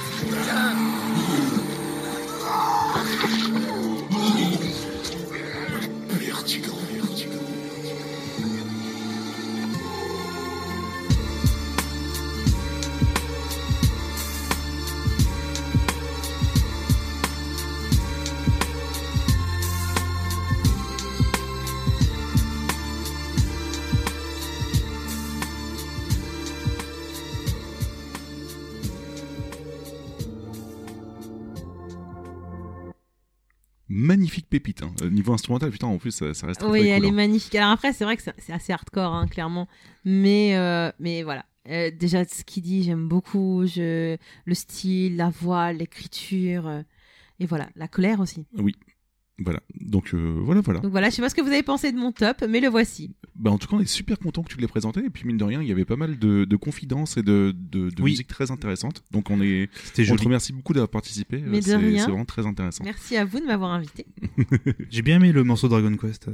Magnifique pépite, hein. Niveau instrumental, putain, en plus ça reste très, oui, très elle cool, est hein. magnifique. Alors après, c'est vrai que c'est assez hardcore, hein, clairement. Mais voilà. Déjà, ce qu'il dit, j'aime beaucoup. Le style, la voix, l'écriture. Et voilà, la colère aussi. Oui. Voilà. Donc voilà. Donc voilà, je sais pas ce que vous avez pensé de mon top, mais le voici. Bah, en tout cas, on est super content que tu l'aies présenté. Et puis, mine de rien, il y avait pas mal de confidences et de musique très intéressantes. Donc, on te remercie beaucoup d'avoir participé. Mais de rien. C'est vraiment très intéressant. Merci à vous de m'avoir invité. J'ai bien aimé le morceau Dragon Quest.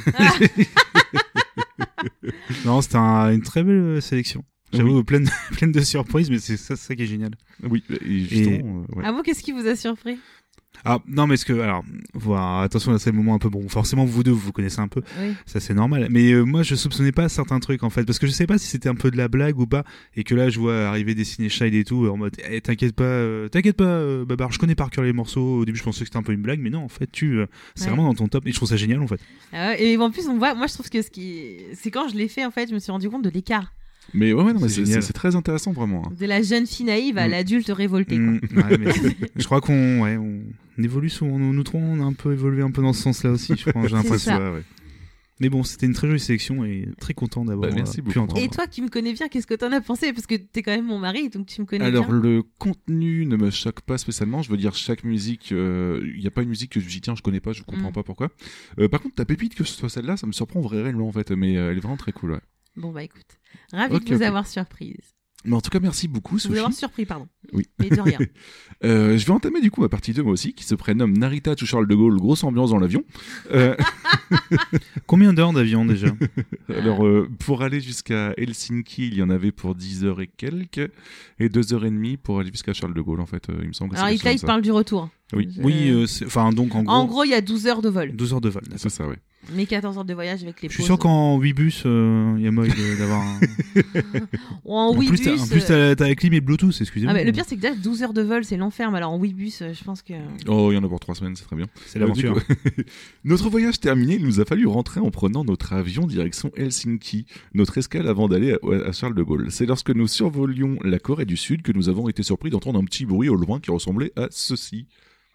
Non, c'était une très belle sélection. J'avoue, pleine de surprises, mais c'est ça qui est génial. Oui, et justement. Ouais. Ah bon, qu'est-ce qui vous a surpris? Ah non, mais voilà, attention à ces moments un peu bon. Forcément, vous deux, vous connaissez un peu, oui. Ça c'est normal. Mais moi, je soupçonnais pas certains trucs en fait, parce que je sais pas si c'était un peu de la blague ou pas, et que là, je vois arriver des ciné-child et tout, en mode, t'inquiète pas, Babar, je connais par cœur les morceaux. Au début, je pensais que c'était un peu une blague, mais non, en fait, c'est vraiment dans ton top, et je trouve ça génial en fait. Et en plus, on voit, moi, je trouve que c'est quand je l'ai fait en fait, je me suis rendu compte de l'écart. Mais ouais, non, mais c'est très intéressant vraiment. Hein. De la jeune fille naïve à l'adulte révolté. Ouais, mais je crois qu'on évolue souvent. Nous trois, on a un peu évolué un peu dans ce sens-là aussi. Je crois, j'ai l'impression. Ouais. Mais bon, c'était une très jolie sélection et très content d'avoir pu entendre. Et toi qui me connais bien, qu'est-ce que t'en as pensé? Parce que t'es quand même mon mari, donc tu me connais bien. Alors, bien. le contenu ne me choque pas spécialement. Je veux dire, chaque musique, il n'y a pas une musique que je dis tiens, je connais pas, je comprends pas pourquoi. Par contre, ta pépite, que ce soit celle-là, ça me surprend réellement en fait. Mais elle est vraiment très cool, ouais. Bon bah écoute, ravi de vous avoir surprise. Mais en tout cas, merci beaucoup, Sophie. Vous avoir surpris, pardon. Oui. Mais de rien. Je vais entamer du coup ma partie 2 moi aussi, qui se prénomme Narita to Charles de Gaulle, grosse ambiance dans l'avion. Combien d'heures d'avion déjà? Alors, pour aller jusqu'à Helsinki, il y en avait pour 10 heures et quelques, et 2h30 pour aller jusqu'à Charles de Gaulle, en fait, il me semble que alors, là, il parle du retour. Oui. Donc en gros, il y a 12 heures de vol. 12 heures de vol, d'accord. C'est ça, ouais. Mais 14 heures de voyage avec les pauses. Je suis sûr qu'en 8 bus, il y a moyen d'avoir un... En 8 bus... En plus, t'as la clim et Bluetooth, excusez-moi. Ah, mais le pire, c'est que déjà, 12 heures de vol, c'est l'enfer. Mais alors, en 8 bus, je pense que... Oh, il y en a pour 3 semaines, c'est très bien. C'est l'aventure. Notre voyage terminé, il nous a fallu rentrer en prenant notre avion direction Helsinki, notre escale avant d'aller à Charles de Gaulle. C'est lorsque nous survolions la Corée du Sud que nous avons été surpris d'entendre un petit bruit au loin qui ressemblait à ceci.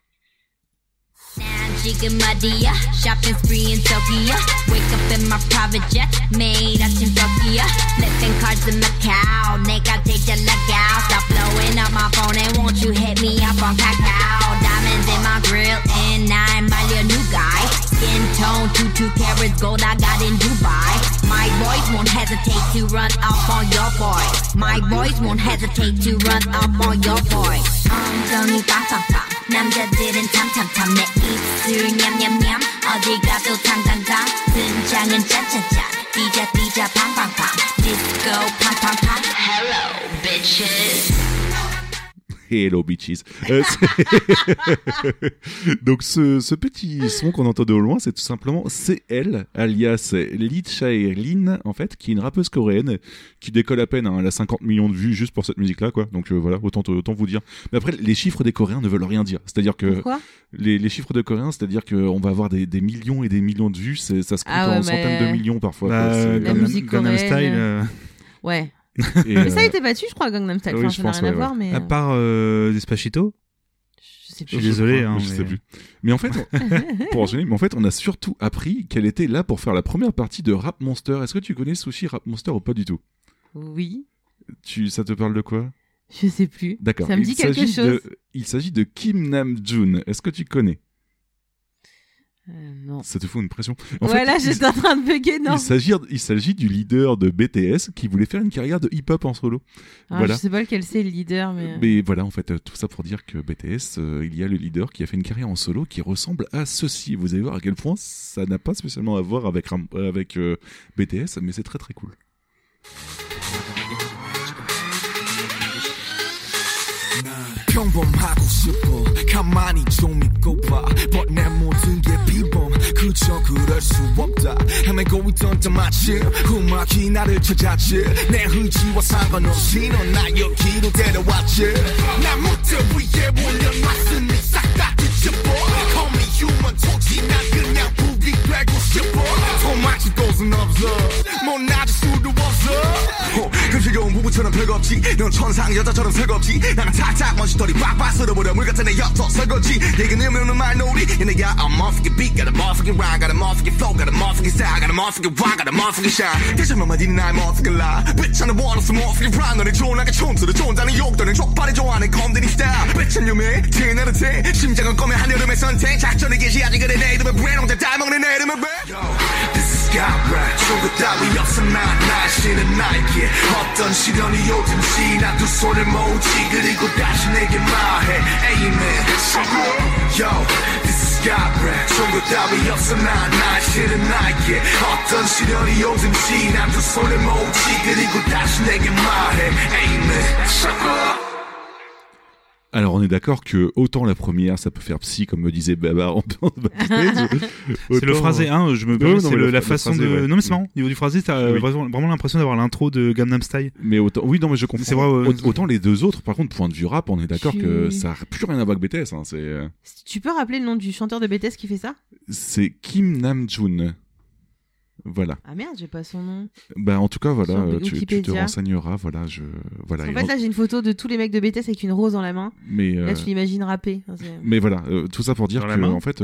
지금마디야 shopping spree in Tokyo wake up in my private jet made out in Tokyo flipping cards in Macau 내가 제일 잘 나가 stop blowing up my phone and won't you hit me up on Kakao diamonds in my grill and I'm my new guy skin tone 2 carats gold I got in Dubai my boys won't hesitate to run up on your boy my boys won't hesitate to run up on your boy 엉덩이 빵빵빵 남자들은 탐탐탐 내 입술 냠냠냠 어디 가도 탕탕탕 등장은 짠짠짠 띠자 팡팡팡 디스코 팡팡팡 Hello bitches. Hello bitches. Donc ce petit son qu'on entend de loin, c'est tout simplement CL, alias Lee Chae-lin, en fait, qui est une rappeuse coréenne qui décolle à peine, hein, elle a 50 millions de vues juste pour cette musique-là, quoi. Donc voilà, autant vous dire. Mais après, les chiffres des Coréens ne veulent rien dire. C'est-à-dire que pourquoi les chiffres de Coréens, c'est-à-dire qu'on va avoir des millions et des millions de vues, ça se compte en centaines de millions parfois. La musique Gangnam coréenne. Style. Ouais. Mais ça a été battu, je crois, Gangnam Style. Oui, ça n'a rien à voir, mais... À part Despacito. Je sais plus. Je suis désolé. Je sais plus. Mais en fait, pour enchaîner, on a surtout appris qu'elle était là pour faire la première partie de Rap Monster. Est-ce que tu connais Sushi Rap Monster ou pas du tout? Oui. Ça te parle de quoi? Je sais plus. D'accord. Ça me dit quelque chose. Il s'agit de Kim Namjoon. Est-ce que tu connais? Non. Ça te fout une pression. Là, j'étais en train de bugger, non. Il s'agit du leader de BTS qui voulait faire une carrière de hip-hop en solo. Voilà. Je sais pas lequel c'est le leader, mais... Mais voilà, en fait, tout ça pour dire que BTS, il y a le leader qui a fait une carrière en solo qui ressemble à ceci. Vous allez voir à quel point ça n'a pas spécialement à voir avec BTS, mais c'est très très cool. 평범하고 싶어 가만히 좀 있고 봐 But 내 모든 게 비범 그저 그럴 수 없다 헤매고 있던 때 마침 음악이 나를 찾았지 내 의지와 상관없이 넌 나 여기로 데려왔지 나 무대 위에 올려놨으니 싹 다 뒤집어 Call me human 토지 난 그냥 북이 되고 싶어 도망칠 곳은 없어 못 낮을 수도 없어 금시로운 부부처럼 별거 없지 넌 천상 여자처럼 설거지 나는 살짝 먼지털이 빡빡 쓸어버려 물 같은 애 옅어 설거지 얘기는 없는 말놀이 얘네야 I'm motherfucking beat got a motherfucking rhyme got a motherfucking flow got a motherfucking style got a motherfucking rock got a motherfucking shine 대체만 말이니 나의 motherfucking lie bitch I'm the one of the motherfucking rhyme 너네 존나게 촌스러 존자는 욕도는 족발이 좋아하는 컴퓨니 스타일 bitch I'm your man 티나는 테 심장은 꺼면 한여름의 선택 작전을 개시하지 그래 내 이름은 브랜 혼자 닮아먹는 내 이름은 왜 This is God right 총구 따위 없어 난 날씨는 나에게 어떤 시련이 오든지 난 두 손을 모으지 그리고 다시 내게 말해 Amen Yo This is God right 총구 따위 없어 난 날씨는 나에게 어떤 시련이 오든지 난 두 손을 모으지 그리고 다시 내게 말해 Amen Alors on est d'accord que autant la première ça peut faire psy comme me disait Baba en backstage. C'est le phrasé 1, je me permets, c'est la façon phrasé, de... ouais. Non mais c'est marrant, au niveau du phrasé t'as vraiment l'impression d'avoir l'intro de Gangnam Style. Mais autant, oui non mais je comprends. C'est vrai, autant les deux autres par contre point de vue rap on est d'accord que ça n'a plus rien à voir avec BTS. Hein, Tu peux rappeler le nom du chanteur de BTS qui fait ça ? C'est Kim Namjoon. Voilà. Ah merde, j'ai pas son nom. Bah en tout cas voilà, tu te Wikipédia. renseigneras, voilà, voilà. En fait là j'ai une photo de tous les mecs de BTS avec une rose dans la main. Mais là tu l'imagines rapper. Mais voilà, tout ça pour dire que en fait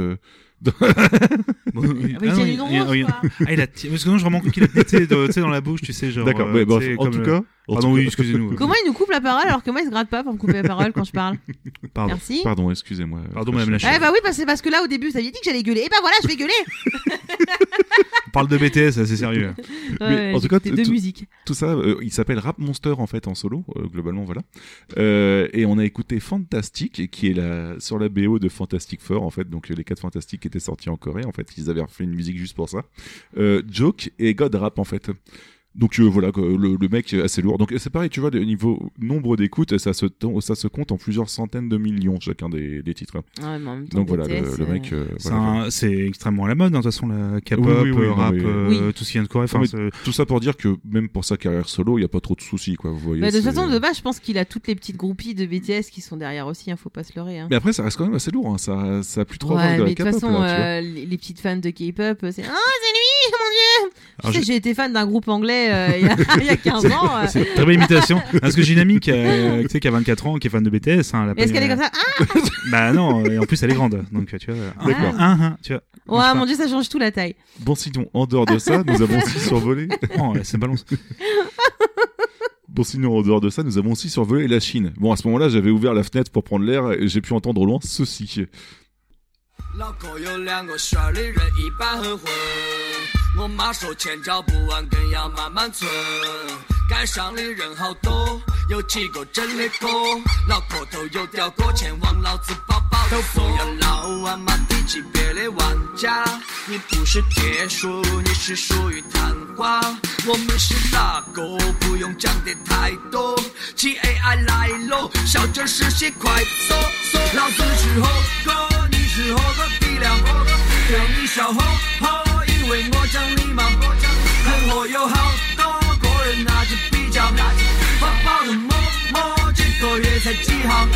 il tient une rose quoi. Ah il a parce que non je remarque qu'il a pété dans la bouche, tu sais genre. D'accord, mais bon, en tout cas. Pardon, oui, excusez-nous. Comment il nous coupe la parole alors que moi il se gratte pas pour me couper la parole quand je parle. Pardon. Merci. Pardon, excusez-moi. Pardon madame la chef. Eh bah oui, c'est parce que là au début vous aviez dit que j'allais gueuler. Et bah voilà, je vais gueuler. On parle de BTS, c'est sérieux. Mais en tout cas, de musique. Tout ça, il s'appelle Rap Monster en fait en solo, globalement voilà. Et on a écouté Fantastic, qui est sur la BO de Fantastic Four en fait, donc les 4 Fantastiques qui étaient sortis en Corée en fait, ils avaient fait une musique juste pour ça. Joke et God Rap en fait. Donc voilà, le mec est assez lourd. Donc c'est pareil, tu vois, au niveau nombre d'écoutes, ça se compte en plusieurs centaines de millions chacun des titres. Ouais, mais en même temps, donc voilà, BTS, le mec. C'est extrêmement à la mode, hein, de toute façon, la K-pop, rap, tout ce qui vient de Corée. Tout ça pour dire que même pour sa carrière solo, il y a pas trop de soucis, quoi. Vous voyez. Mais de toute façon, de base, je pense qu'il a toutes les petites groupies de BTS qui sont derrière aussi. Faut pas se leurrer. Hein. Mais après, ça reste quand même assez lourd. Hein. Ça a plus trop de la K-pop. De toute façon, les petites fans de K-pop, c'est c'est lui, mon Dieu. J'ai été fan d'un groupe anglais il y a 15 ans. C'est une très belle imitation. Parce que j'ai une amie qui a 24 ans, qui est fan de BTS. Hein, est-ce qu'elle est comme ça Bah non, et en plus elle est grande. Donc tu vois. D'accord. Tu vois. Ouais, mon Dieu, ça change tout la taille. Bon, sinon, en dehors de ça, nous avons aussi survolé. Oh, c'est balance. Bon, sinon, en dehors de ça, nous avons aussi survolé la Chine. Bon, à ce moment-là, j'avais ouvert la fenêtre pour prendre l'air et j'ai pu entendre au loin ceci. 老口有2个帅的人一般很混，我马手前脚不完，更要慢慢存。街上的人好多，有几个真的多，老口头有条过，前往老子包包头。所有老玩马低级别的玩家，你不是铁树，你是属于昙花。我们是大狗，不用讲的太多。骑 AI 来喽，小镇实现快速，老子是猴哥。是猴哥比两猴哥，对你笑吼吼，因为我讲礼貌，很火有好多个人拿着比较，发包的摸摸，这个月才几号。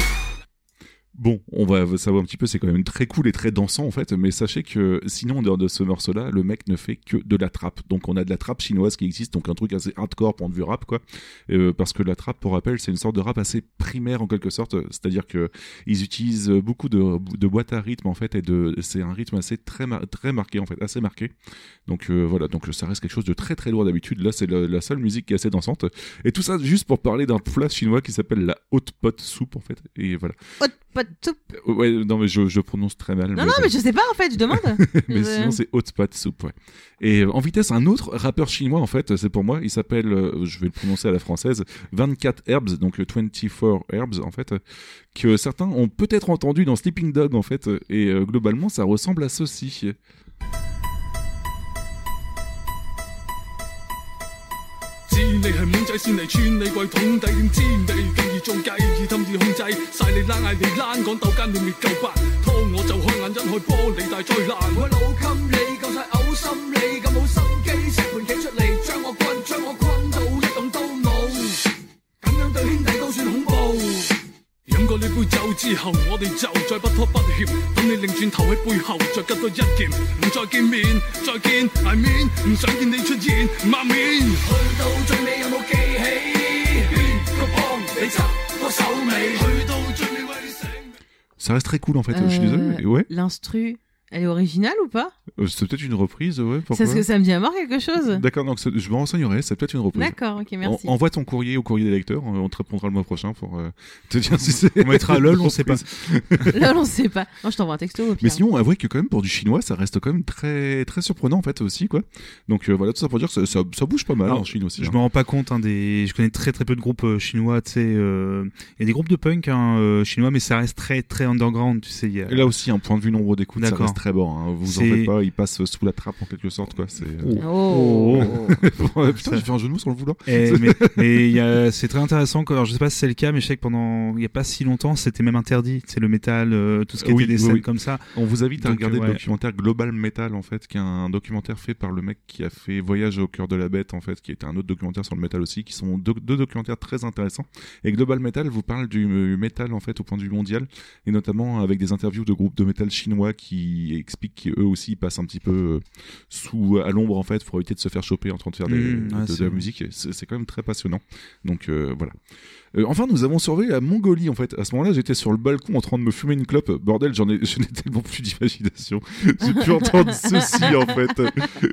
Bon, on va savoir un petit peu, c'est quand même très cool et très dansant en fait, mais sachez que sinon en dehors de ce morceau-là, le mec ne fait que de la trappe. Donc on a de la trappe chinoise qui existe, donc un truc assez hardcore point de vue rap quoi. Parce que la trappe, pour rappel, c'est une sorte de rap assez primaire en quelque sorte, c'est-à-dire que ils utilisent beaucoup de boîtes à rythme en fait, et c'est un rythme assez très marqué en fait, assez marqué. Donc voilà, donc ça reste quelque chose de très très lourd d'habitude. Là, c'est la seule musique qui est assez dansante. Et tout ça juste pour parler d'un plat chinois qui s'appelle la hot pot soup en fait. Et voilà. Hot Soup. Ouais, non, mais je prononce très mal. Non, mais je sais pas, en fait, je demande. Mais sinon, c'est Hot Pot Soup, ouais. Et en vitesse, un autre rappeur chinois, en fait, c'est pour moi, il s'appelle, je vais le prononcer à la française, 24 Herbs, donc 24 Herbs, en fait, que certains ont peut-être entendu dans Sleeping Dog, en fait, et globalement, ça ressemble à ceci. Ça reste très cool en fait, je suis désolé. Ouais. L'instru, elle est originale ou pas? C'est peut-être une reprise, ouais. Pourquoi? C'est parce que ça me dit à mort quelque chose. D'accord, donc je me renseignerai, c'est peut-être une reprise. D'accord, ok, merci. Envoie ton courrier au courrier des lecteurs, on te répondra le mois prochain pour te dire si c'est. On mettra LOL, on sait pas. LOL, on sait pas. Moi, je t'envoie un texto. Au pire. Mais sinon, avouez que quand même pour du chinois, ça reste quand même très très surprenant en fait aussi quoi. Donc voilà, tout ça pour dire que ça bouge pas mal. Alors, en Chine aussi. Je me rends pas compte je connais très très peu de groupes chinois, tu sais. Il y a des groupes de punk chinois, mais ça reste très très underground, tu sais. Et là aussi, un point de vue nombre d'écoutes, ça reste très bon. Hein. Vous en faites pas, il passe sous la trappe en quelque sorte quoi. C'est. Putain, j'ai fait un jeu de mots sur le vouloir. Mais c'est très intéressant. Alors, je sais pas si c'est le cas, mais je sais que pendant il y a pas si longtemps, c'était même interdit. C'est le métal, tout ce qui était des scènes comme ça. On vous invite à regarder le documentaire Global Metal en fait, qui est un documentaire fait par le mec qui a fait Voyage au cœur de la bête en fait, qui était un autre documentaire sur le métal aussi, qui sont deux documentaires très intéressants. Et Global Metal vous parle du métal en fait au point de vue mondial, et notamment avec des interviews de groupes de métal chinois qui expliquent qu'eux aussi passent un petit peu à l'ombre en fait pour éviter de se faire choper en train de faire de la musique. C'est quand même très passionnant. Donc voilà. Enfin, nous avons surveillé la Mongolie en fait. À ce moment-là, j'étais sur le balcon en train de me fumer une clope. Bordel, je n'ai tellement plus d'imagination. J'ai pu entendre ceci en fait.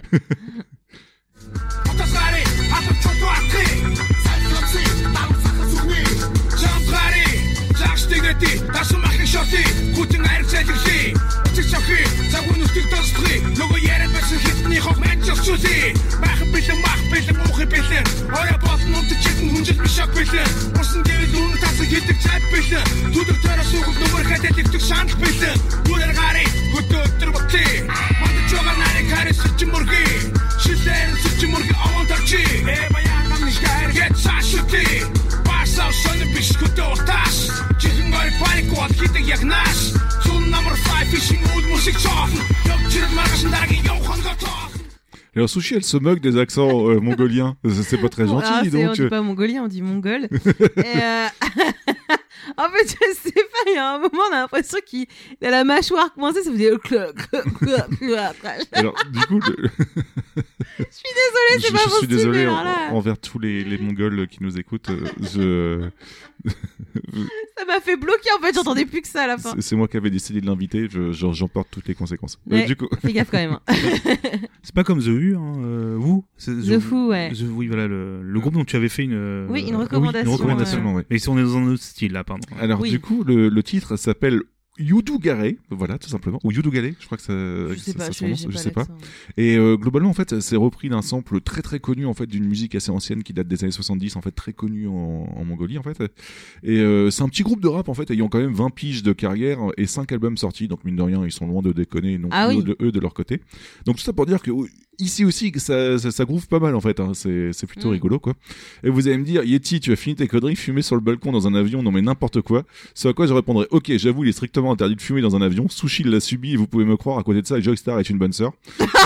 Alors Sushi, elle se moque des accents mongoliens. C'est pas très gentil. On dit pas mongolien, on dit mongol. En fait, je sais pas, il y a un moment, on a l'impression qu'il a la mâchoire coincée, ça faisait Alors, du coup, je suis désolée, c'est pas possible. Je suis désolé envers tous les Mongols qui nous écoutent. Ça m'a fait bloquer, en fait, j'entendais plus que ça à la fin. C'est moi qui avais décidé de l'inviter, j'en porte toutes les conséquences. Ouais, du coup... Fais gaffe quand même. C'est pas comme The Who, hein, vous The Who, ouais. Oui, voilà, le groupe dont tu avais fait une... Oui, une recommandation. Une recommandation, ouais. Mais on est dans un autre style, là, pardon. Alors, du coup, le titre s'appelle Yudugare, voilà, tout simplement, ou Yudugare, je crois que je sais pas. Et globalement, en fait, c'est repris d'un sample très très connu, en fait, d'une musique assez ancienne qui date des années 70, en fait, très connue en Mongolie, en fait. Et c'est un petit groupe de rap, en fait, ayant quand même 20 piges de carrière et 5 albums sortis, donc mine de rien, ils sont loin de déconner, non plus eux de leur côté. Donc tout ça pour dire que ici aussi, ça groove pas mal, en fait, hein. C'est plutôt rigolo, quoi. Et vous allez me dire, Yeti, tu as fini tes conneries, fumer sur le balcon dans un avion, non mais n'importe quoi. Ce à quoi je répondrai, ok, j'avoue, il est strictement interdit de fumer dans un avion. Sushi l'a subi et vous pouvez me croire, à côté de ça, Joystar est une bonne sœur.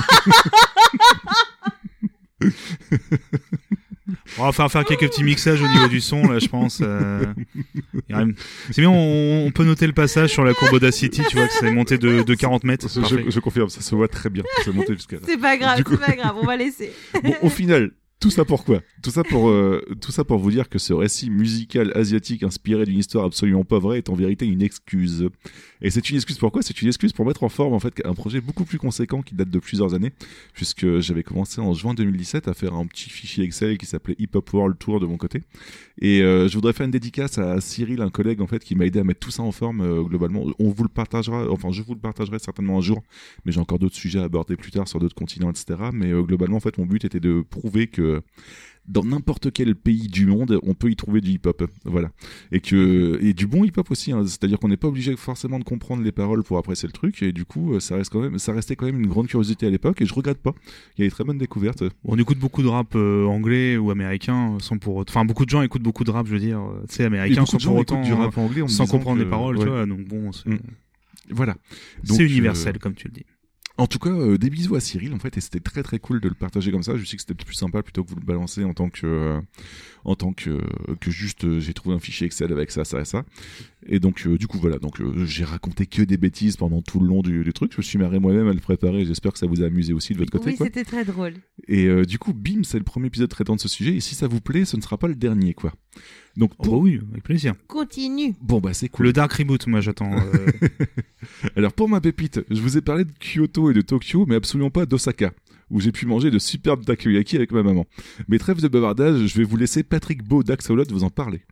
On va faire quelques petits mixages au niveau du son, là, je pense. C'est bien, on peut noter le passage sur la courbe d'Audacity, tu vois, que c'est monté de 40 mètres. Je confirme, ça se voit très bien. C'est monté jusqu'à là. C'est pas grave, on va laisser. Bon, au final, Tout ça pour quoi ? Tout ça pour vous dire que ce récit musical asiatique inspiré d'une histoire absolument pas vraie est en vérité une excuse. Et c'est une excuse pourquoi ? C'est une excuse pour mettre en forme en fait un projet beaucoup plus conséquent qui date de plusieurs années, puisque j'avais commencé en juin 2017 à faire un petit fichier Excel qui s'appelait Hip Hop World Tour de mon côté. Et je voudrais faire une dédicace à Cyril, un collègue en fait qui m'a aidé à mettre tout ça en forme globalement. On vous le partagera, enfin je vous le partagerai certainement un jour, mais j'ai encore d'autres sujets à aborder plus tard sur d'autres continents, etc. Mais globalement en fait mon but était de prouver que dans n'importe quel pays du monde, on peut y trouver du hip-hop, voilà. Et du bon hip-hop aussi, hein. C'est-à-dire qu'on n'est pas obligé forcément de comprendre les paroles pour apprécier le truc, et du coup, ça restait quand même une grande curiosité à l'époque, et je regrette pas. Il y a des très bonnes découvertes. On écoute beaucoup de rap anglais ou américain, enfin beaucoup de gens écoutent beaucoup de rap, je veux dire, tu sais, américain, sans pour autant du rap anglais sans comprendre les paroles, ouais. tu vois. Donc bon, voilà. Donc, c'est universel, comme tu le dis. En tout cas, des bisous à Cyril en fait, et c'était très très cool de le partager comme ça. Je sais que c'était plus sympa plutôt que vous le balancer en tant que juste j'ai trouvé un fichier Excel avec ça et ça. Et donc du coup voilà, donc j'ai raconté que des bêtises pendant tout le long du truc. Je me suis marré moi-même à le préparer. J'espère que ça vous a amusé aussi de votre côté. Oui, quoi. C'était très drôle. Et du coup, bim, c'est le premier épisode traitant de ce sujet. Et si ça vous plaît, ce ne sera pas le dernier, quoi. Donc oui, avec plaisir. Continue. Bon bah c'est cool. Le Dark Reboot, moi j'attends. Alors pour ma pépite, je vous ai parlé de Kyoto et de Tokyo, mais absolument pas d'Osaka, où j'ai pu manger de superbes takoyaki avec ma maman. Mais trêve de bavardage, je vais vous laisser Patrick Beau d'Axolot vous en parler.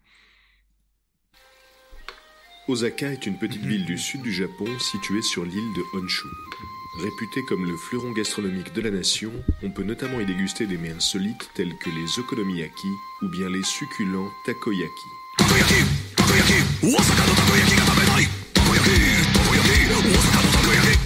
Osaka est une petite ville du sud du Japon située sur l'île de Honshu. Réputée comme le fleuron gastronomique de la nation, on peut notamment y déguster des mets insolites tels que les okonomiyaki ou bien les succulents takoyaki. Takoyaki, takoyaki, Osaka no takoyaki ga tabetai. Takoyaki, takoyaki, Osaka no takoyaki.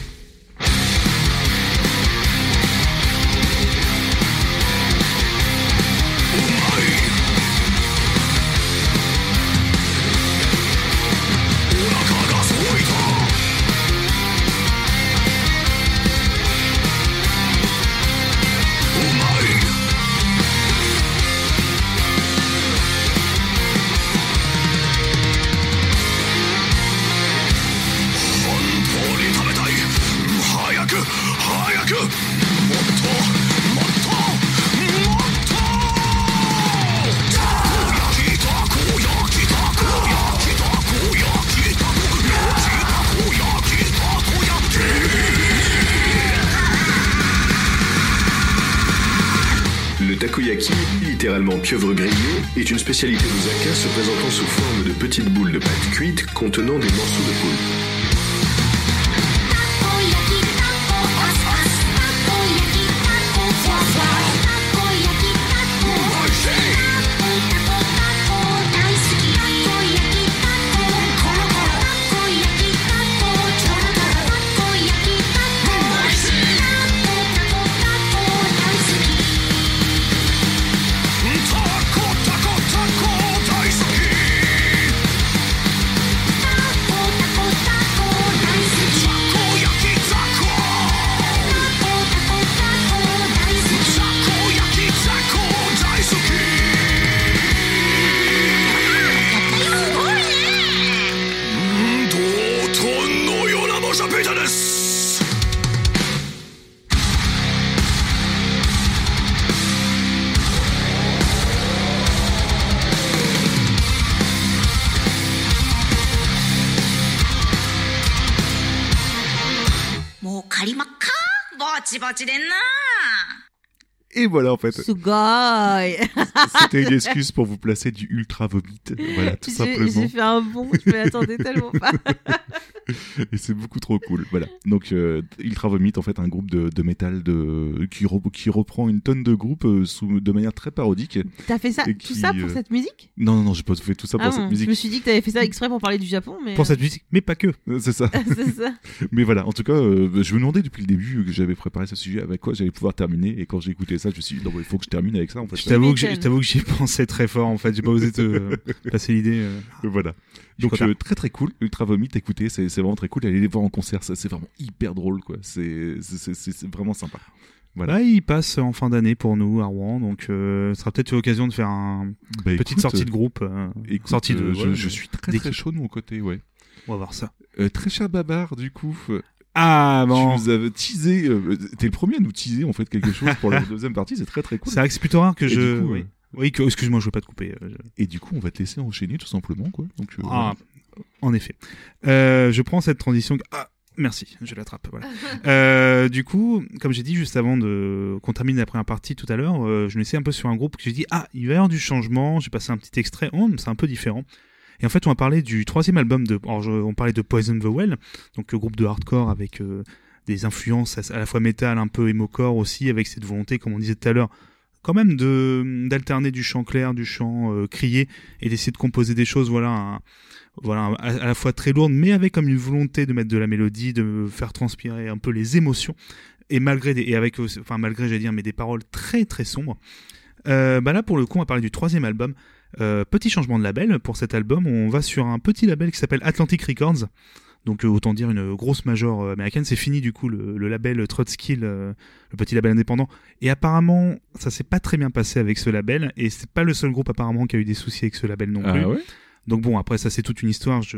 Le takoyaki, littéralement pieuvre grillée, est une spécialité d'Osaka se présentant sous forme de petites boules de pâte cuite contenant des morceaux de poule. Et voilà en fait. Sugoi. C'était une excuse pour vous placer du ultra vomit. Voilà, tout simplement. J'ai fait un bond, je m'y attendais tellement pas. Et c'est beaucoup trop cool. Voilà. Donc Ultra Vomit, en fait, un groupe de métal qui reprend une tonne de groupes de manière très parodique. T'as fait ça, tout ça pour cette musique ? Non, j'ai pas fait tout ça pour cette musique. Je me suis dit que t'avais fait ça exprès pour parler du Japon, mais pour cette musique, mais pas que. C'est ça. C'est ça. Mais voilà, en tout cas, je me demandais depuis le début que j'avais préparé ce sujet avec quoi j'allais pouvoir terminer. Et quand j'ai écouté ça, je me suis dit non, il faut que je termine avec ça. En fait. Je t'avoue que j'y pensais très fort. En fait, j'ai pas osé te passer l'idée. Voilà. Donc très très cool. Ultra Vomit, écoutez, c'est vraiment très cool. Allez les voir en concert, c'est vraiment hyper drôle, quoi. C'est vraiment sympa. Voilà. Il passe en fin d'année pour nous à Rouen, donc ce sera peut-être l'occasion de faire une petite sortie de groupe. Je suis très très chaud de mon côté, ouais. On va voir ça. Très cher Babar, du coup. Ah bon. Tu nous avais teasé, t'es le premier à nous teaser en fait quelque chose pour la deuxième partie, c'est très très cool. C'est vrai que c'est plutôt rare que du coup, Oui, excuse-moi, je veux pas te couper. Et du coup, on va te laisser enchaîner tout simplement, quoi. Donc, en effet. Je prends cette transition. Ah, merci, je l'attrape. Voilà. Du coup, comme j'ai dit juste avant qu'on termine la première partie tout à l'heure, je me laissais un peu sur un groupe que j'ai dit il va y avoir du changement. J'ai passé un petit extrait. C'est un peu différent. Et en fait, on va parler du troisième album on parlait de Poison the Well, donc groupe de hardcore avec des influences à la fois métal, un peu emo-core aussi, avec cette volonté, comme on disait tout à l'heure, quand même d'alterner du chant clair, du chant crié, et d'essayer de composer des choses, à la fois très lourdes, mais avec comme une volonté de mettre de la mélodie, de faire transpirer un peu les émotions, et malgré j'allais dire, mais des paroles très très sombres. Là, pour le coup, on va parler du troisième album. Petit changement de label pour cet album, on va sur un petit label qui s'appelle Atlantic Records, donc autant dire une grosse major américaine. C'est fini du coup le label Trotsky, le petit label indépendant, et apparemment ça s'est pas très bien passé avec ce label, et c'est pas le seul groupe apparemment qui a eu des soucis avec ce label non plus. Ouais. Donc bon, après ça c'est toute une histoire, je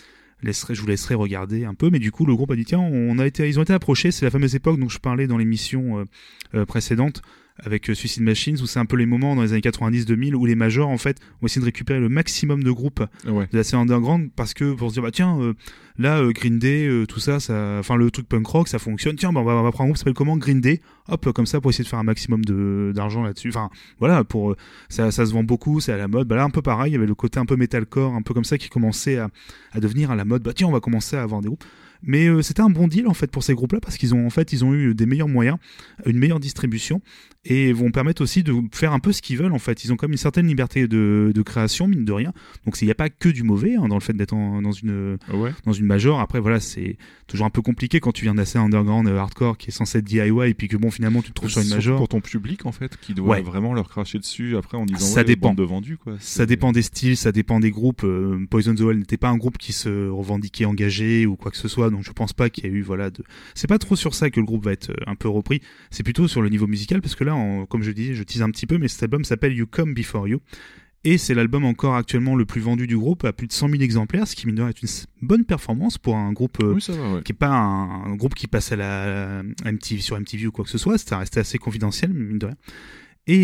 vous laisserai regarder un peu, mais du coup le groupe a dit tiens, ils ont été approchés, c'est la fameuse époque dont je parlais dans l'émission précédente avec Suicide Machines, où c'est un peu les moments dans les années 90-2000 où les majors en fait ont essayé de récupérer le maximum de groupes de la scène underground, parce que pour se dire Green Day, tout ça, enfin le truc punk rock ça fonctionne, tiens on va prendre un groupe qui s'appelle comment, Green Day, hop, comme ça, pour essayer de faire un maximum d'argent là-dessus, enfin voilà, pour ça se vend beaucoup, c'est à la mode. Là un peu pareil, il y avait le côté un peu metalcore, un peu comme ça, qui commençait à devenir à la mode. Tiens, on va commencer à avoir des groupes. Mais c'était un bon deal en fait pour ces groupes-là, parce qu'ils ont eu des meilleurs moyens, une meilleure distribution, et vont permettre aussi de faire un peu ce qu'ils veulent en fait. Ils ont comme une certaine liberté de création, mine de rien. Donc il n'y a pas que du mauvais dans le fait d'être dans une major. Après voilà, c'est toujours un peu compliqué quand tu viens d'assez underground hardcore qui est censé être DIY, et puis que finalement tu te trouves sur une major. Pour ton public en fait, qui doit vraiment leur cracher dessus après en disant ça dépend de vendus, quoi. Ça dépend des styles, ça dépend des groupes. Poison the Well n'était pas un groupe qui se revendiquait engagé ou quoi que ce soit, donc je pense pas qu'il y a eu c'est pas trop sur ça que le groupe va être un peu repris, c'est plutôt sur le niveau musical, parce que là comme je disais, je tease un petit peu, mais cet album s'appelle You Come Before You, et c'est l'album encore actuellement le plus vendu du groupe, à plus de 100 000 exemplaires, ce qui mine de rien est une bonne performance pour un groupe qui est pas un groupe qui passe à la MTV, sur MTV ou quoi que ce soit. Ça restait assez confidentiel, mine de rien. Et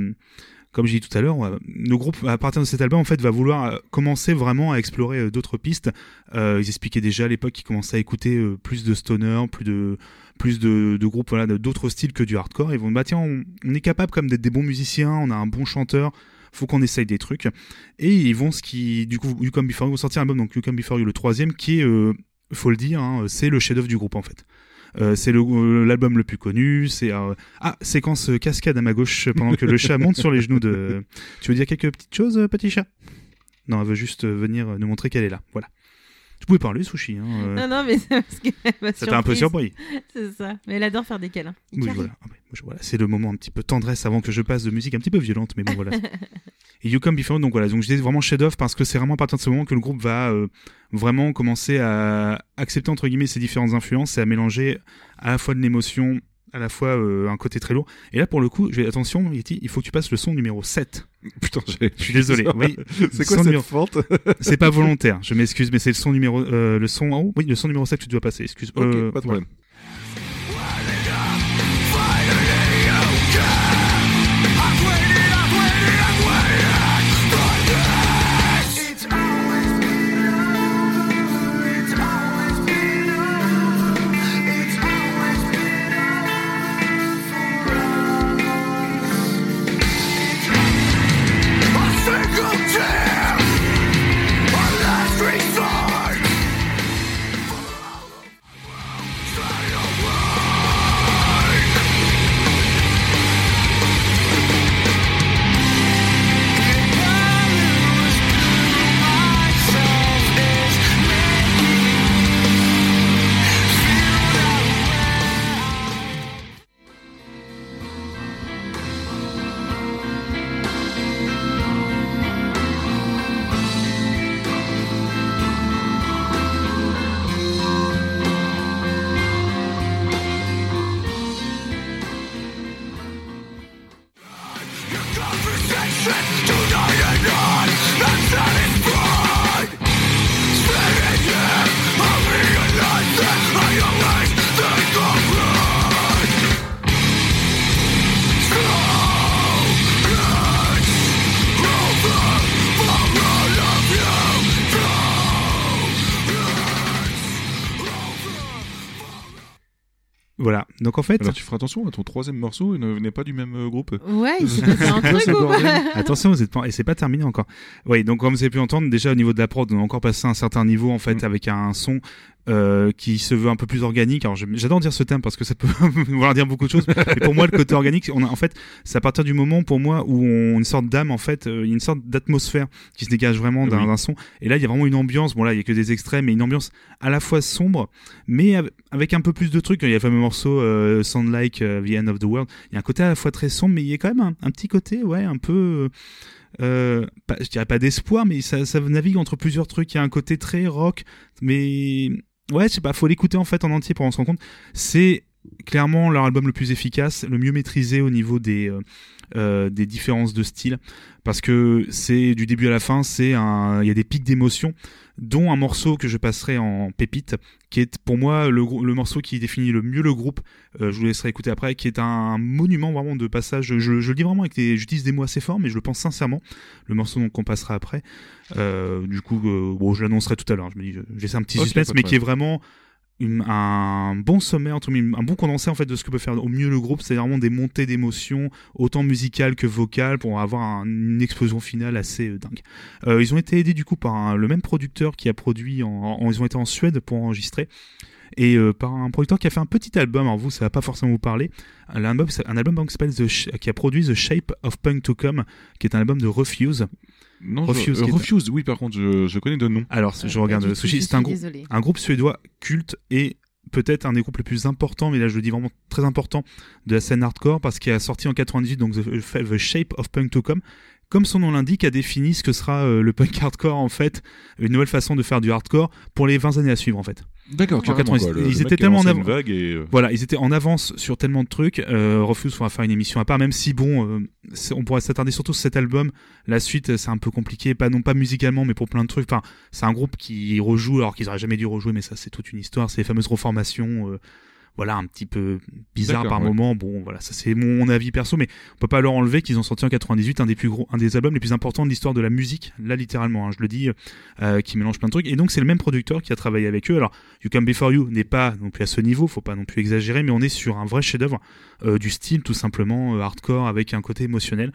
comme j'ai dit tout à l'heure, le groupe, à partir de cet album, en fait, va vouloir commencer vraiment à explorer d'autres pistes. Ils expliquaient déjà à l'époque qu'ils commençaient à écouter plus de stoner, plus de groupes, d'autres styles que du hardcore. Ils vont tiens, on est capable comme d'être des bons musiciens, on a un bon chanteur, faut qu'on essaye des trucs. Et ils vont du coup, You Come Before You, vont sortir un album, donc You Come Before You, le troisième, qui est, faut le dire, c'est le chef-d'œuvre du groupe en fait. C'est l'album le plus connu. C'est séquence cascade à ma gauche pendant que le chat monte sur les genoux de. Tu veux dire quelques petites choses, petit chat? Non, elle veut juste venir nous montrer qu'elle est là. Voilà. Tu pouvais parler, Sushi. Non, mais c'est parce que ça t'a un peu surpris. C'est ça. Mais elle adore faire des câlins. Oui, voilà. C'est le moment un petit peu tendresse avant que je passe de musique un petit peu violente, mais bon, voilà. Et You Come Before, donc voilà. Donc je disais vraiment chef-d'œuvre, parce que c'est vraiment à partir de ce moment que le groupe va vraiment commencer à accepter entre guillemets ses différentes influences et à mélanger à la fois de l'émotion, à la fois un côté très lourd. Et là, pour le coup, attention, Yeti, il faut que tu passes le son numéro 7. Putain, je suis désolé. Oui, c'est quoi cette fente? C'est pas volontaire, je m'excuse, mais c'est le son numéro le son numéro 7 que tu dois passer. Excuse. Ok, pas de problème. Strike Voilà. Donc en fait. Alors tu feras attention à ton troisième morceau, il ne venait pas du même groupe. Ouais, il s'est passé un truc ou Attention, vous êtes pas... et c'est pas terminé encore. Oui, donc comme vous avez pu entendre, déjà au niveau de la prod, on a encore passé un certain niveau en fait avec un son qui se veut un peu plus organique. Alors j'adore dire ce terme parce que ça peut vouloir dire beaucoup de choses. Mais pour moi, le côté organique, en fait, c'est à partir du moment pour moi où on une sorte d'âme en fait, il y a une sorte d'atmosphère qui se dégage vraiment d'un son. Et là, il y a vraiment une ambiance. Bon là, il y a que des extraits, mais une ambiance à la fois sombre, mais avec un peu plus de trucs. Il y a le fameux morceau Sound Like the End of the World. Il y a un côté à la fois très sombre, mais il y a quand même un petit côté, ouais, un peu. Je dirais pas d'espoir, mais ça navigue entre plusieurs trucs. Il y a un côté très rock, mais ouais, je sais pas, faut l'écouter en fait en entier pour en se rendre compte. C'est clairement leur album le plus efficace, le mieux maîtrisé au niveau des différences de style, parce que c'est du début à la fin, il y a des pics d'émotion, dont un morceau que je passerai en pépite, qui est pour moi le morceau qui définit le mieux le groupe. Je vous laisserai écouter après, qui est un monument vraiment de passage. Je le dis vraiment j'utilise des mots assez forts, mais je le pense sincèrement. Le morceau qu'on passera après, du coup, bon, je l'annoncerai tout à l'heure. Je me dis, j'ai un petit suspense, mais qui est vraiment un bon sommaire, un bon condensé en fait de ce que peut faire au mieux le groupe. C'est vraiment des montées d'émotions, autant musicales que vocales, pour avoir une explosion finale assez dingue. Ils ont été aidés du coup par le même producteur qui a produit ils ont été en Suède pour enregistrer, et par un producteur qui a fait un petit album. Alors vous, ça va pas forcément vous parler. Un album qui s'appelle qui a produit The Shape of Punk to Come, qui est un album de Refuse. Non, Refuse, oui, par contre, je connais de nom. Alors, je regarde le Sushi, c'est un groupe suédois culte et peut-être un des groupes les plus importants, mais là je le dis vraiment très important, de la scène hardcore, parce qu'il a sorti en 98 donc The Shape of Punk to Come. Comme son nom l'indique, a défini ce que sera le punk hardcore en fait, une nouvelle façon de faire du hardcore pour les 20 années à suivre en fait. D'accord, carrément. Ils étaient tellement en avance. Voilà, ils étaient en avance sur tellement de trucs. Refuse, on va faire une émission à part, même si bon, on pourrait s'attarder surtout sur cet album. La suite, c'est un peu compliqué, non pas musicalement, mais pour plein de trucs. Enfin, c'est un groupe qui rejoue alors qu'ils auraient jamais dû rejouer, mais ça c'est toute une histoire. C'est les fameuses reformations. Voilà, un petit peu bizarre par moment. Bon, voilà, ça c'est mon avis perso, mais on peut pas leur enlever qu'ils ont sorti en 98 un des albums les plus importants de l'histoire de la musique, là littéralement, je le dis, qui mélange plein de trucs. Et donc c'est le même producteur qui a travaillé avec eux. Alors, You Come Before You n'est pas non plus à ce niveau, faut pas non plus exagérer, mais on est sur un vrai chef-d'œuvre du style tout simplement hardcore avec un côté émotionnel.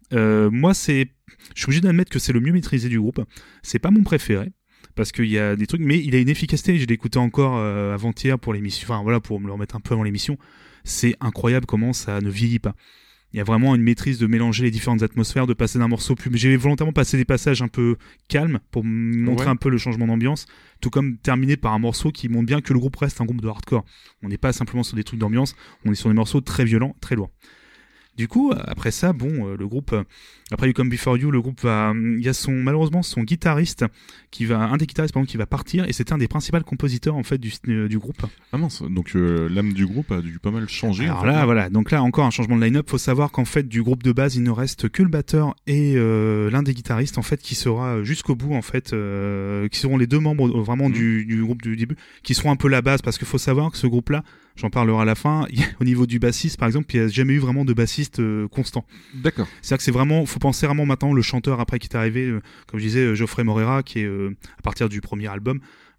Moi, je suis obligé d'admettre que c'est le mieux maîtrisé du groupe. C'est pas mon préféré, parce qu'il y a des trucs, mais il a une efficacité. Je l'ai écouté encore avant-hier pour l'émission, enfin voilà, pour me le remettre un peu avant l'émission. C'est incroyable comment ça ne vieillit pas. Il y a vraiment une maîtrise de mélanger les différentes atmosphères, de passer d'un morceau plus... J'ai volontairement passé des passages un peu calmes pour montrer un peu le changement d'ambiance, tout comme terminer par un morceau qui montre bien que le groupe reste un groupe de hardcore. On n'est pas simplement sur des trucs d'ambiance, on est sur des morceaux très violents, très lourds. Du coup, après ça, bon, le groupe, après You Come Before You, le groupe il y a malheureusement son guitariste un des guitaristes qui va partir, et c'était un des principaux compositeurs en fait du groupe. Ah mince, donc l'âme du groupe a dû pas mal changer. Alors là, voilà, donc là encore un changement de line-up. Faut savoir qu'en fait du groupe de base, il ne reste que le batteur et l'un des guitaristes en fait qui sera jusqu'au bout en fait, qui seront les deux membres vraiment du groupe du début, qui seront un peu la base, parce qu'il faut savoir que ce groupe-là, j'en parlerai à la fin, au niveau du bassiste par exemple, il n'y a jamais eu vraiment de bassiste constant. D'accord. C'est-à-dire que c'est vraiment, faut penser vraiment maintenant le chanteur après qui est arrivé, comme je disais, Geoffrey Moreira, qui est à partir du premier album,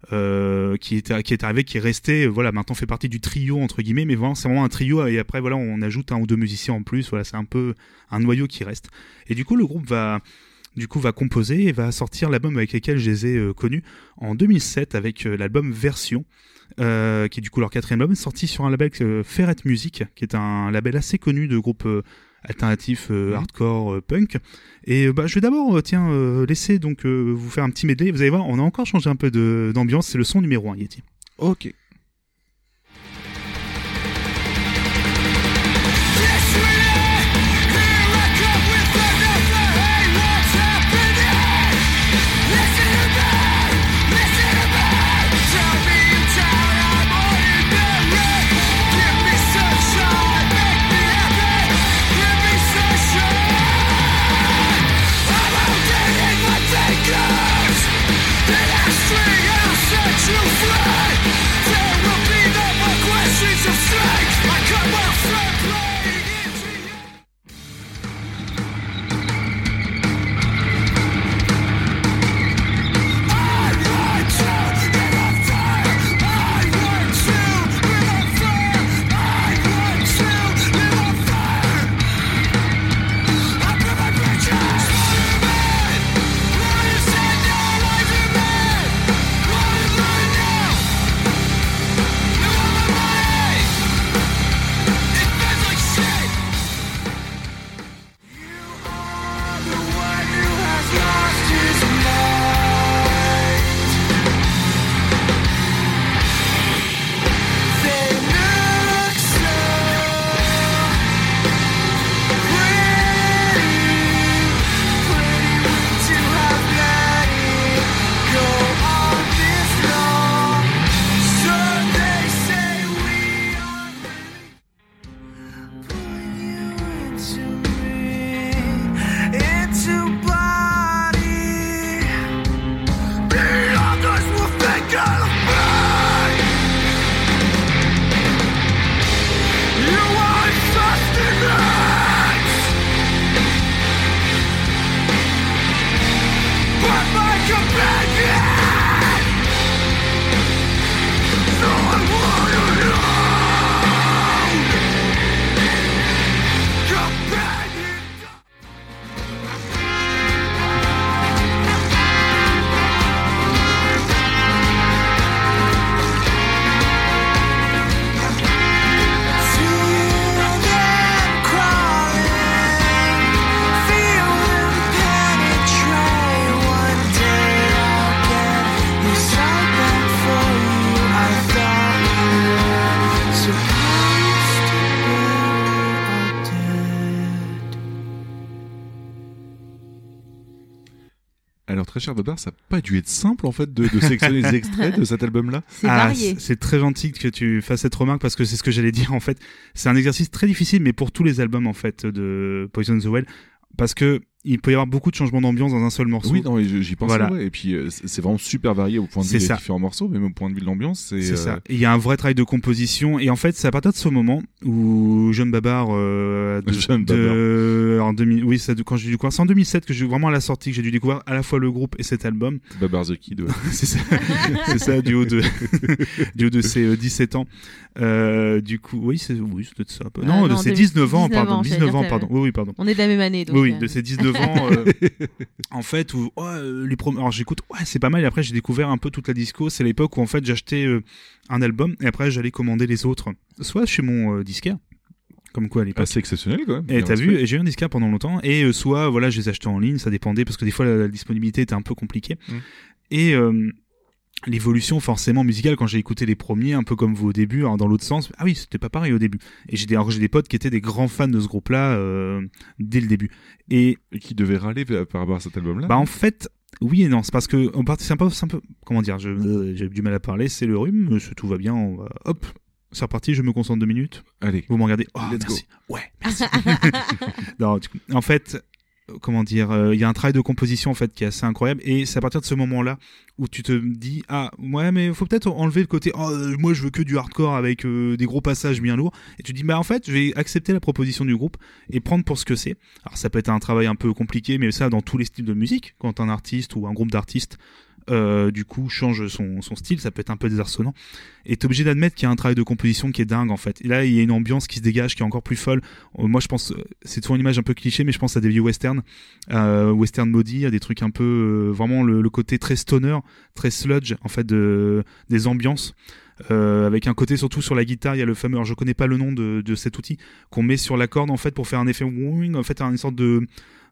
qui est arrivé, qui est resté, voilà, maintenant fait partie du trio entre guillemets, mais vraiment c'est vraiment un trio, et après voilà, on ajoute un ou deux musiciens en plus, voilà, c'est un peu un noyau qui reste. Et du coup le groupe va composer et va sortir l'album avec lequel je les ai connus en 2007 avec l'album Version, qui est du coup leur 4e album, sorti sur un label Ferret Music, qui est un label assez connu de groupes alternatifs hardcore punk. Et je vais d'abord laisser donc vous faire un petit medley. Vous allez voir, on a encore changé un peu d'ambiance. C'est le son numéro 1, Yeti. Ok. Then I string, I'll set you free. Alors très cher Babar, ça n'a pas dû être simple en fait de sélectionner les extraits de cet album-là. C'est varié. C'est très gentil que tu fasses cette remarque parce que c'est ce que j'allais dire en fait. C'est un exercice très difficile, mais pour tous les albums en fait de Poison the Well, parce que il peut y avoir beaucoup de changements d'ambiance dans un seul morceau. Oui, non, j'y pensais. Voilà. Ouais. Et puis c'est vraiment super varié au point de vue des différents morceaux, mais même au point de vue de l'ambiance, c'est ça. Il y a un vrai travail de composition, et en fait, c'est à partir de ce moment où Jeune Babar, en 2000, oui, c'est quand j'ai dû découvrir, c'est en 2007 que j'ai vraiment à la sortie que j'ai dû découvrir à la fois le groupe et cet album. Babar the Kid. Ouais. c'est ça, du haut de ses 17 ans. Du coup, oui, c'est peut-être ça. Non, de ses 19 ans, pardon. 19 ans, pardon. Oui, pardon. On est de la même année, donc. Oui, de ses 19 ans, en fait, où, alors j'écoute, c'est pas mal, et après j'ai découvert un peu toute la disco, c'est l'époque où en fait j'achetais un album, et après j'allais commander les autres, soit chez mon disquaire, comme quoi à l'époque. C'est exceptionnel quand même. Et t'as vu, et j'ai eu un disquaire pendant longtemps, et soit, voilà, je les achetais en ligne, ça dépendait, parce que des fois la disponibilité était un peu compliquée, et l'évolution forcément musicale quand j'ai écouté les premiers, un peu comme vous au début, alors dans l'autre sens, ah oui, c'était pas pareil au début. Et j'ai des potes qui étaient des grands fans de ce groupe-là dès le début. Et qui devaient râler par rapport à cet album-là. Bah en fait, oui et non, c'est parce que c'est un peu comment dire, j'ai du mal à parler, c'est le rhume, tout va bien, on va, hop, c'est reparti, je me concentre 2 minutes. Allez. Vous me regardez. Oh, let's merci. Go. Ouais, merci. Non, en fait, comment dire, il y a un travail de composition en fait qui est assez incroyable, et c'est à partir de ce moment-là où tu te dis ouais, mais faut peut-être enlever le côté moi je veux que du hardcore avec des gros passages bien lourds, et tu te dis en fait je vais accepter la proposition du groupe et prendre pour ce que c'est. Alors ça peut être un travail un peu compliqué, mais ça dans tous les styles de musique, quand un artiste ou un groupe d'artistes du coup change son style, ça peut être un peu désarçonnant, et t'es obligé d'admettre qu'il y a un travail de composition qui est dingue en fait. Et là il y a une ambiance qui se dégage qui est encore plus folle. Moi je pense, c'est toujours une image un peu cliché, mais je pense à des vieux westerns, western maudits, à des trucs un peu vraiment le côté très stoner, très sludge en fait des ambiances, avec un côté surtout sur la guitare, il y a le fameux, alors je connais pas le nom de cet outil qu'on met sur la corde en fait pour faire un effet wing, en fait une sorte de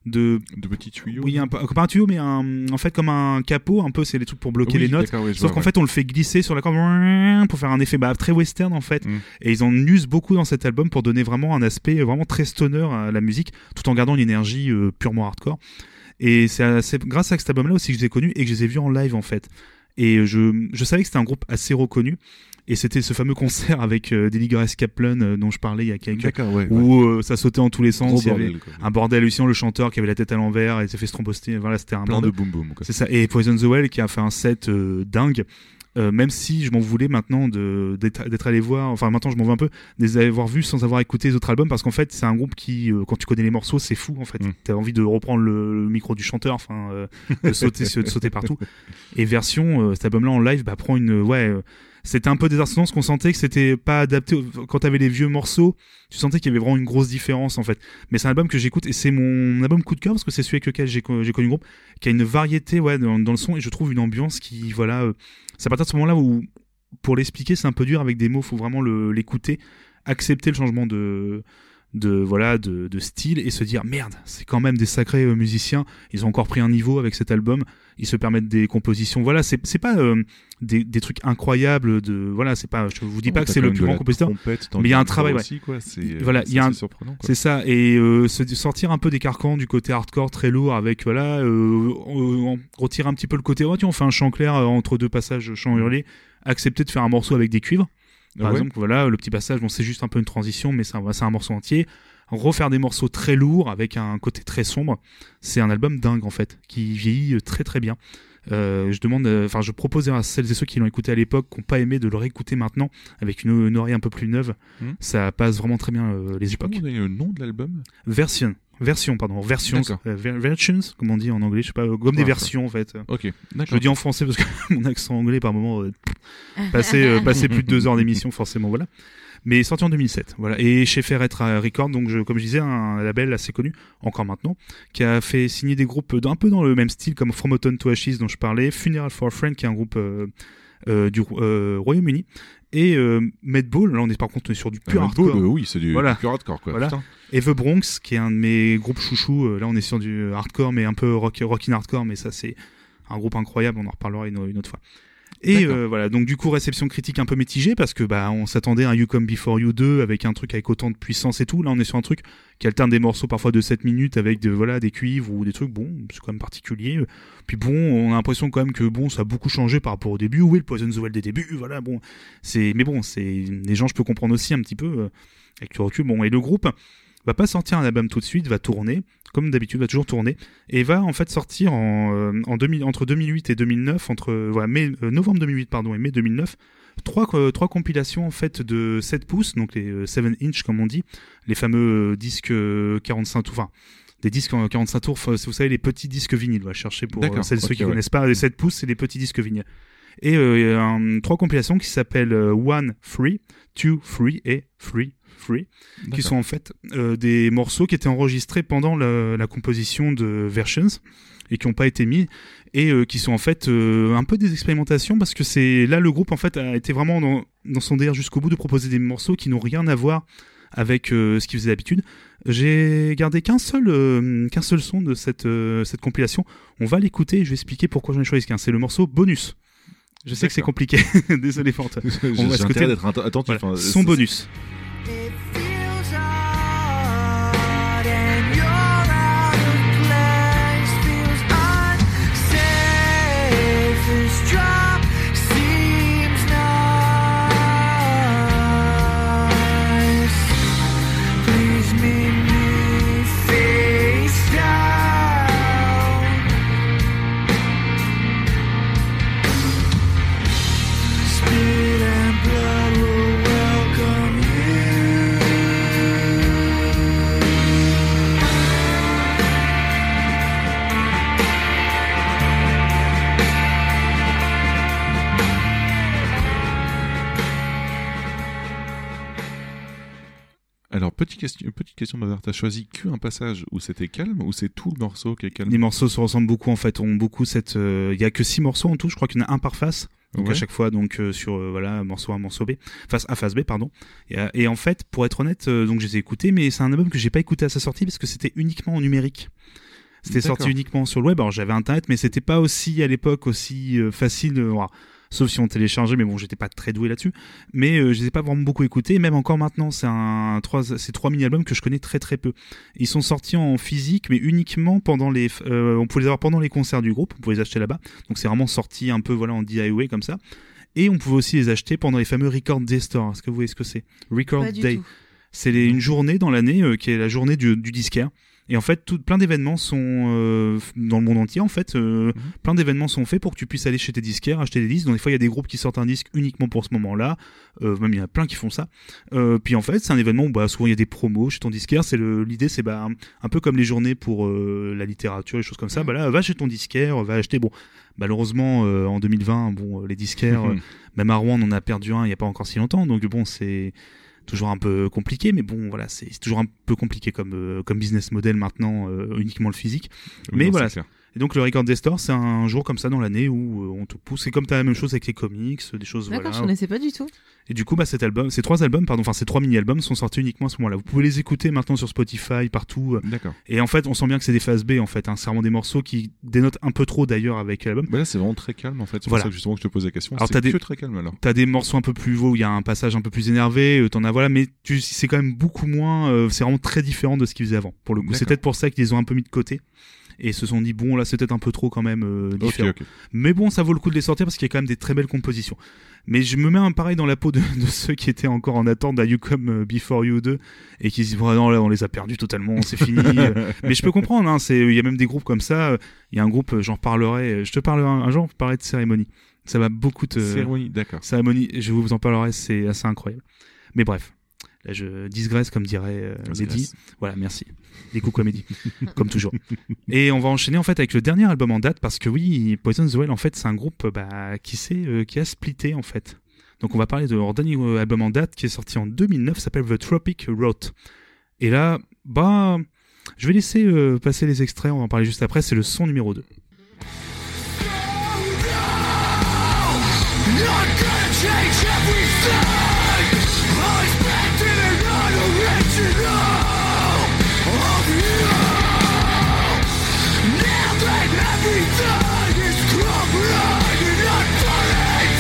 petits tuyaux. Oui, pas un tuyau, mais en fait comme un capot un peu, c'est les trucs pour bloquer les notes, sauf qu'en fait on le fait glisser sur la corde pour faire un effet très western en fait, et ils en usent beaucoup dans cet album pour donner vraiment un aspect vraiment très stoner à la musique, tout en gardant une énergie purement hardcore. Et c'est grâce à cet album là aussi que je les ai connus et que je les ai vus en live en fait, et je savais que c'était un groupe assez reconnu. Et c'était ce fameux concert avec Dilly Grace Kaplan dont je parlais il y a quelques où ça sautait en tous les sens. Il y avait un bordel hallucinant, le chanteur qui avait la tête à l'envers et s'est fait stromboster. Voilà, c'était un plein de boom boom. C'est ça. Et Poison the Well qui a fait un set dingue. Même si je m'en voulais maintenant d'être allé voir, enfin maintenant je m'en veux un peu, de les avoir vus sans avoir écouté les autres albums, parce qu'en fait c'est un groupe qui, quand tu connais les morceaux, c'est fou en fait. T'as envie de reprendre le micro du chanteur, enfin de sauter partout. Et Version, cet album-là en live, prend une c'était un peu désarçonnant, parce qu'on sentait que c'était pas adapté. Quand t'avais les vieux morceaux, tu sentais qu'il y avait vraiment une grosse différence en fait. Mais c'est un album que j'écoute, et c'est mon album coup de cœur, parce que c'est celui avec lequel j'ai connu le groupe, qui a une variété dans le son, et je trouve une ambiance qui c'est à partir de ce moment-là où, pour l'expliquer, c'est un peu dur avec des mots, faut vraiment l'écouter, accepter le changement de style, et se dire merde, c'est quand même des sacrés musiciens, ils ont encore pris un niveau avec cet album, ils se permettent des compositions, c'est pas des trucs incroyables c'est pas, je vous dis pas que c'est le plus grand compositeur, mais il y a un travail il y a surprenant, c'est ça, et sortir un peu des carcans du côté hardcore très lourd, avec retirer un petit peu le côté on fait un chant clair entre deux passages chant hurlé, accepter de faire un morceau avec des cuivres. Par exemple, le petit passage, c'est juste un peu une transition, mais c'est un morceau entier. Refaire des morceaux très lourds avec un côté très sombre, c'est un album dingue en fait, qui vieillit très très bien. Je propose à celles et ceux qui l'ont écouté à l'époque, qui n'ont pas aimé, de le réécouter maintenant avec une oreille un peu plus neuve. Ça passe vraiment très bien les époques. Comment on a le nom de l'album ? Versions, comme on dit en anglais, je sais pas, comme des versions en fait. Ok, d'accord. Je le dis en français parce que mon accent anglais par moment passer plus de 2 heures d'émission forcément, voilà. Mais sorti en 2007, voilà. Et chez Ferret Records, donc comme je disais, un label assez connu encore maintenant, qui a fait signer des groupes un peu dans le même style, comme From Autumn to Ashes dont je parlais, Funeral for a Friend qui est un groupe du Royaume-Uni, et Madball, là on est par contre sur du pur hardcore. Oui, c'est du pur hardcore quoi. Voilà. Et The Bronx qui est un de mes groupes chouchous, là on est sur du hardcore mais un peu rockin' hardcore, mais ça c'est un groupe incroyable, on en reparlera une autre fois. Et voilà, donc du coup réception critique un peu mitigée parce que on s'attendait à un You Come Before You 2 avec un truc avec autant de puissance et tout. Là on est sur un truc qui alterne des morceaux parfois de 7 minutes avec des cuivres ou des trucs, bon, c'est quand même particulier. Puis bon, on a l'impression quand même que bon, ça a beaucoup changé par rapport au début. Oui, le Poison the Well des débuts, voilà, bon, mais bon, c'est les gens, je peux comprendre aussi un petit peu avec le recul. Bon, et le groupe va pas sortir un album tout de suite, va tourner comme d'habitude, va toujours tourner et va en fait sortir entre 2008 et 2009, novembre 2008 et mai 2009, trois compilations en fait de 7 pouces, donc les 7 inch comme on dit, les fameux disques 45 tours, enfin des disques en 45 tours, vous savez les petits disques vinyles, on va chercher pour ceux qui connaissent pas, les 7 pouces c'est les petits disques vinyles. Et 3 compilations qui s'appellent One Free, Two Free et Free, qui sont en fait des morceaux qui étaient enregistrés pendant la composition de Versions et qui n'ont pas été mis et qui sont en fait un peu des expérimentations parce que c'est là le groupe en fait a été vraiment dans son délire jusqu'au bout de proposer des morceaux qui n'ont rien à voir avec ce qu'ils faisaient d'habitude. J'ai gardé qu'un seul son de cette compilation. On va l'écouter et je vais expliquer pourquoi j'en ai choisi qu'un. C'est le morceau Bonus. Je sais que c'est compliqué. Désolé Fante. On va écouter d'être attentif. Voilà. Son bonus. Alors, petite question, Bavard, t'as choisi qu'un passage où c'était calme ou c'est tout le morceau qui est calme? Les morceaux se ressemblent beaucoup en fait, ont beaucoup cette. Il y a que 6 morceaux en tout, je crois qu'il y en a un par face. Donc à chaque fois, sur morceau A, morceau B, face A, face B, pardon. Et en fait, pour être honnête, donc je les ai écoutés, mais c'est un album que j'ai pas écouté à sa sortie parce que c'était uniquement en numérique. C'était sorti uniquement sur le web. Alors j'avais internet, mais c'était pas aussi à l'époque aussi facile. Sauf si on téléchargeait, mais bon, j'étais pas très doué là-dessus. Mais je les ai pas vraiment beaucoup écoutés. Même encore maintenant, c'est 3 mini-albums que je connais très très peu. Ils sont sortis en physique, mais uniquement pendant on pouvait les avoir pendant les concerts du groupe. On pouvait les acheter là-bas. Donc c'est vraiment sorti un peu en DIY comme ça. Et on pouvait aussi les acheter pendant les fameux Record Day Store. Est-ce que vous voyez ce que c'est? Record Day. C'est une journée dans l'année qui est la journée du disquaire. Et en fait, plein d'événements sont dans le monde entier. En fait, plein d'événements sont faits pour que tu puisses aller chez tes disquaires, acheter des disques. Donc des fois, il y a des groupes qui sortent un disque uniquement pour ce moment-là. Même il y en a plein qui font ça. Puis en fait, c'est un événement où souvent il y a des promos chez ton disquaire. L'idée, c'est un peu comme les journées pour la littérature, les choses comme ça. Là, va chez ton disquaire, va acheter. Bon, malheureusement, en 2020, les disquaires, même à Rouen, on en a perdu un il y a pas encore si longtemps. Donc bon, c'est toujours un peu compliqué, mais bon, voilà, c'est toujours un peu compliqué comme business model maintenant, uniquement le physique. Mais voilà. Et donc le Record Day Store, c'est un jour comme ça dans l'année où on te pousse. C'est comme t'as la même chose avec les comics, des choses. D'accord, je connaissais pas du tout. Et du coup, ces 3 mini-albums sont sortis uniquement à ce moment-là. Vous pouvez les écouter maintenant sur Spotify, partout. D'accord. Et en fait, on sent bien que c'est des phases B, en fait. C'est vraiment des morceaux qui dénotent un peu trop d'ailleurs avec l'album. Là, c'est vraiment très calme, en fait. C'est pour ça que justement que je te pose la question. Alors, c'est très calme alors. T'as des morceaux un peu plus beaux, où il y a un passage un peu plus énervé, mais c'est quand même beaucoup moins. C'est vraiment très différent de ce qu'ils faisaient avant. Pour le coup, c'est peut-être pour ça qu'ils les ont un peu mis de côté. Et se sont dit, bon, là, c'est peut-être un peu trop quand même différent. Okay. Mais bon, ça vaut le coup de les sortir parce qu'il y a quand même des très belles compositions. Mais je me mets pareil dans la peau de ceux qui étaient encore en attente d'un You Come Before You 2 et qui se disent, non, là, on les a perdus totalement, c'est fini. Mais je peux comprendre, il y a même des groupes comme ça. Il y a un groupe, j'en reparlerai, je te parlerai un jour, je parlerai de Cérémonie. Ça va beaucoup Cérémonie, d'accord. Cérémonie, je vous en parlerai, c'est assez incroyable. Mais bref. Là, je digresse, comme dirait Mehdi. Voilà, merci. Des coups comédie, comme toujours. Et on va enchaîner en fait avec le dernier album en date parce que oui, Poison the Well, en fait, c'est un groupe qui a splitté en fait. Donc on va parler de leur dernier album en date qui est sorti en 2009, s'appelle The Tropic Route. Et là, je vais laisser passer les extraits, on va en parler juste après. C'est le son numéro 2. Everything is crumbling and unfolding.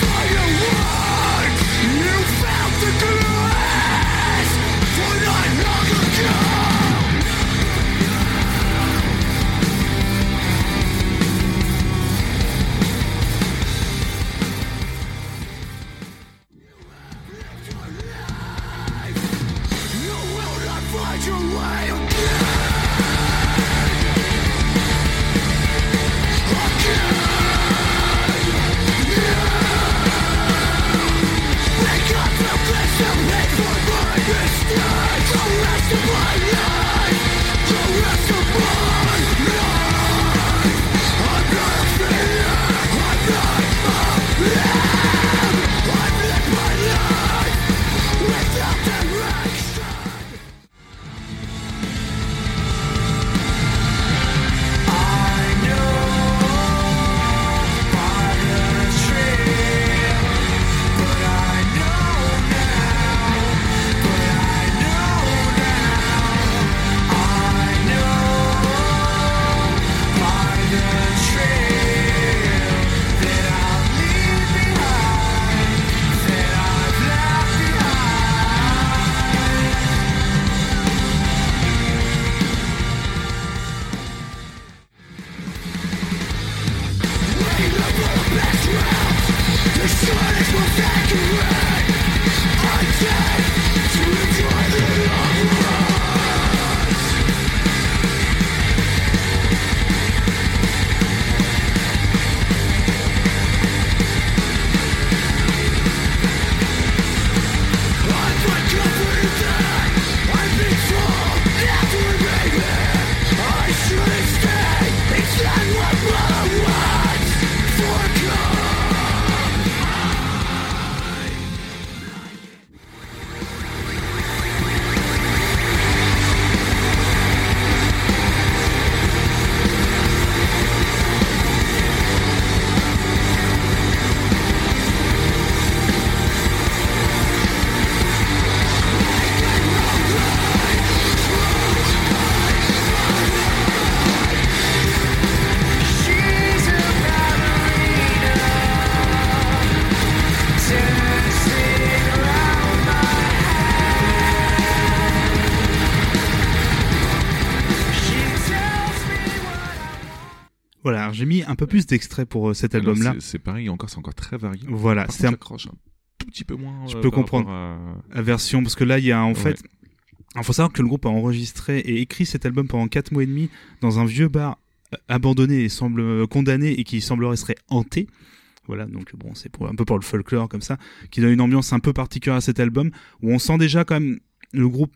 Voilà, j'ai mis un peu plus d'extraits pour cet album-là. C'est pareil, c'est encore très varié. Voilà, c'est un accroche un tout petit peu moins. Je peux comprendre la version parce que là, il y a en fait. Il faut savoir que le groupe a enregistré et écrit cet album pendant 4 mois et demi dans un vieux bar abandonné et semble condamné et qui semblerait serait hanté. Voilà, donc bon, c'est un peu pour le folklore comme ça, qui donne une ambiance un peu particulière à cet album où on sent déjà quand même le groupe,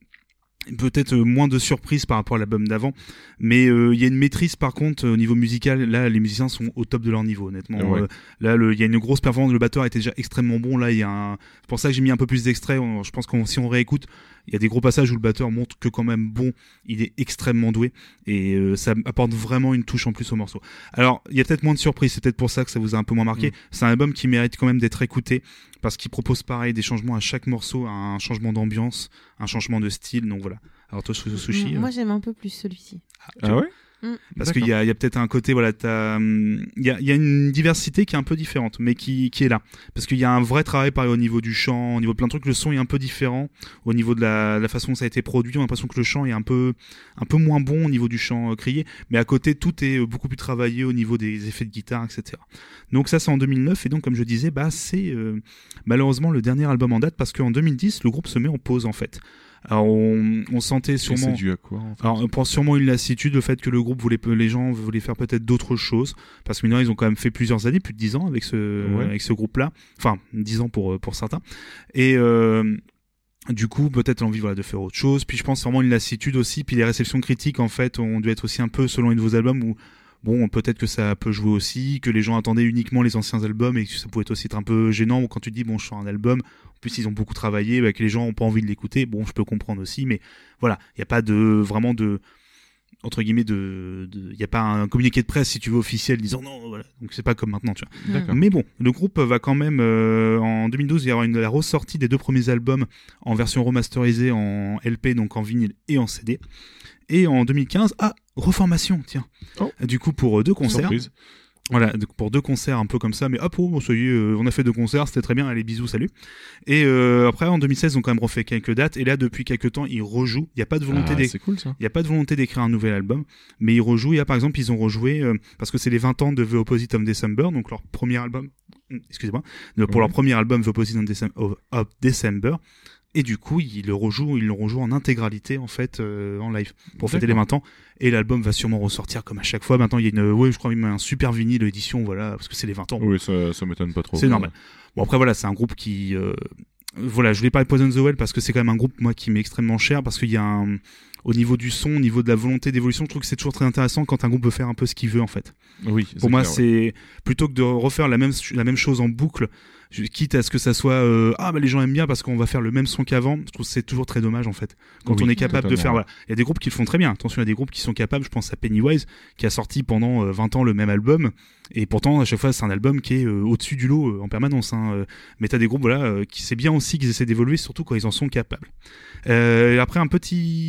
peut-être moins de surprises par rapport à l'album d'avant, mais il y a une maîtrise par contre au niveau musical. Là, les musiciens sont au top de leur niveau, honnêtement. Là, il y a une grosse performance. Le batteur était déjà extrêmement bon. Là, c'est pour ça que j'ai mis un peu plus d'extraits. Je pense que si on réécoute, il y a des gros passages où le batteur montre que quand même il est extrêmement doué et ça apporte vraiment une touche en plus au morceau. Alors, il y a peut-être moins de surprises. C'est peut-être pour ça que ça vous a un peu moins marqué. C'est un album qui mérite quand même d'être écouté parce qu'il propose pareil des changements à chaque morceau, un changement d'ambiance, un changement de style. Donc voilà. Alors toi, Sushi. Moi, j'aime un peu plus celui-ci. Ah ouais? Parce qu'il y a peut-être un côté, voilà, il y a une diversité qui est un peu différente, mais qui est là. Parce qu'il y a un vrai travail pareil au niveau du chant, au niveau de plein de trucs. Le son est un peu différent au niveau de la façon dont ça a été produit. On a l'impression que le chant est un peu moins bon au niveau du chant crié, mais à côté tout est beaucoup plus travaillé au niveau des effets de guitare, etc. Donc ça, c'est en 2009 et donc comme je disais, c'est malheureusement le dernier album en date parce qu'en 2010 le groupe se met en pause en fait. Alors on sentait sûrement. Et c'est dû à quoi en fait? Alors on pense sûrement une lassitude, le fait que le groupe les gens voulaient faire peut-être d'autres choses, parce que maintenant ils ont quand même fait plusieurs années, plus de 10 ans avec ce groupe-là, enfin 10 ans pour certains, et du coup peut-être l'envie de faire autre chose. Puis je pense vraiment une lassitude aussi, puis les réceptions critiques en fait ont dû être aussi un peu selon les nouveaux albums où peut-être que ça peut jouer aussi, que les gens attendaient uniquement les anciens albums et que ça pouvait aussi être un peu gênant quand tu te dis je sors un album, en plus ils ont beaucoup travaillé, que les gens ont pas envie de l'écouter, je peux comprendre aussi, mais voilà, il y a pas vraiment de entre guillemets il y a pas un communiqué de presse si tu veux officiel disant non, voilà, donc c'est pas comme maintenant, tu vois. D'accord. Mais bon, le groupe va quand même en 2012 il y aura la ressortie des 2 premiers albums en version remasterisée en LP, donc en vinyle et en CD. Et en 2015, reformation, tiens. Du coup, pour 2 concerts. Surprise. Voilà, pour 2 concerts un peu comme ça, mais ça y est, on a fait 2 concerts, c'était très bien, allez, bisous, salut. Et après, en 2016, ils ont quand même refait quelques dates, et là, depuis quelques temps, ils rejouent. Il n'y a pas de volonté c'est cool, ça. Il n'y a pas de volonté d'écrire un nouvel album, mais ils rejouent. Par exemple, ils ont rejoué, parce que c'est les 20 ans de The Opposite of December, donc leur premier album, excusez-moi, pour leur premier album, The Opposite of December. Et du coup, ils l'ont rejoué en intégralité en fait en live pour fêter les 20 ans. Et l'album va sûrement ressortir comme à chaque fois. Maintenant, il y a je crois un super vinyle édition, voilà, parce que c'est les 20 ans. Oui, ça m'étonne pas trop. C'est normal. Bon après voilà, c'est un groupe qui voilà, je voulais parler de Poison the Well parce que c'est quand même un groupe moi qui m'est extrêmement cher parce qu'il y a au niveau du son, au niveau de la volonté d'évolution, je trouve que c'est toujours très intéressant quand un groupe veut faire un peu ce qu'il veut en fait. Oui. Pour moi, c'est plutôt que de refaire la même chose en boucle, quitte à ce que ça soit les gens aiment bien parce qu'on va faire le même son qu'avant. Je trouve que c'est toujours très dommage en fait. Quand on est capable de faire, voilà, il y a des groupes qui le font très bien. Attention, il y a des groupes qui sont capables. Je pense à Pennywise qui a sorti pendant 20 ans le même album et pourtant à chaque fois c'est un album qui est au-dessus du lot en permanence. Mais t'as des groupes qui c'est bien aussi qu'ils essaient d'évoluer, surtout quand ils en sont capables. Après un petit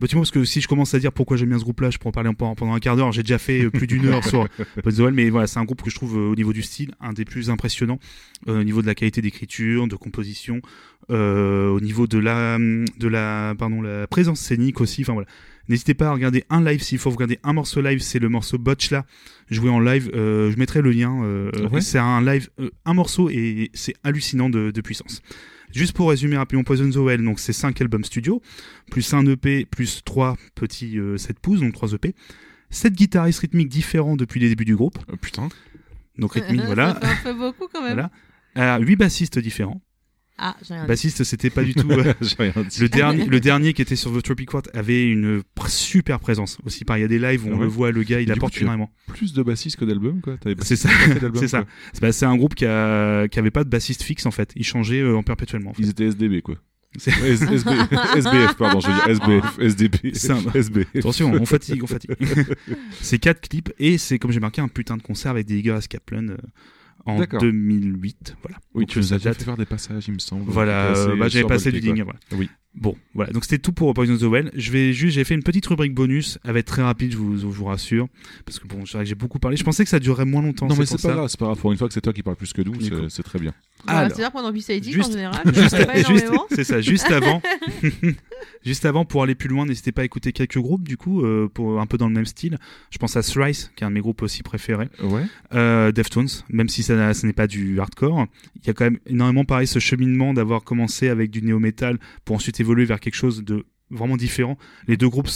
tu vois, parce que si je commence à dire pourquoi j'aime bien ce groupe-là, je pourrais en parler pendant un quart d'heure. J'ai déjà fait plus d'une heure sur Poison the Well, mais voilà, c'est un groupe que je trouve au niveau du style un des plus impressionnants, au niveau de la qualité d'écriture, de composition, au niveau de la présence scénique aussi. Enfin voilà. N'hésitez pas à regarder un live. S'il faut regarder un morceau live, c'est le morceau Botch là, joué en live. Je mettrai le lien. C'est un live, un morceau, et c'est hallucinant de puissance. Juste pour résumer rapidement, Poison the Well, donc c'est 5 albums studio, plus un EP, plus 3 petits 7 pouces, donc 3 EP. 7 guitaristes rythmiques différents depuis les débuts du groupe. Putain. Donc rythmique, voilà. Ça fait beaucoup quand même. Voilà. 8 bassistes différents. Ah, j'ai rien dit. Bassiste, c'était pas du tout. Le dernier qui était sur The Tropic Quartet avait une super présence aussi. Il y a des lives où on le voit, le gars, il apporte énormément. Plus de bassistes que d'albums, quoi. C'est ça. C'est ça. C'est un groupe qui avait pas de bassiste fixe en fait. Ils changeaient en perpétuellement. En fait. Ils étaient SDB, quoi. SBF, pardon, je veux dire SBF, SDP, SB. Attention, on fatigue. C'est 4 clips et c'est, comme j'ai marqué, un putain de concert avec des Igor Kaplan. En 2008, voilà. Oui, tu nous as déjà fait faire des passages, il me semble. Voilà, j'avais passé du ding. Voilà. Oui. Bon, voilà. Donc c'était tout pour Poison the Well. J'ai fait une petite rubrique bonus, elle va être très rapide, je vous rassure, parce que bon, c'est vrai que j'ai beaucoup parlé. Je pensais que ça durerait moins longtemps. Non, mais c'est pas grave, c'est pas grave. Pour une fois que c'est toi qui parles plus que nous, c'est très bien. C'est-à-dire pendant B-Side en général, pas énormément. C'est ça. Juste avant, pour aller plus loin, n'hésitez pas à écouter quelques groupes, du coup, pour un peu dans le même style. Je pense à Thrice, qui est un de mes groupes aussi préférés. Ouais. Deftones, même si ce n'est pas du hardcore. Il y a quand même énormément, pareil, ce cheminement d'avoir commencé avec du néo-metal pour ensuite évoluer vers quelque chose de vraiment différent. Les deux groupes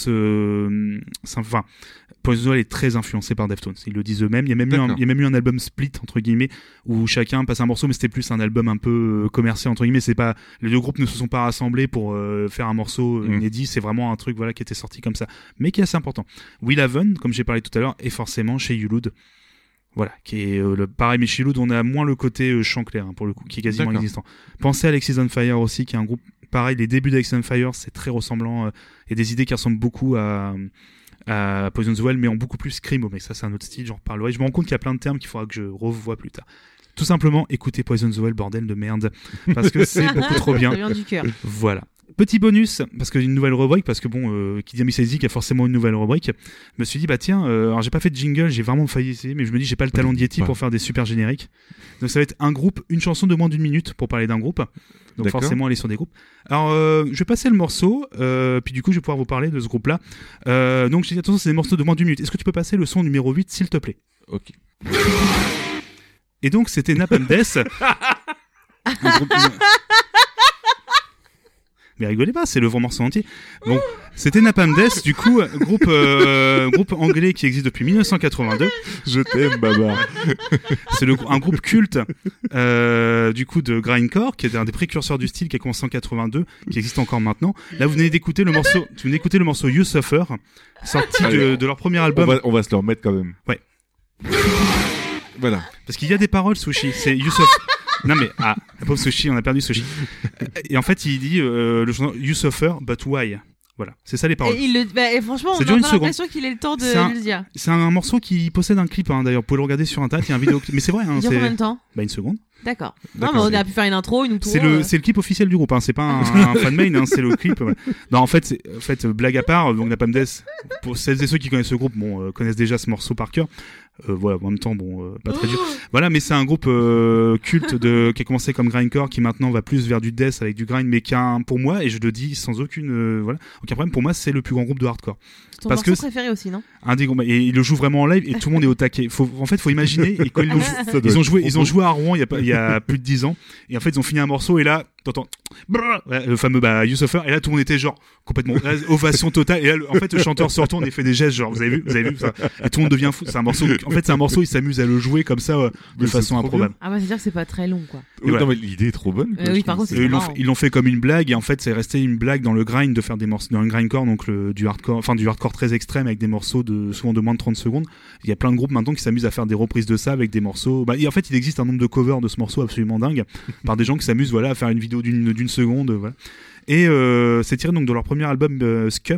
Poison the Well est très influencé par Deftones. Ils le disent eux-mêmes. Il y a même eu un album split, entre guillemets, où chacun passe un morceau, mais c'était plus un album un peu commercial, entre guillemets. Les deux groupes ne se sont pas rassemblés pour faire un morceau inédit. C'est vraiment un truc, voilà, qui était sorti comme ça. Mais qui est assez important. Will Haven, comme j'ai parlé tout à l'heure, est forcément chez Yulud. Voilà, qui est pareil, mais chez Yulud, on a moins le côté chant clair, pour le coup, qui est quasiment inexistant. Pensez à Alexis on Fire aussi, qui est un groupe pareil, les débuts d'Alexis on Fire, c'est très ressemblant. Il y a des idées qui ressemblent beaucoup à Poison the Well, mais en beaucoup plus screamo. Mais ça, c'est un autre style, j'en reparlerai. Je me rends compte qu'il y a plein de termes qu'il faudra que je revoie plus tard. Tout simplement, écoutez Poison the Well, bordel de merde, parce que c'est beaucoup trop bien. Ça vient du cœur. Voilà. Petit bonus, parce que une nouvelle rubrique, parce que bon, qui dit Amisazik a forcément une nouvelle rubrique. Je me suis dit, bah tiens, alors j'ai pas fait de jingle, j'ai vraiment failli essayer, mais je me dis, j'ai pas le talent d'Yeti pour faire des super génériques. Donc ça va être un groupe, une chanson de moins d'une minute pour parler d'un groupe. Donc forcément aller sur des groupes. Alors je vais passer le morceau, puis du coup je vais pouvoir vous parler de ce groupe-là. Donc j'ai dit, attention, c'est des morceaux de moins d'une minute. Est-ce que tu peux passer le son numéro 8, s'il te plaît? Ok. Et donc c'était Napalm Death. Mais rigolez pas, c'est le vrai morceau entier. Bon, c'était Napalm Death, du coup, groupe anglais qui existe depuis 1982. Je t'aime, Baba. C'est un groupe culte, du coup, de grindcore, qui est un des précurseurs du style, qui a commencé en 82, qui existe encore maintenant. Là, vous venez d'écouter le morceau You Suffer, sorti de leur premier album. On va se le remettre quand même. Ouais. Voilà. Parce qu'il y a des paroles, Sushi. C'est You Suffer. Non mais la pauvre Sushi, on a perdu Sushi. Et en fait, il dit le chanteur You Suffer, but why? Voilà, c'est ça les paroles. Et franchement, on a l'impression qu'il ait le temps de le dire. C'est un morceau qui possède un clip, d'ailleurs. Vous pouvez le regarder sur internet, il y a un vidéo. Mais c'est vrai. Il dure combien de temps? Une seconde. D'accord. Non, mais on a pu faire une intro, une outro. C'est le clip officiel du groupe, c'est pas un fan main, c'est le clip. Ouais. Non, en fait, blague à part, donc Napalm Death, pour celles et ceux qui connaissent ce groupe, connaissent déjà ce morceau par cœur. Voilà, en même temps, pas très dur. Voilà, mais c'est un groupe culte qui a commencé comme grindcore, qui maintenant va plus vers du death avec du grind, mais qui a pour moi, et je le dis sans aucun problème, pour moi, c'est le plus grand groupe de hardcore. C'est ton morceau préféré aussi, non? Un des groupes, et il le joue vraiment en live, et tout le monde est au taquet. Faut imaginer, et quand ils ont joué à Rouen il y a plus de 10 ans, et en fait, ils ont fini un morceau, et là, t'entends le fameux You Suffer, et là tout le monde était genre complètement ovation totale, et là en fait le chanteur se retourne et fait des gestes genre vous avez vu ça, et tout le monde devient fou. C'est un morceau, il s'amuse à le jouer comme ça de façon improbable. Ah bah c'est dire que c'est pas très long quoi. Non mais l'idée est trop bonne quoi, oui, par contre ils l'ont fait comme une blague, et en fait c'est resté une blague dans le grind de faire des morceaux dans le grindcore, donc du hardcore très extrême avec des morceaux souvent de moins de 30 secondes. Il y a plein de groupes maintenant qui s'amusent à faire des reprises de ça avec des morceaux, et en fait il existe un nombre de covers de ce morceau absolument dingue par des gens qui s'amusent à faire une vidéo d'une seconde, voilà. Et c'est tiré donc de leur premier album Scum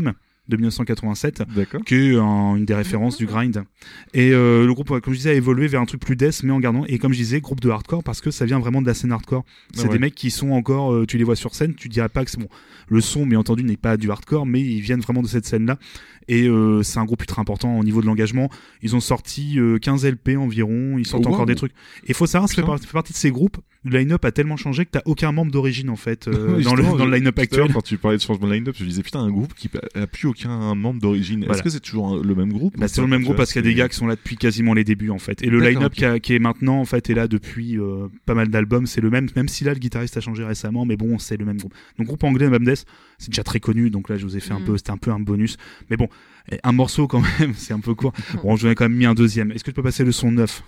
de 1987, D'accord. qui est une des références du grind. Et le groupe, comme je disais, a évolué vers un truc plus death, mais en gardant, et comme je disais, groupe de hardcore, parce que ça vient vraiment de la scène hardcore. C'est des mecs qui sont encore, tu les vois sur scène, tu dirais pas que c'est bon. Le son, bien entendu, n'est pas du hardcore, mais ils viennent vraiment de cette scène-là. Et c'est un groupe ultra important au niveau de l'engagement. Ils ont sorti 15 LP environ, ils sortent encore des trucs. Et il faut savoir, ça fait partie de ces groupes. Le line-up a tellement changé que t'as aucun membre d'origine en fait dans le line-up actuel. Quand tu parlais de changement de line-up, je disais putain, un groupe qui a plus aucun membre d'origine. Voilà. Est-ce que c'est toujours le même groupe? C'est le même groupe parce qu'il y a des gars qui sont là depuis quasiment les débuts en fait. Et le line-up qui est maintenant en fait est là depuis pas mal d'albums, c'est le même si là le guitariste a changé récemment, mais bon, c'est le même groupe. Donc groupe anglais Mabdes, c'est déjà très connu, donc là je vous ai fait c'était un peu un bonus. Mais bon, un morceau quand même, c'est un peu court. Bon, je vous ai quand même mis un deuxième. Est-ce que tu peux passer le son 9?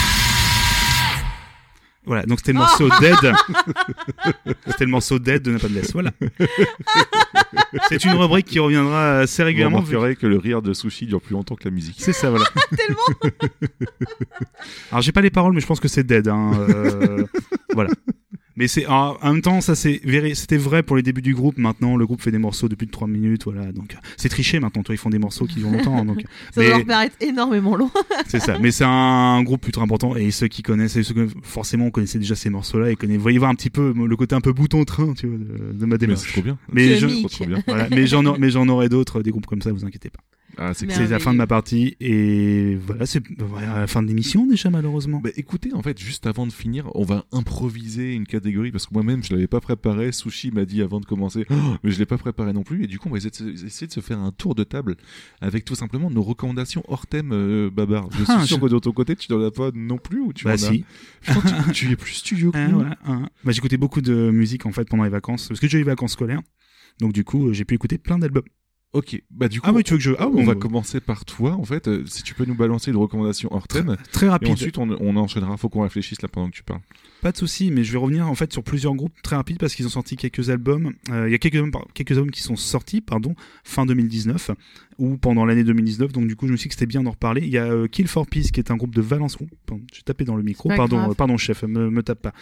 Voilà, donc c'était le morceau Dead. C'était le morceau Dead de Napalm. Voilà. C'est une rubrique qui reviendra assez régulièrement. Vous remarquerez que le rire de Sushi dure plus longtemps que la musique. C'est ça, voilà. Tellement. Alors j'ai pas les paroles, mais je pense que c'est Dead. Voilà. Mais en même temps, ça c'était vrai pour les débuts du groupe. Maintenant, le groupe fait des morceaux de plus de 3 minutes, voilà. Donc c'est triché maintenant. Toi, ils font des morceaux qui durent longtemps. Donc ça doit leur paraître énormément long. C'est ça. Mais c'est un groupe ultra important et ceux qui connaissent, forcément, on connaissait déjà ces morceaux-là et vous voyez voir un petit peu le côté un peu bouton train, tu vois, de ma démarche. C'est trop bien. Mais trop bien. Voilà. Mais j'en aurai d'autres, des groupes comme ça, vous inquiétez pas. Ah, c'est la fin de ma partie et voilà, c'est la fin de l'émission déjà malheureusement. Bah écoutez, en fait, juste avant de finir, on va improviser une catégorie parce que moi-même je l'avais pas préparé. Sushi m'a dit avant de commencer, mais je l'ai pas préparé non plus. Et du coup, on va essayer de se faire un tour de table avec tout simplement nos recommandations hors thème, Babar. Je suis sûr que de ton côté, tu n'en as pas non plus ou tu en as. Si. Putain, tu es plus studio que nous. Voilà, Bah j'écoutais beaucoup de musique en fait pendant les vacances parce que j'ai eu les vacances scolaires. Donc du coup, j'ai pu écouter plein d'albums. Ok, bah du coup, tu veux que on va commencer par toi en fait. Si tu peux nous balancer une recommandation hors thème, très rapide. Et ensuite on enchaînera. Faut qu'on réfléchisse là pendant que tu parles. Pas de souci, mais je vais revenir en fait sur plusieurs groupes très rapides parce qu'ils ont sorti quelques albums. Il y a quelques albums qui sont sortis, fin 2019 ou pendant l'année 2019. Donc du coup, je me suis dit que c'était bien d'en reparler. Il y a Kill for Peace qui est un groupe de Valence. J'ai tapé dans le micro. Pardon, chef, me tape pas.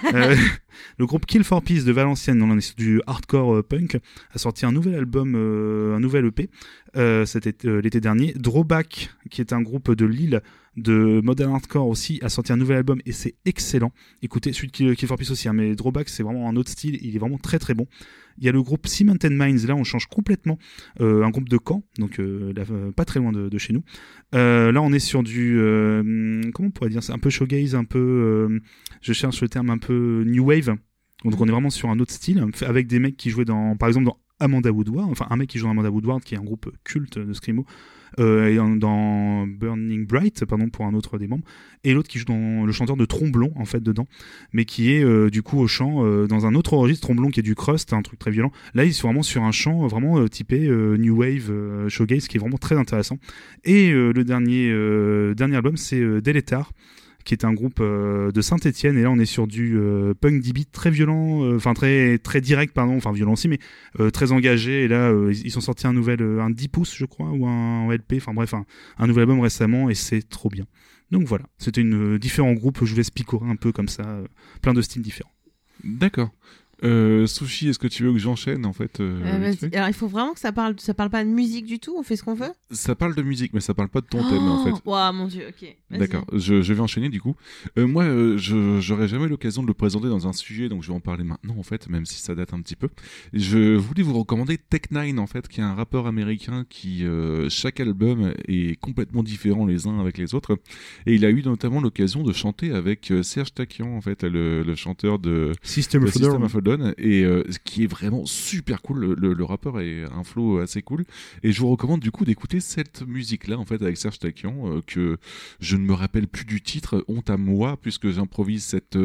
Le groupe Kill for Peace de Valenciennes, on est sur du hardcore punk, a sorti un nouvel album, un nouvel EP. C'était l'été dernier. Drawback, qui est un groupe de Lille de modern hardcore aussi, a sorti un nouvel album et c'est excellent. Écoutez, celui de Kill for Peace aussi, mais Drawback c'est vraiment un autre style, il est vraiment très très bon. Il y a le groupe Cement and Mines, là on change complètement, un groupe de Caen, donc pas très loin de chez nous. Là on est sur du, comment on pourrait dire, c'est un peu shoegaze, un peu, je cherche le terme, un peu new wave. Donc on est vraiment sur un autre style, avec des mecs qui jouaient par exemple dans Amanda Woodward, enfin un mec qui joue dans Amanda Woodward qui est un groupe culte de screamo, et dans Burning Bright, pour un autre des membres, et l'autre qui joue dans le chanteur de Tromblon en fait dedans, mais qui est du coup au chant dans un autre registre. Tromblon qui est du crust, un truc très violent. Là ils sont vraiment sur un chant vraiment typé new wave, shoegaze, qui est vraiment très intéressant. Et le dernier album c'est Deletar, qui est un groupe de Saint-Étienne, et là on est sur du punk D-beat très violent, très très direct, violent aussi, mais très engagé. Et là ils sont sortis un 10 pouces je crois, ou un LP, un nouvel album récemment, et c'est trop bien. Donc voilà, c'était différents groupes, je vous laisse picorer un peu comme ça, plein de styles différents. D'accord. Sushi, est-ce que tu veux que j'enchaîne en fait Alors il faut vraiment que ça parle pas de musique du tout, on fait ce qu'on veut. Ça parle de musique, mais ça parle pas de ton thème en fait. Waouh, mon dieu, ok. Vas-y. D'accord, je vais enchaîner du coup. Moi, j'aurais jamais l'occasion de le présenter dans un sujet, donc je vais en parler maintenant en fait, même si ça date un petit peu. Je voulais vous recommander Tech9 en fait, qui est un rappeur américain qui chaque album est complètement différent les uns avec les autres, et il a eu notamment l'occasion de chanter avec Serge Takian en fait, le chanteur de System of a Down. Et qui est vraiment super cool. Le rappeur est un flow assez cool, et je vous recommande du coup d'écouter cette musique là en fait avec Serge Takian, que je ne me rappelle plus du titre, honte à moi puisque j'improvise cette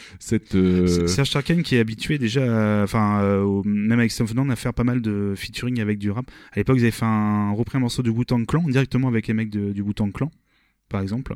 Serge Takian qui est habitué déjà même avec System of a Down à faire pas mal de featuring avec du rap. À l'époque ils avaient fait repris un morceau de Wu-Tang Clan directement avec les mecs du Wu-Tang Clan par exemple,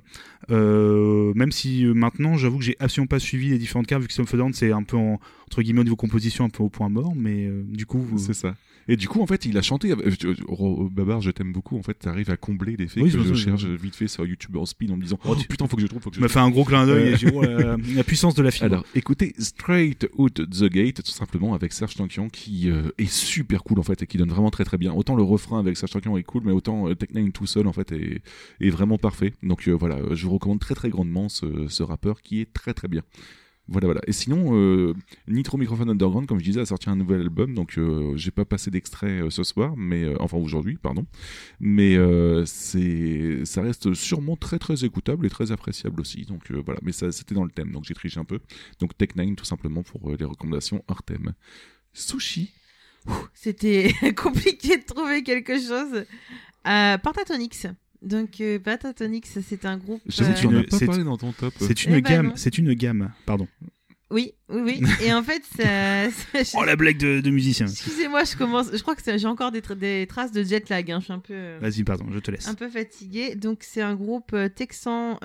même si maintenant j'avoue que j'ai absolument pas suivi les différentes cartes, vu que System of a Down c'est un peu entre guillemets au niveau composition un peu au point mort, mais du coup c'est ça. Et du coup, en fait, il a chanté. Babar, je t'aime beaucoup. En fait, t'arrives à combler l'effet Oui, que je c'est cherche vite fait sur YouTube en speed en me disant putain, faut que je trouve. Tu m'as fait un gros clin d'œil et j'ai dit la puissance de la fibre. Alors, écoutez Straight Out the Gate, tout simplement, avec Serge Tankian, qui est super cool en fait et qui donne vraiment très très bien. Autant le refrain avec Serge Tankian est cool, mais autant Tech9 tout seul en fait est vraiment parfait. Donc voilà, je vous recommande très très grandement ce rappeur qui est très très bien. Voilà. Et sinon, Nitro Microphone Underground, comme je disais, a sorti un nouvel album, donc j'ai pas passé d'extrait ce soir, mais enfin aujourd'hui, pardon. Mais ça reste sûrement très très écoutable et très appréciable aussi. Donc voilà, mais ça c'était dans le thème, donc j'ai triché un peu. Donc Tech9 tout simplement pour les recommandations hors thème. Sushi. C'était compliqué de trouver quelque chose. Pentatonix. Donc Pentatonix, c'est un groupe. Je sais que tu n'en as pas parlé dans ton top. C'est une gamme. C'est une gamme. Pardon. Oui. Et en fait, oh la blague de musicien. Excusez-moi, je crois que j'ai encore des traces de jet lag. Hein. Je suis un peu. Vas-y, pardon, je te laisse. Un peu fatiguée. Donc c'est un groupe texan.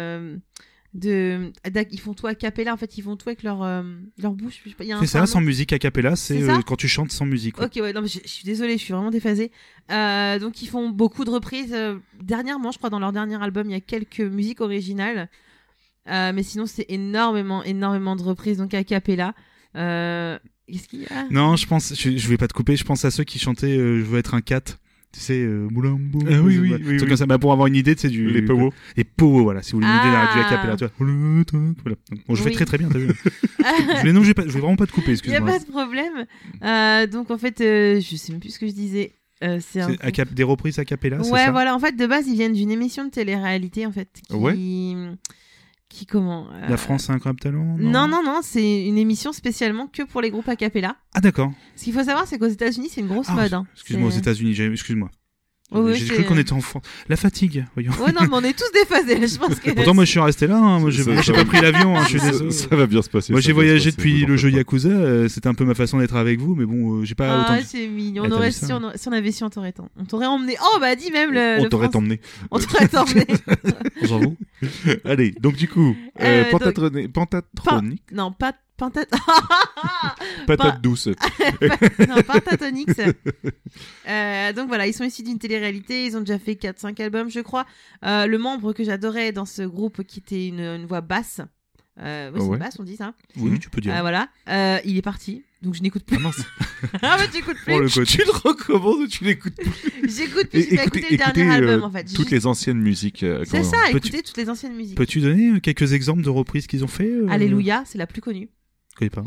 Ils font tout a cappella, en fait ils font tout avec leur bouche. C'est ça, sans musique a cappella, c'est quand tu chantes sans musique. Ok, ouais, non, mais je suis désolée, je suis vraiment déphasée. Donc ils font beaucoup de reprises. Dernièrement, je crois, dans leur dernier album, il y a quelques musiques originales. Mais sinon, c'est énormément de reprises, donc a cappella. Qu'est-ce qu'il y a ? Non, je pense, je vais pas te couper, je pense à ceux qui chantaient Je veux être un cat. Tu sais, Moulambo. Oui. C'est comme ça, pour avoir une idée, tu sais, les powo. Les powo, voilà. Si vous voulez une idée du acapella, tu vois. Voilà. Bon, je fais très très bien, t'as vu. Je vais vraiment pas te couper, excuse-moi. Il n'y a pas de problème. Donc en fait, je sais même plus ce que je disais. C'est des reprises acapella, c'est ça ? Ouais, voilà. En fait, de base, ils viennent d'une émission de télé-réalité, en fait. Qui comment La France a un incroyable talent ? Non, c'est une émission spécialement que pour les groupes a cappella. Ah d'accord. Ce qu'il faut savoir, c'est qu'aux États-Unis, c'est une grosse mode. Hein. Excuse-moi, aux États-Unis, excuse-moi. J'ai cru qu'on était en France. La fatigue, voyons. Ouais, non, mais on est tous déphasés, je pense que. Pourtant, moi, je suis resté là. Hein. Moi, j'ai pas pris l'avion. Hein, je suis désolé. Ça va bien se passer. Moi, j'ai voyagé depuis le jeu Yakuza. C'était un peu ma façon d'être avec vous, mais bon, j'ai pas autant. Ah, c'est mignon. Si on avait su, on t'aurait emmené. Oh, bah, dis même le. On t'aurait emmené. On t'aurait emmené. J'en vous. Allez, donc du coup, Pentatronic. Non, pas. Patate douce. Non, Pentatonix. Donc voilà, ils sont issus d'une télé-réalité. Ils ont déjà fait 4-5 albums, je crois. Le membre que j'adorais dans ce groupe, qui était une voix basse. C'est une basse, on dit ça. Oui, tu peux dire. Voilà. Il est parti. Donc je n'écoute plus. Ah mais tu écoutes plus. Tu le recommandes ou tu l'écoutes plus ? J'écoute plus. J'ai écouté le dernier album en fait. Toutes les anciennes musiques. C'est ça, écoutez toutes les anciennes musiques. Peux-tu donner quelques exemples de reprises qu'ils ont fait Alléluia, c'est la plus connue. Je connais pas.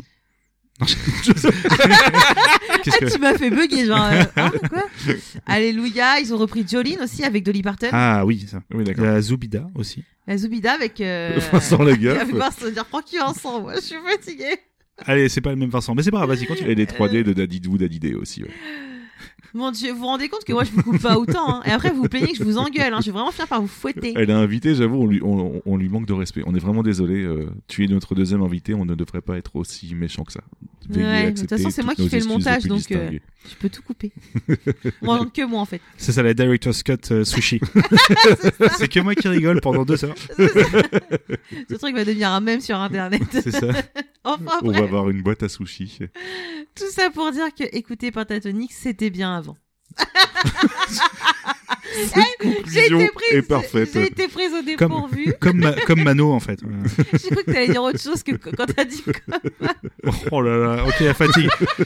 Tu m'as fait bugger, genre. Quoi ? Alléluia, ils ont repris Jolene aussi avec Dolly Parton. Ah oui, ça. Oui, d'accord. La Zoubida aussi. La Zoubida avec. Vincent Lagaffe. Avec Vincent, dire prends qui Vincent, moi je suis fatiguée. Allez, c'est pas le même Vincent, mais c'est pas grave, vas-y, continue. Et les 3D de Dadidou, Dadidé aussi, ouais. Mon Dieu, vous vous rendez compte que moi je vous coupe pas autant, hein. Et après vous vous plaignez que je vous engueule, hein. Je vais vraiment finir par vous fouetter. Elle a invité, j'avoue, on lui manque de respect. On est vraiment désolé. Tu es notre deuxième invité, on ne devrait pas être aussi méchant que ça. Ouais, de toute façon c'est moi qui fais le montage, donc je peux tout couper. Moins que moi en fait. C'est ça la Director's Cut Sushi. C'est que moi qui rigole pendant 2 heures. Ce truc va devenir un mème sur internet. C'est ça. Enfin, on va avoir une boîte à sushi. Tout ça pour dire que écouter Pentatonix, c'était bien avant. J'ai été prise au dépourvu. Comme Mano en fait. J'ai cru que t'allais dire autre chose que quand t'as dit comme. Oh là là, ok, la fatigue.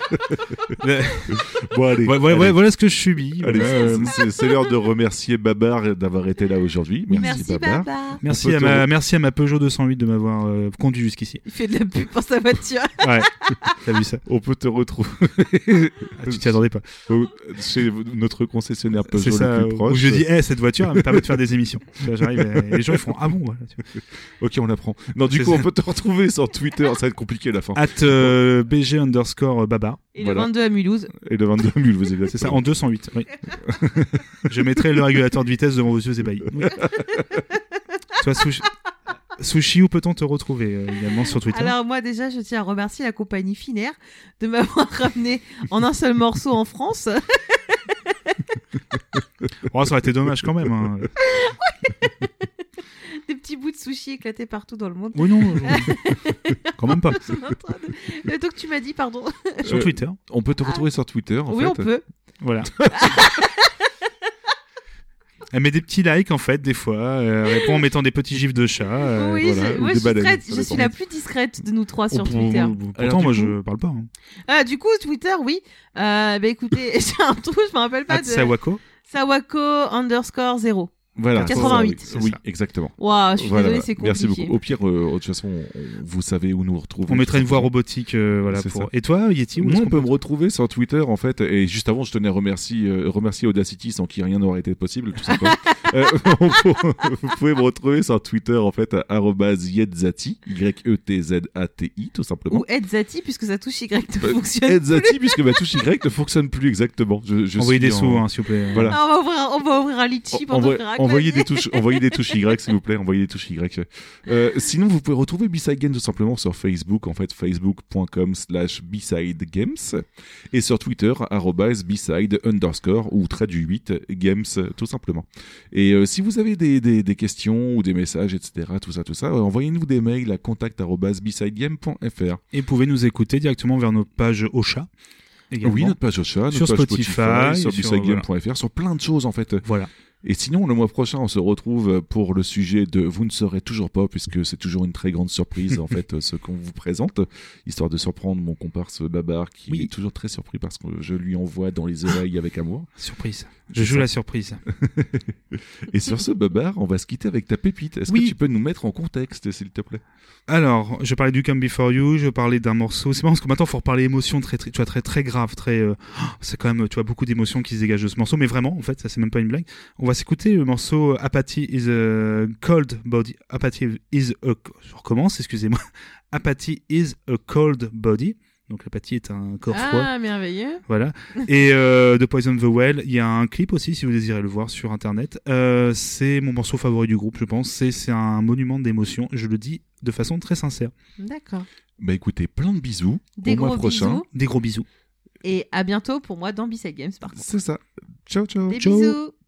Bon, allez, voilà ce que je subis. Allez, c'est l'heure de remercier Babar d'avoir été là aujourd'hui. Merci Babar. Merci à ma Peugeot 208 de m'avoir conduit jusqu'ici. Il fait de la pub pour sa voiture. Ouais, t'as vu ça. On peut te retrouver. Tu t'y attendais pas. Chez notre concessionnaire Peugeot le plus proche. Où je dis, cette voiture, elle me permet de faire des émissions. Là, j'arrive et les gens ils font, ah bon, voilà. Ok, on apprend. Non, du coup, on peut te retrouver sur Twitter, ça va être compliqué à la fin. @BG_Babar. Et le 22 à Mulhouse. Et le 22 à Mulhouse, exactement. C'est ça, en 208. Oui. Je mettrai le régulateur de vitesse devant vos yeux ébahis. Oui. Toi, Sushi, où peut-on te retrouver également sur Twitter ? Alors moi déjà, je tiens à remercier la compagnie Finnair de m'avoir ramené en un seul morceau en France. Oh, ça aurait été dommage quand même. Hein. Des petits bouts de sushi éclatés partout dans le monde. Oui, non, quand même pas. Donc tu m'as dit, pardon. Sur Twitter. On peut te retrouver sur Twitter, en fait. Oui, on peut. Voilà. Elle met des petits likes en fait des fois, répond en mettant des petits gifs de chat. Oui, voilà, moi je suis la plus discrète de nous trois sur Twitter. Pourtant moi je parle pas. Hein. Du coup Twitter oui. Écoutez, j'ai un truc, je me rappelle pas de. Sawako. Sawako_0. Voilà, 88. Oui, exactement. Waouh, je suis désolée, c'est compliqué. Merci beaucoup. Au pire, de toute façon, vous savez où nous retrouver. On mettra une voix robotique, voilà. Pour... Et toi, Yeti, où moi, on peut me retrouver sur Twitter, en fait. Et juste avant, je tenais à remercier Audacity, sans qui rien n'aurait été possible, tout simplement. Vous pouvez me retrouver sur Twitter, en fait, à @Yetzati, YETZATI, tout simplement. Ou Edzati, puisque sa touche Y ne fonctionne plus. Edzati, puisque ma touche Y ne fonctionne plus exactement. Envoyez des sous, s'il vous plaît. Voilà. On va ouvrir un litchi pendant le rack. Envoyez des touches Y, s'il vous plaît. Envoyez des touches Y. Sinon, vous pouvez retrouver B-Side Games tout simplement sur Facebook, en fait, facebook.com/BsideGames. Et sur Twitter, @Bside_ ou _games, tout simplement. Et si vous avez des questions ou des messages, etc., tout ça, envoyez-nous des mails à contact@bsidegame.fr. Et vous pouvez nous écouter directement vers nos pages Ocha. Également. Oui, notre page Ocha, sur notre page Spotify, sur bsidegame.fr, sur plein de choses, en fait. Voilà. Et sinon, le mois prochain, on se retrouve pour le sujet de Vous ne saurez toujours pas, puisque c'est toujours une très grande surprise, en fait, ce qu'on vous présente, histoire de surprendre mon comparse Babar, qui est toujours très surpris parce que je lui envoie dans les oreilles avec amour. Surprise. Je joue la surprise. Et sur ce, Babar, on va se quitter avec ta pépite. Est-ce que tu peux nous mettre en contexte, s'il te plaît? Alors, je parlais du Come Before You, je parlais d'un morceau. C'est marrant parce que maintenant, il faut reparler émotion très grave, c'est quand même, tu vois, beaucoup d'émotions qui se dégagent de ce morceau, mais vraiment, en fait, ça c'est même pas une blague. On va s'écouter le morceau Apathy is a Cold Body. Apathy is a... Je recommence, excusez-moi. Apathy is a Cold Body. Donc l'apathie est un corps froid. Ah, merveilleux. Voilà. Et de Poison the Well, il y a un clip aussi si vous désirez le voir sur internet. C'est mon morceau favori du groupe, je pense. C'est un monument d'émotion. Je le dis de façon très sincère. D'accord. Bah écoutez, plein de bisous. Des au mois prochain. Bisous. Des gros bisous. Et à bientôt pour moi dans B-Side Games par contre. C'est ça. Ciao, ciao. Des bisous.